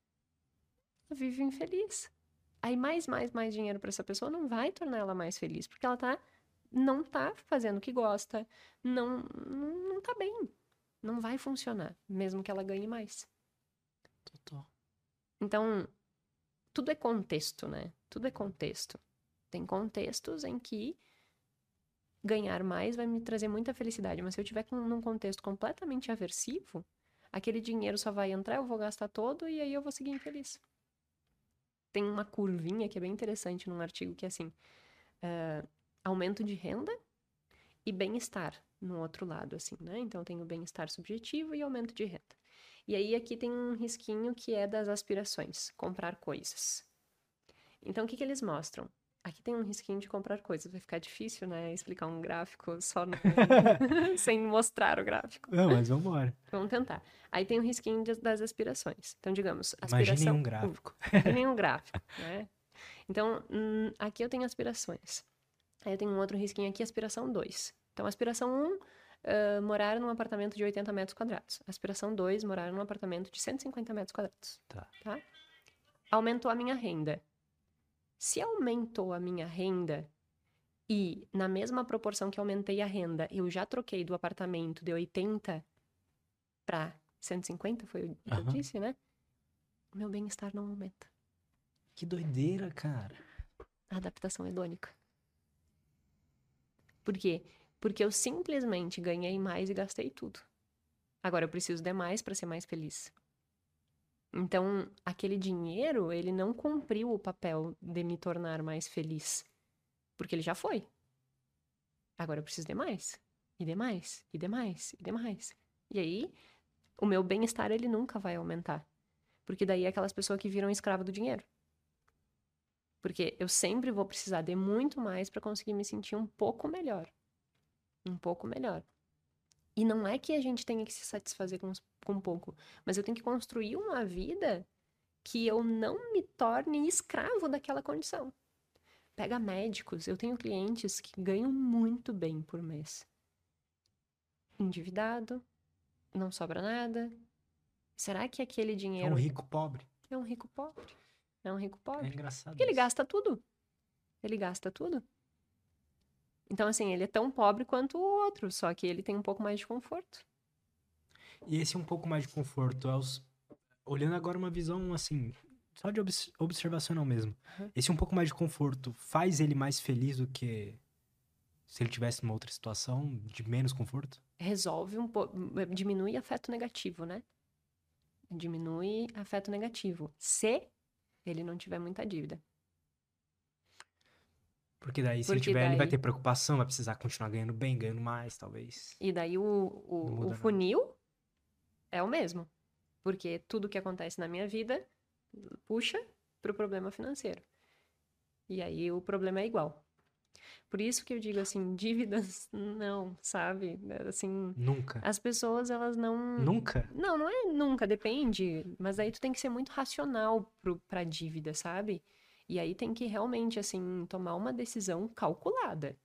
Ela vive infeliz. Aí mais dinheiro para essa pessoa não vai tornar ela mais feliz, porque ela não tá fazendo o que gosta, não tá bem. Não vai funcionar, mesmo que ela ganhe mais. Total. Então, tudo é contexto, né? Tudo é contexto. Tem contextos em que ganhar mais vai me trazer muita felicidade, mas se eu tiver num contexto completamente aversivo, aquele dinheiro só vai entrar, eu vou gastar todo e aí eu vou seguir infeliz. Tem uma curvinha que é bem interessante num artigo que é assim, aumento de renda e bem-estar no outro lado, assim, né? Então tem o bem-estar subjetivo e aumento de renda. E aí aqui tem um risquinho que é das aspirações, comprar coisas. Então o que eles mostram? Aqui tem um risquinho de comprar coisas. Vai ficar difícil, né? Explicar um gráfico só sem mostrar o gráfico. Não, mas vambora. Vamos tentar. Aí tem um risquinho das aspirações. Então, digamos, Imaginem aspiração... um gráfico. Imaginem um gráfico, né? Então, aqui eu tenho aspirações. Aí eu tenho um outro risquinho aqui, aspiração 2. Então, aspiração 1, morar num apartamento de 80 metros quadrados. Aspiração 2, morar num apartamento de 150 metros quadrados. Tá. Aumentou a minha renda. Se aumentou a minha renda e, na mesma proporção que aumentei a renda, eu já troquei do apartamento de 80 para 150, foi o que eu disse, né? O meu bem-estar não aumenta. Que doideira, cara. A adaptação hedônica. Por quê? Porque eu simplesmente ganhei mais e gastei tudo. Agora eu preciso de mais para ser mais feliz. Então, aquele dinheiro, ele não cumpriu o papel de me tornar mais feliz. Porque ele já foi. Agora eu preciso de mais. E de mais. E de mais. E de mais. E aí, o meu bem-estar, ele nunca vai aumentar. Porque daí é aquelas pessoas que viram escravo do dinheiro. Porque eu sempre vou precisar de muito mais para conseguir me sentir um pouco melhor. Um pouco melhor. E não é que a gente tenha que se satisfazer com pouco, mas eu tenho que construir uma vida que eu não me torne escravo daquela condição. Pega médicos, eu tenho clientes que ganham muito bem por mês. Endividado, não sobra nada. Será que aquele dinheiro... É um rico pobre. É um rico pobre. É um rico pobre. É engraçado. Porque ele isso. gasta tudo. Ele gasta tudo. Então, assim, ele é tão pobre quanto o outro, só que ele tem um pouco mais de conforto. E esse um pouco mais de conforto é olhando agora uma visão, assim, só de observacional mesmo. Uhum. Esse um pouco mais de conforto faz ele mais feliz do que se ele tivesse numa outra situação de menos conforto? Resolve um pouco, diminui afeto negativo, né? Diminui afeto negativo. Se ele não tiver muita dívida. Porque daí, se ele Porque tiver, ele vai daí... ter preocupação, vai precisar continuar ganhando bem, ganhando mais, talvez. E daí Não o muda nada. funil é o mesmo. Porque tudo que acontece na minha vida puxa pro problema financeiro. E aí o problema é igual. Por isso que eu digo assim, dívidas não, sabe? Assim, Nunca. as pessoas elas não... Nunca? Não é nunca, depende. Mas aí tu tem que ser muito racional pra dívida, sabe? E aí tem que realmente, assim, tomar uma decisão calculada.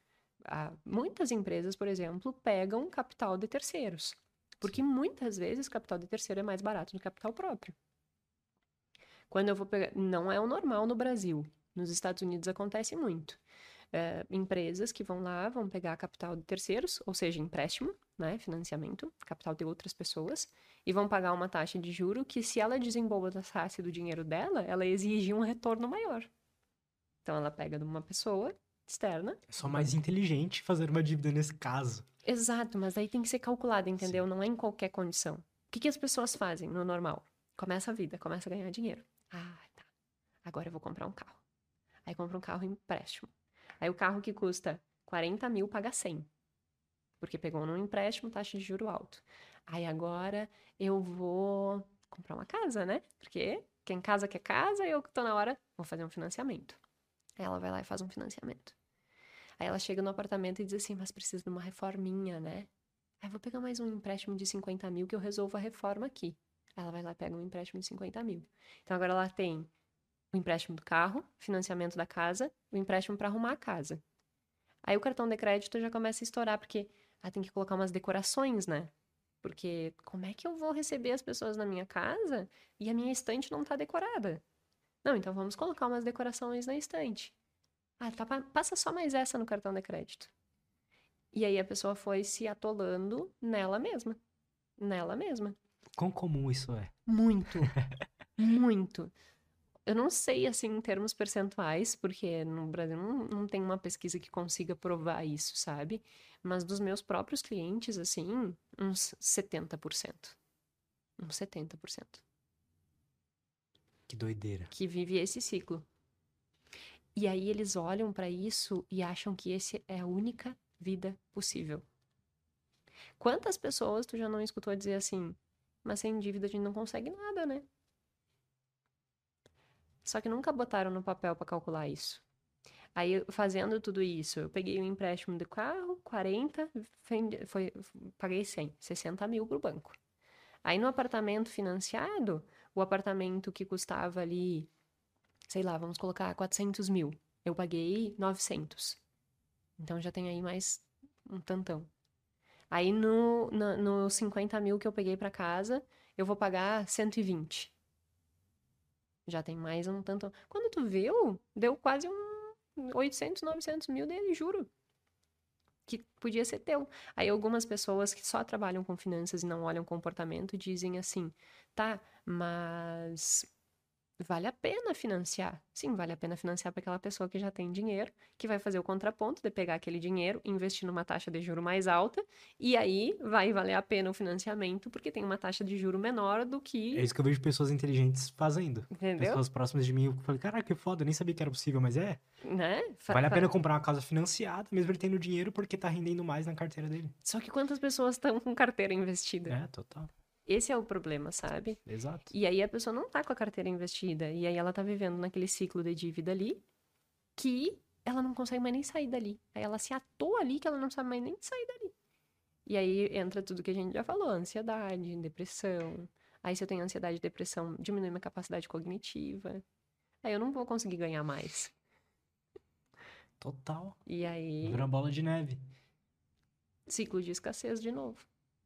Muitas empresas, por exemplo, pegam capital de terceiros. Porque muitas vezes o capital de terceiro é mais barato do que o capital próprio. Quando eu vou pegar... Não é o normal no Brasil. Nos Estados Unidos acontece muito. Empresas que vão lá, vão pegar capital de terceiros, ou seja, empréstimo, né, financiamento, capital de outras pessoas, e vão pagar uma taxa de juro que, se ela desembolsasse do dinheiro dela, ela exige um retorno maior. Então, ela pega de uma pessoa externa. É só mais inteligente fazer uma dívida nesse caso. Exato, mas aí tem que ser calculado, entendeu? Não é em qualquer condição. O que as pessoas fazem no normal? Começa a vida, começa a ganhar dinheiro. Ah, tá. Agora eu vou comprar um carro. Aí compra um carro em empréstimo. Aí o carro que custa 40 mil paga 100. Porque pegou num empréstimo, taxa de juro alto. Aí agora eu vou comprar uma casa, né? Porque quem casa quer casa, eu tô na hora, vou fazer um financiamento. Aí ela vai lá e faz um financiamento. Aí ela chega no apartamento e diz assim, mas precisa de uma reforminha, né? Aí vou pegar mais um empréstimo de 50 mil que eu resolvo a reforma aqui. Aí ela vai lá e pega um empréstimo de 50 mil. Então agora ela tem o empréstimo do carro, financiamento da casa, o empréstimo para arrumar a casa. Aí o cartão de crédito já começa a estourar, porque tem que colocar umas decorações, né? Porque como é que eu vou receber as pessoas na minha casa e a minha estante não tá decorada? Não, então vamos colocar umas decorações na estante. Tá, passa só mais essa no cartão de crédito. E aí a pessoa foi se atolando nela mesma. Nela mesma. Quão comum isso é? Muito. Muito. Eu não sei, assim, em termos percentuais, porque no Brasil não tem uma pesquisa que consiga provar isso, sabe? Mas dos meus próprios clientes, assim, uns 70%. Uns 70%. Que doideira. Que vive esse ciclo. E aí eles olham pra isso e acham que esse é a única vida possível. Quantas pessoas tu já não escutou dizer assim, mas sem dívida a gente não consegue nada, né? Só que nunca botaram no papel pra calcular isso. Aí, fazendo tudo isso, eu peguei um empréstimo do carro, 40, paguei 100, 60 mil pro banco. Aí, no apartamento financiado, o apartamento que custava ali, sei lá, vamos colocar 400 mil, eu paguei 900. Então, já tem aí mais um tantão. Aí, no 50 mil que eu peguei pra casa, eu vou pagar 120. Já tem mais um tantão. Quando tu viu, deu quase 800, 900 mil dele, juro. Que podia ser teu. Aí algumas pessoas que só trabalham com finanças e não olham comportamento dizem assim, tá, mas vale a pena financiar. Sim, vale a pena financiar para aquela pessoa que já tem dinheiro, que vai fazer o contraponto de pegar aquele dinheiro, investir numa taxa de juro mais alta, e aí vai valer a pena o financiamento, porque tem uma taxa de juro menor do É que... isso que eu vejo pessoas inteligentes fazendo. Entendeu? Pessoas próximas de mim, eu falei, caraca, que foda, eu nem sabia que era possível, mas é. Né? Vale a pena comprar uma casa financiada, mesmo ele tendo dinheiro, porque tá rendendo mais na carteira dele. Só que quantas pessoas estão com carteira investida? É, total. Esse é o problema, sabe? Exato. E aí a pessoa não tá com a carteira investida. E aí ela tá vivendo naquele ciclo de dívida ali que ela não consegue mais nem sair dali. Aí ela se atou ali que ela não sabe mais nem sair dali. E aí entra tudo que a gente já falou: ansiedade, depressão. Aí se eu tenho ansiedade e depressão, diminui minha capacidade cognitiva. Aí eu não vou conseguir ganhar mais. Total. E aí, Vira uma bola de neve. ciclo de escassez de novo.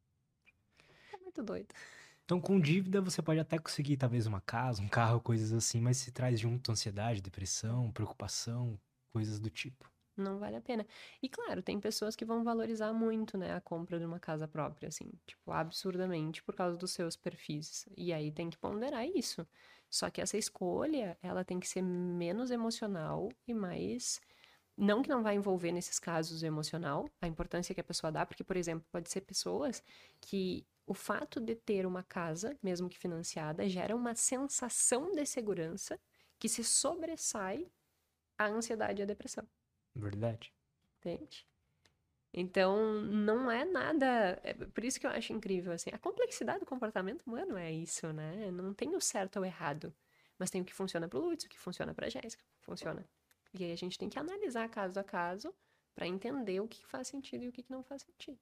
É muito doido. Então, com dívida, você pode até conseguir, talvez, uma casa, um carro, coisas assim, mas se traz junto ansiedade, depressão, preocupação, coisas do tipo. Não vale a pena. E claro, tem pessoas que vão valorizar muito, né, a compra de uma casa própria, assim, tipo, absurdamente por causa dos seus perfis. E aí tem que ponderar isso. Só que essa escolha, ela tem que ser menos emocional e mais Não que não vai envolver nesses casos o emocional, a importância que a pessoa dá, porque, por exemplo, pode ser pessoas que o fato de ter uma casa, mesmo que financiada, gera uma sensação de segurança que se sobressai à ansiedade e à depressão, Verdade. entende? Então, não é nada. É por isso que eu acho incrível, assim. A complexidade do comportamento humano é isso, né? Não tem o certo ou errado. Mas tem o que funciona pro Lutz, o que funciona pra Jéssica, o que funciona. E aí a gente tem que analisar caso a caso pra entender o que faz sentido e o que não faz sentido.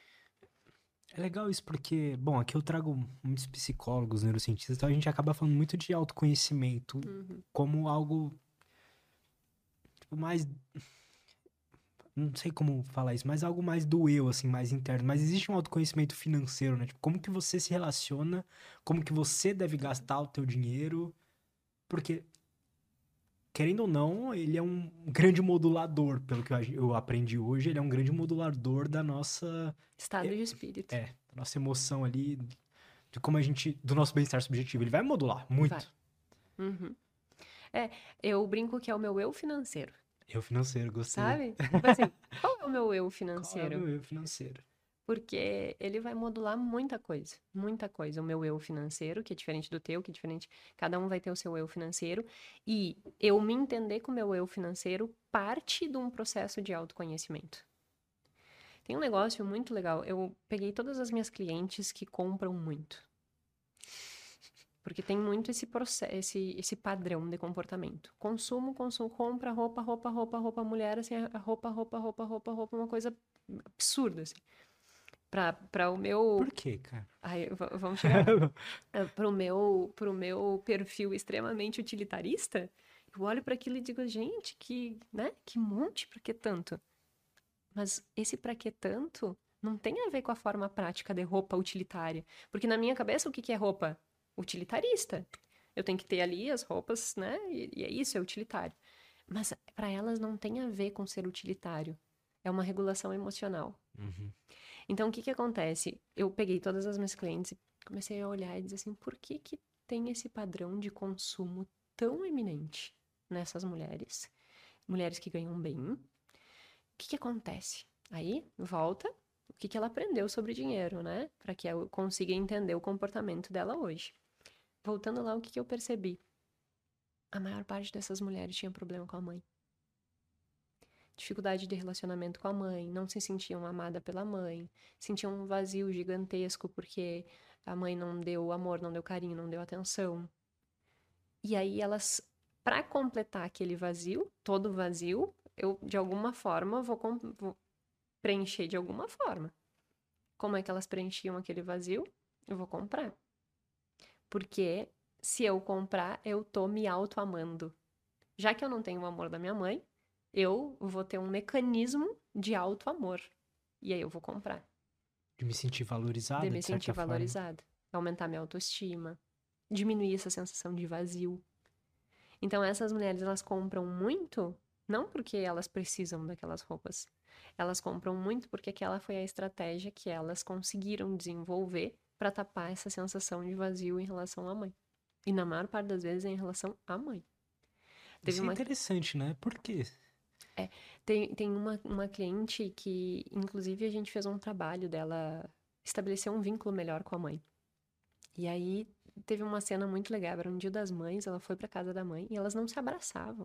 É legal isso porque, bom, aqui eu trago muitos psicólogos, neurocientistas, então a gente acaba falando muito de autoconhecimento Uhum. como algo, tipo, mais, não sei como falar isso, mas algo mais do eu, assim, mais interno. Mas existe um autoconhecimento financeiro, né? Tipo, como que você se relaciona, como que você deve gastar o teu dinheiro, porque, querendo ou não, ele é um grande modulador, pelo que eu aprendi hoje, ele é um grande modulador da nossa, Estado de espírito. da nossa emoção ali, de como a gente, do nosso bem-estar subjetivo. Ele vai modular Vai. muito. Uhum. É, eu brinco que é o meu eu financeiro, Eu financeiro, gostei. sabe? Tipo assim, qual é o meu eu Qual é o financeiro? meu eu financeiro? Porque ele vai modular muita coisa, muita coisa. O meu eu financeiro, que é diferente do teu, que é diferente. Cada um vai ter o seu eu financeiro. E eu me entender com o meu eu financeiro parte de um processo de autoconhecimento. Tem um negócio muito legal. Eu peguei todas as minhas clientes que compram muito. Porque tem muito esse processo, esse padrão de comportamento. Consumo, consumo, compra, roupa, roupa, roupa, roupa, mulher, assim, a roupa, roupa, roupa, roupa, roupa, uma coisa absurda, assim. Para o meu. Por quê, cara? Ai, vamos chegar lá. Pro meu perfil extremamente utilitarista, eu olho para aquilo e digo, gente, né? Que monte, pra que tanto? Mas esse pra que tanto não tem a ver com a forma prática de roupa utilitária. Porque na minha cabeça, o que que é roupa? Utilitarista. Eu tenho que ter ali as roupas, né? E é isso, é utilitário. Mas para elas não tem a ver com ser utilitário. É uma regulação emocional. Uhum. Então, o que que acontece? Eu peguei todas as minhas clientes e comecei a olhar e dizer assim, por que que tem esse padrão de consumo tão eminente nessas mulheres? Mulheres que ganham bem. O que que acontece? Aí, volta, o que que ela aprendeu sobre dinheiro, né? Para que eu consiga entender o comportamento dela hoje. Voltando lá, o que que eu percebi? A maior parte dessas mulheres tinha problema com a mãe. Dificuldade de relacionamento com a mãe, não se sentiam amadas pela mãe, sentiam um vazio gigantesco porque a mãe não deu amor, não deu carinho, não deu atenção. E aí elas, para completar aquele vazio, todo vazio, eu de alguma forma vou preencher de alguma forma. Como é que elas preenchiam aquele vazio? Eu vou comprar. Porque se eu comprar, eu tô me auto-amando. Já que eu não tenho o amor da minha mãe, eu vou ter um mecanismo de auto-amor. E aí eu vou comprar. De me sentir De valorizada, me de sentir certa forma. valorizada. Aumentar minha autoestima. Diminuir essa sensação de vazio. Então essas mulheres, elas compram muito, não porque elas precisam daquelas roupas. Elas compram muito porque aquela foi a estratégia que elas conseguiram desenvolver para tapar essa sensação de vazio em relação à mãe. E na maior parte das vezes é em relação à mãe. Teve Isso é uma interessante, né? Por quê? É, tem uma cliente que, inclusive, a gente fez um trabalho dela estabelecer um vínculo melhor com a mãe. E aí teve uma cena muito legal, era um dia das mães, ela foi pra casa da mãe e elas não se abraçavam.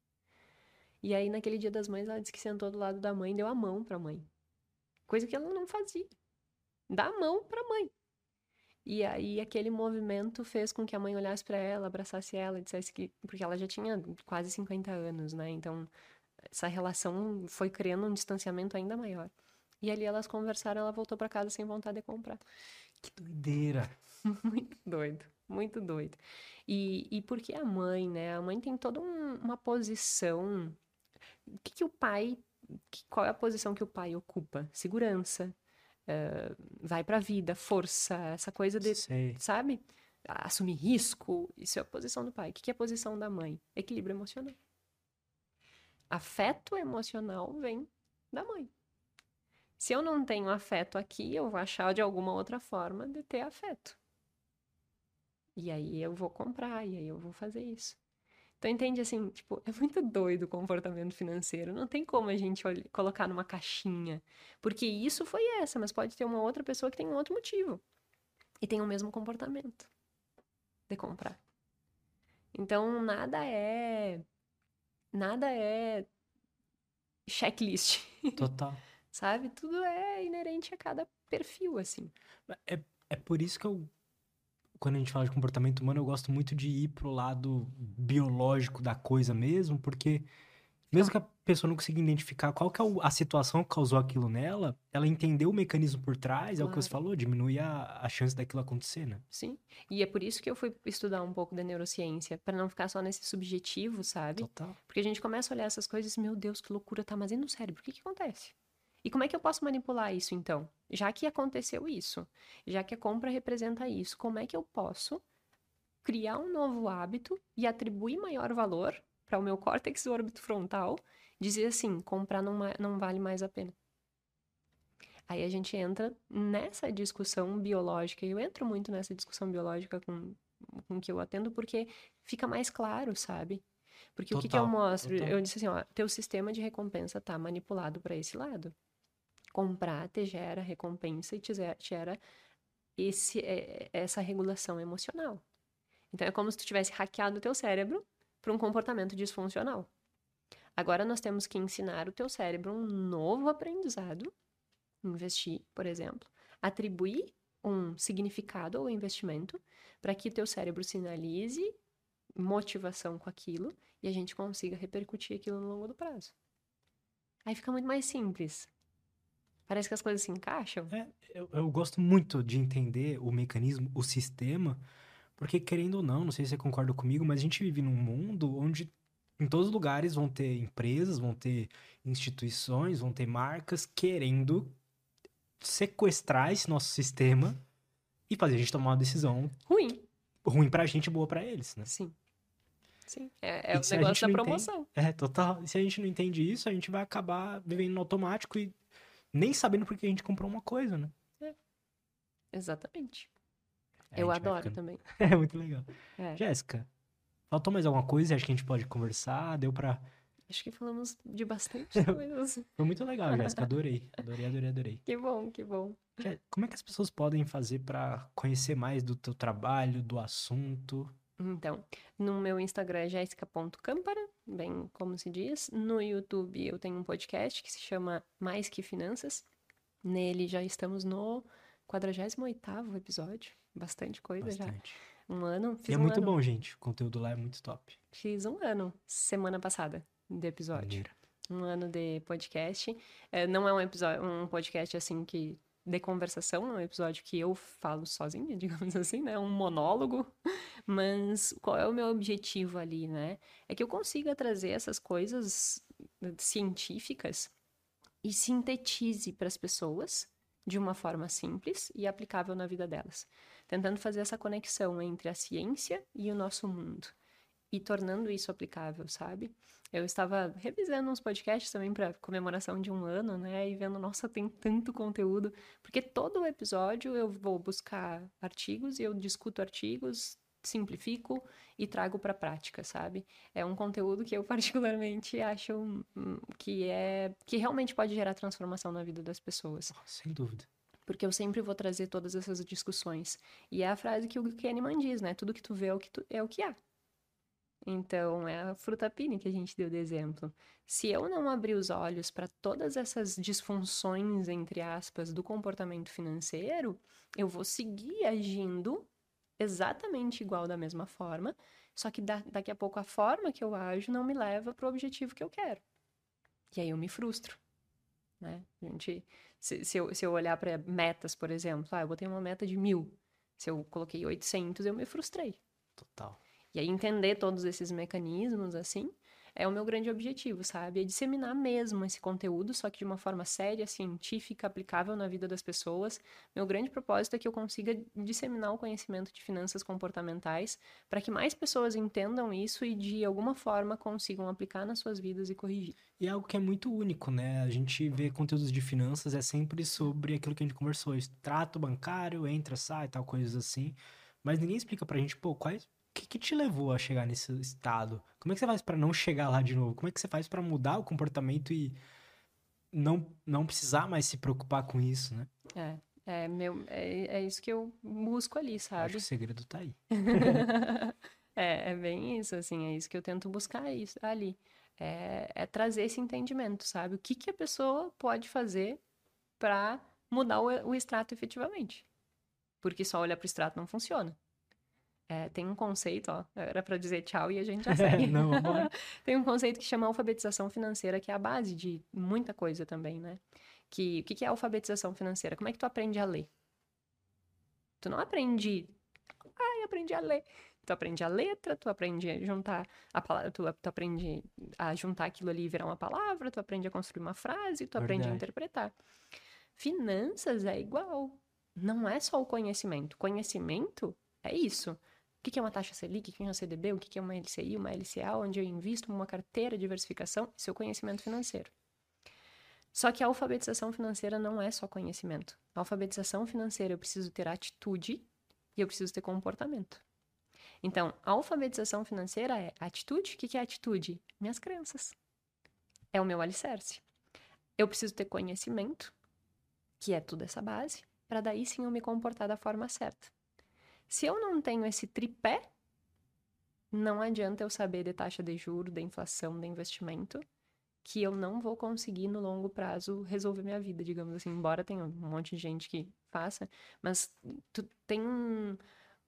E aí, naquele dia das mães, ela disse que sentou do lado da mãe e deu a mão pra mãe. Coisa que ela não fazia. Dar a mão pra mãe. E aí, aquele movimento fez com que a mãe olhasse pra ela, abraçasse ela e dissesse que. Porque ela já tinha quase 50 anos, né? Então, essa relação foi criando um distanciamento ainda maior. E ali elas conversaram, ela voltou pra casa sem vontade de comprar. Que doideira. Muito doido, muito doido. E porque a mãe, né? A mãe tem toda uma posição. O que que o pai. Qual é a posição que o pai ocupa? Segurança, vai pra vida, força, essa coisa de, Sei. sabe? Assumir risco. Isso é a posição do pai. O que que é a posição da mãe? Equilíbrio emocional. Afeto emocional vem da mãe. Se eu não tenho afeto aqui, eu vou achar de alguma outra forma de ter afeto. E aí eu vou comprar, e aí eu vou fazer isso. Então, entende assim, tipo, é muito doido o comportamento financeiro. Não tem como a gente colocar numa caixinha. Porque isso foi essa, mas pode ter uma outra pessoa que tem um outro motivo. E tem o mesmo comportamento de comprar. Então, nada é checklist, Total. sabe? Tudo é inerente a cada perfil, assim. É por isso que quando a gente fala de comportamento humano, eu gosto muito de ir pro lado biológico da coisa mesmo, porque mesmo que a pessoa não consiga identificar qual que é a situação que causou aquilo nela, ela entendeu o mecanismo por trás, é o que você Claro. falou, diminui a chance daquilo acontecer, né? Sim. E é por isso que eu fui estudar um pouco da neurociência, para não ficar só nesse subjetivo, sabe? Total. Porque a gente começa a olhar essas coisas e, meu Deus, que loucura, tá, mas e no cérebro? O que que acontece? E como é que eu posso manipular isso, então? Já que aconteceu isso, já que a compra representa isso, como é que eu posso criar um novo hábito e atribuir maior valor para o meu córtex frontal, dizer assim, comprar não vale mais a pena. Aí a gente entra nessa discussão biológica, e eu entro muito nessa discussão biológica com que eu atendo, porque fica mais claro, sabe? Porque o que que eu Total. mostro? Total. Eu disse assim, ó, teu sistema de recompensa tá manipulado para esse lado. Comprar te gera recompensa e te gera essa regulação emocional. Então é como se tu tivesse hackeado o teu cérebro para um comportamento disfuncional. Agora nós temos que ensinar o teu cérebro um novo aprendizado, investir, por exemplo, atribuir um significado ao investimento para que teu cérebro sinalize motivação com aquilo e a gente consiga repercutir aquilo no longo do prazo. Aí fica muito mais simples. Parece que as coisas se encaixam. Eu gosto muito de entender o mecanismo, o sistema, porque querendo ou não sei se você concorda comigo, mas a gente vive num mundo onde em todos os lugares vão ter empresas, vão ter instituições, vão ter marcas querendo sequestrar esse nosso sistema e fazer a gente tomar uma decisão Ruim. ruim pra gente e boa pra eles, né? Sim. Sim. É E o se a negócio gente da não entende, promoção. total. E se a gente não entende isso, a gente vai acabar vivendo no automático e nem sabendo por que a gente comprou uma coisa, né? É, exatamente. A Eu gente vai adoro ficando. também. É muito legal. É. Jéssica, faltou mais alguma coisa? Acho que a gente pode conversar. Deu pra. Acho que falamos de bastante coisas. Foi muito legal, Jéssica. Adorei. Adorei, adorei, adorei. Que bom, que bom. Como é que as pessoas podem fazer pra conhecer mais do teu trabalho, do assunto? Então, no meu Instagram é jessica.campara, bem como se diz. No YouTube eu tenho um podcast que se chama Mais Que Finanças. Nele já estamos no 48º episódio. Bastante coisa já. Bastante. Um ano. E é muito bom, gente. O conteúdo lá é muito top. Fiz um ano semana passada de episódio. Maneiro. Um ano de podcast. Não é um podcast assim que de conversação, é um episódio que eu falo sozinha, digamos assim, né? Um monólogo. Mas qual é o meu objetivo ali, né? É que eu consiga trazer essas coisas científicas e sintetize para as pessoas de uma forma simples e aplicável na vida delas, tentando fazer essa conexão entre a ciência e o nosso mundo e tornando isso aplicável, sabe? Eu estava revisando uns podcasts também para comemoração de um ano, né? E vendo, nossa, tem tanto conteúdo, porque todo episódio eu vou buscar artigos e eu discuto artigos, simplifico e trago para a prática, sabe? É um conteúdo que eu particularmente acho que realmente pode gerar transformação na vida das pessoas. Sem dúvida. Porque eu sempre vou trazer todas essas discussões. E é a frase que o Kahneman diz, né? Tudo que tu vê é o que há. Então, é a frutapine que a gente deu de exemplo. Se eu não abrir os olhos para todas essas disfunções, entre aspas, do comportamento financeiro, eu vou seguir agindo exatamente igual da mesma forma, só que daqui a pouco a forma que eu ajo não me leva para o objetivo que eu quero. E aí eu me frustro, né? Se eu olhar para metas, por exemplo, eu botei uma meta de 1.000. Se eu coloquei 800, eu me frustrei. Total. E aí entender todos esses mecanismos, assim, é o meu grande objetivo, sabe? É disseminar mesmo esse conteúdo, só que de uma forma séria, científica, aplicável na vida das pessoas. Meu grande propósito é que eu consiga disseminar o conhecimento de finanças comportamentais para que mais pessoas entendam isso e, de alguma forma, consigam aplicar nas suas vidas e corrigir. E é algo que é muito único, né? A gente vê conteúdos de finanças, é sempre sobre aquilo que a gente conversou. Extrato bancário, entra, sai, tal, coisas assim. Mas ninguém explica pra gente, pô, que te levou a chegar nesse estado? Como é que você faz pra não chegar lá de novo? Como é que você faz pra mudar o comportamento e não precisar mais se preocupar com isso, né? É isso que eu busco ali, Eu acho que sabe? o segredo tá aí. É bem isso, assim, é isso que eu tento buscar isso, ali. É trazer esse entendimento, sabe? O que que a pessoa pode fazer para mudar o extrato efetivamente. Porque só olhar para o extrato não funciona. Tem um conceito, ó, era para dizer tchau e a gente já segue. Não, vambora. Tem um conceito que chama alfabetização financeira, que é a base de muita coisa também, né? O que que é alfabetização financeira? Como é que tu aprende a ler? Tu não aprende, aprendi a ler. Tu aprende a letra, tu aprende a juntar a palavra, tu aprende a juntar aquilo ali e virar uma palavra, tu aprende a construir uma frase, tu aprende a Verdade. interpretar. Finanças é igual. Não é só o conhecimento. Conhecimento é isso. O que é uma taxa Selic? O que é uma CDB? O que é uma LCI, uma LCA? Onde eu invisto uma carteira de diversificação? Isso é o conhecimento financeiro. Só que a alfabetização financeira não é só conhecimento. A alfabetização financeira eu preciso ter atitude e eu preciso ter comportamento. Então, a alfabetização financeira é atitude. O que é atitude? Minhas crenças. É o meu alicerce. Eu preciso ter conhecimento, que é tudo essa base, para daí sim eu me comportar da forma certa. Se eu não tenho esse tripé, não adianta eu saber de taxa de juros, de inflação, de investimento, que eu não vou conseguir no longo prazo resolver minha vida, digamos assim, embora tenha um monte de gente que faça, mas tu tem um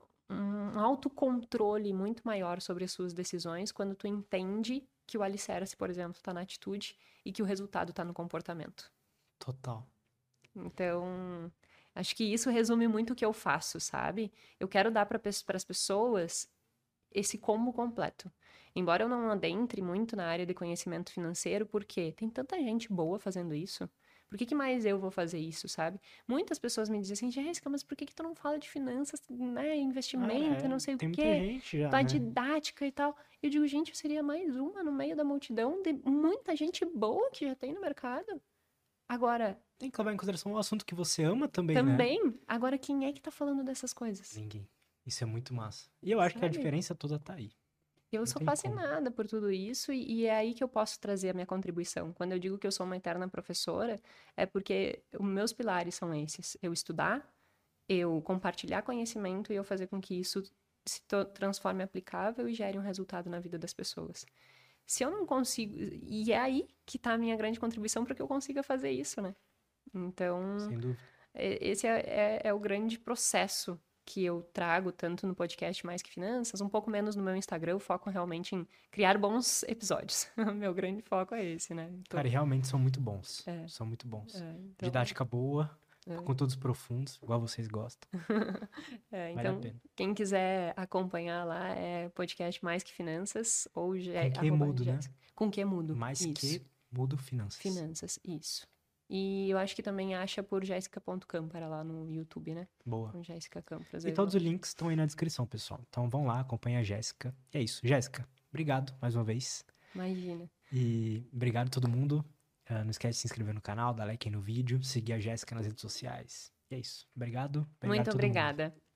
autocontrole muito maior sobre as suas decisões quando tu entende que o alicerce, por exemplo, está na atitude e que o resultado está no comportamento. Total. Então, acho que isso resume muito o que eu faço, sabe? Eu quero dar para as pessoas esse combo completo. Embora eu não adentre muito na área de conhecimento financeiro, porque tem tanta gente boa fazendo isso. Por que mais eu vou fazer isso, sabe? Muitas pessoas me dizem assim, Jéssica, mas por que tu não fala de finanças, né? Investimento, não sei o Tem muita quê, gente já, tua né? didática e tal. Eu digo, gente, eu seria mais uma no meio da multidão de muita gente boa que já tem no mercado. Agora, Tem que levar em consideração o assunto que você ama também, né? também, agora quem é que tá falando dessas coisas? Ninguém. Isso é muito massa. E eu acho que a Sabe? diferença toda tá aí. Eu Não sou tem como. fascinada por tudo isso e é aí que eu posso trazer a minha contribuição. Quando eu digo que eu sou uma eterna professora, é porque os meus pilares são esses: eu estudar, eu compartilhar conhecimento e eu fazer com que isso se transforme aplicável e gere um resultado na vida das pessoas. Se eu não consigo, e é aí que tá a minha grande contribuição para que eu consiga fazer isso, né? Então, Sem dúvida. esse é o grande processo que eu trago, tanto no podcast Mais Que Finanças, um pouco menos no meu Instagram, eu foco realmente em criar bons episódios. Meu grande foco é esse, né? Cara, e realmente são muito bons. É. São muito bons. Então, Didática boa, conteúdos profundos, igual vocês gostam. Vale a então, pena. quem quiser acompanhar lá é podcast Mais Que Finanças ou Com que mudo, né? Com que mudo. Mais Isso. que mudo finanças. Finanças, isso. E eu acho que também acha por jessica.campara lá no YouTube, né? Boa. Com Jéssica Campos. E todos os links estão aí na descrição, pessoal. Então vão lá, acompanha a Jéssica. E é isso. Jéssica, obrigado mais uma vez. Imagina. E obrigado a todo mundo. Não esquece de se inscrever no canal, dar like aí no vídeo, seguir a Jéssica nas redes sociais. E é isso. Obrigado. Muito a todo mundo. obrigada.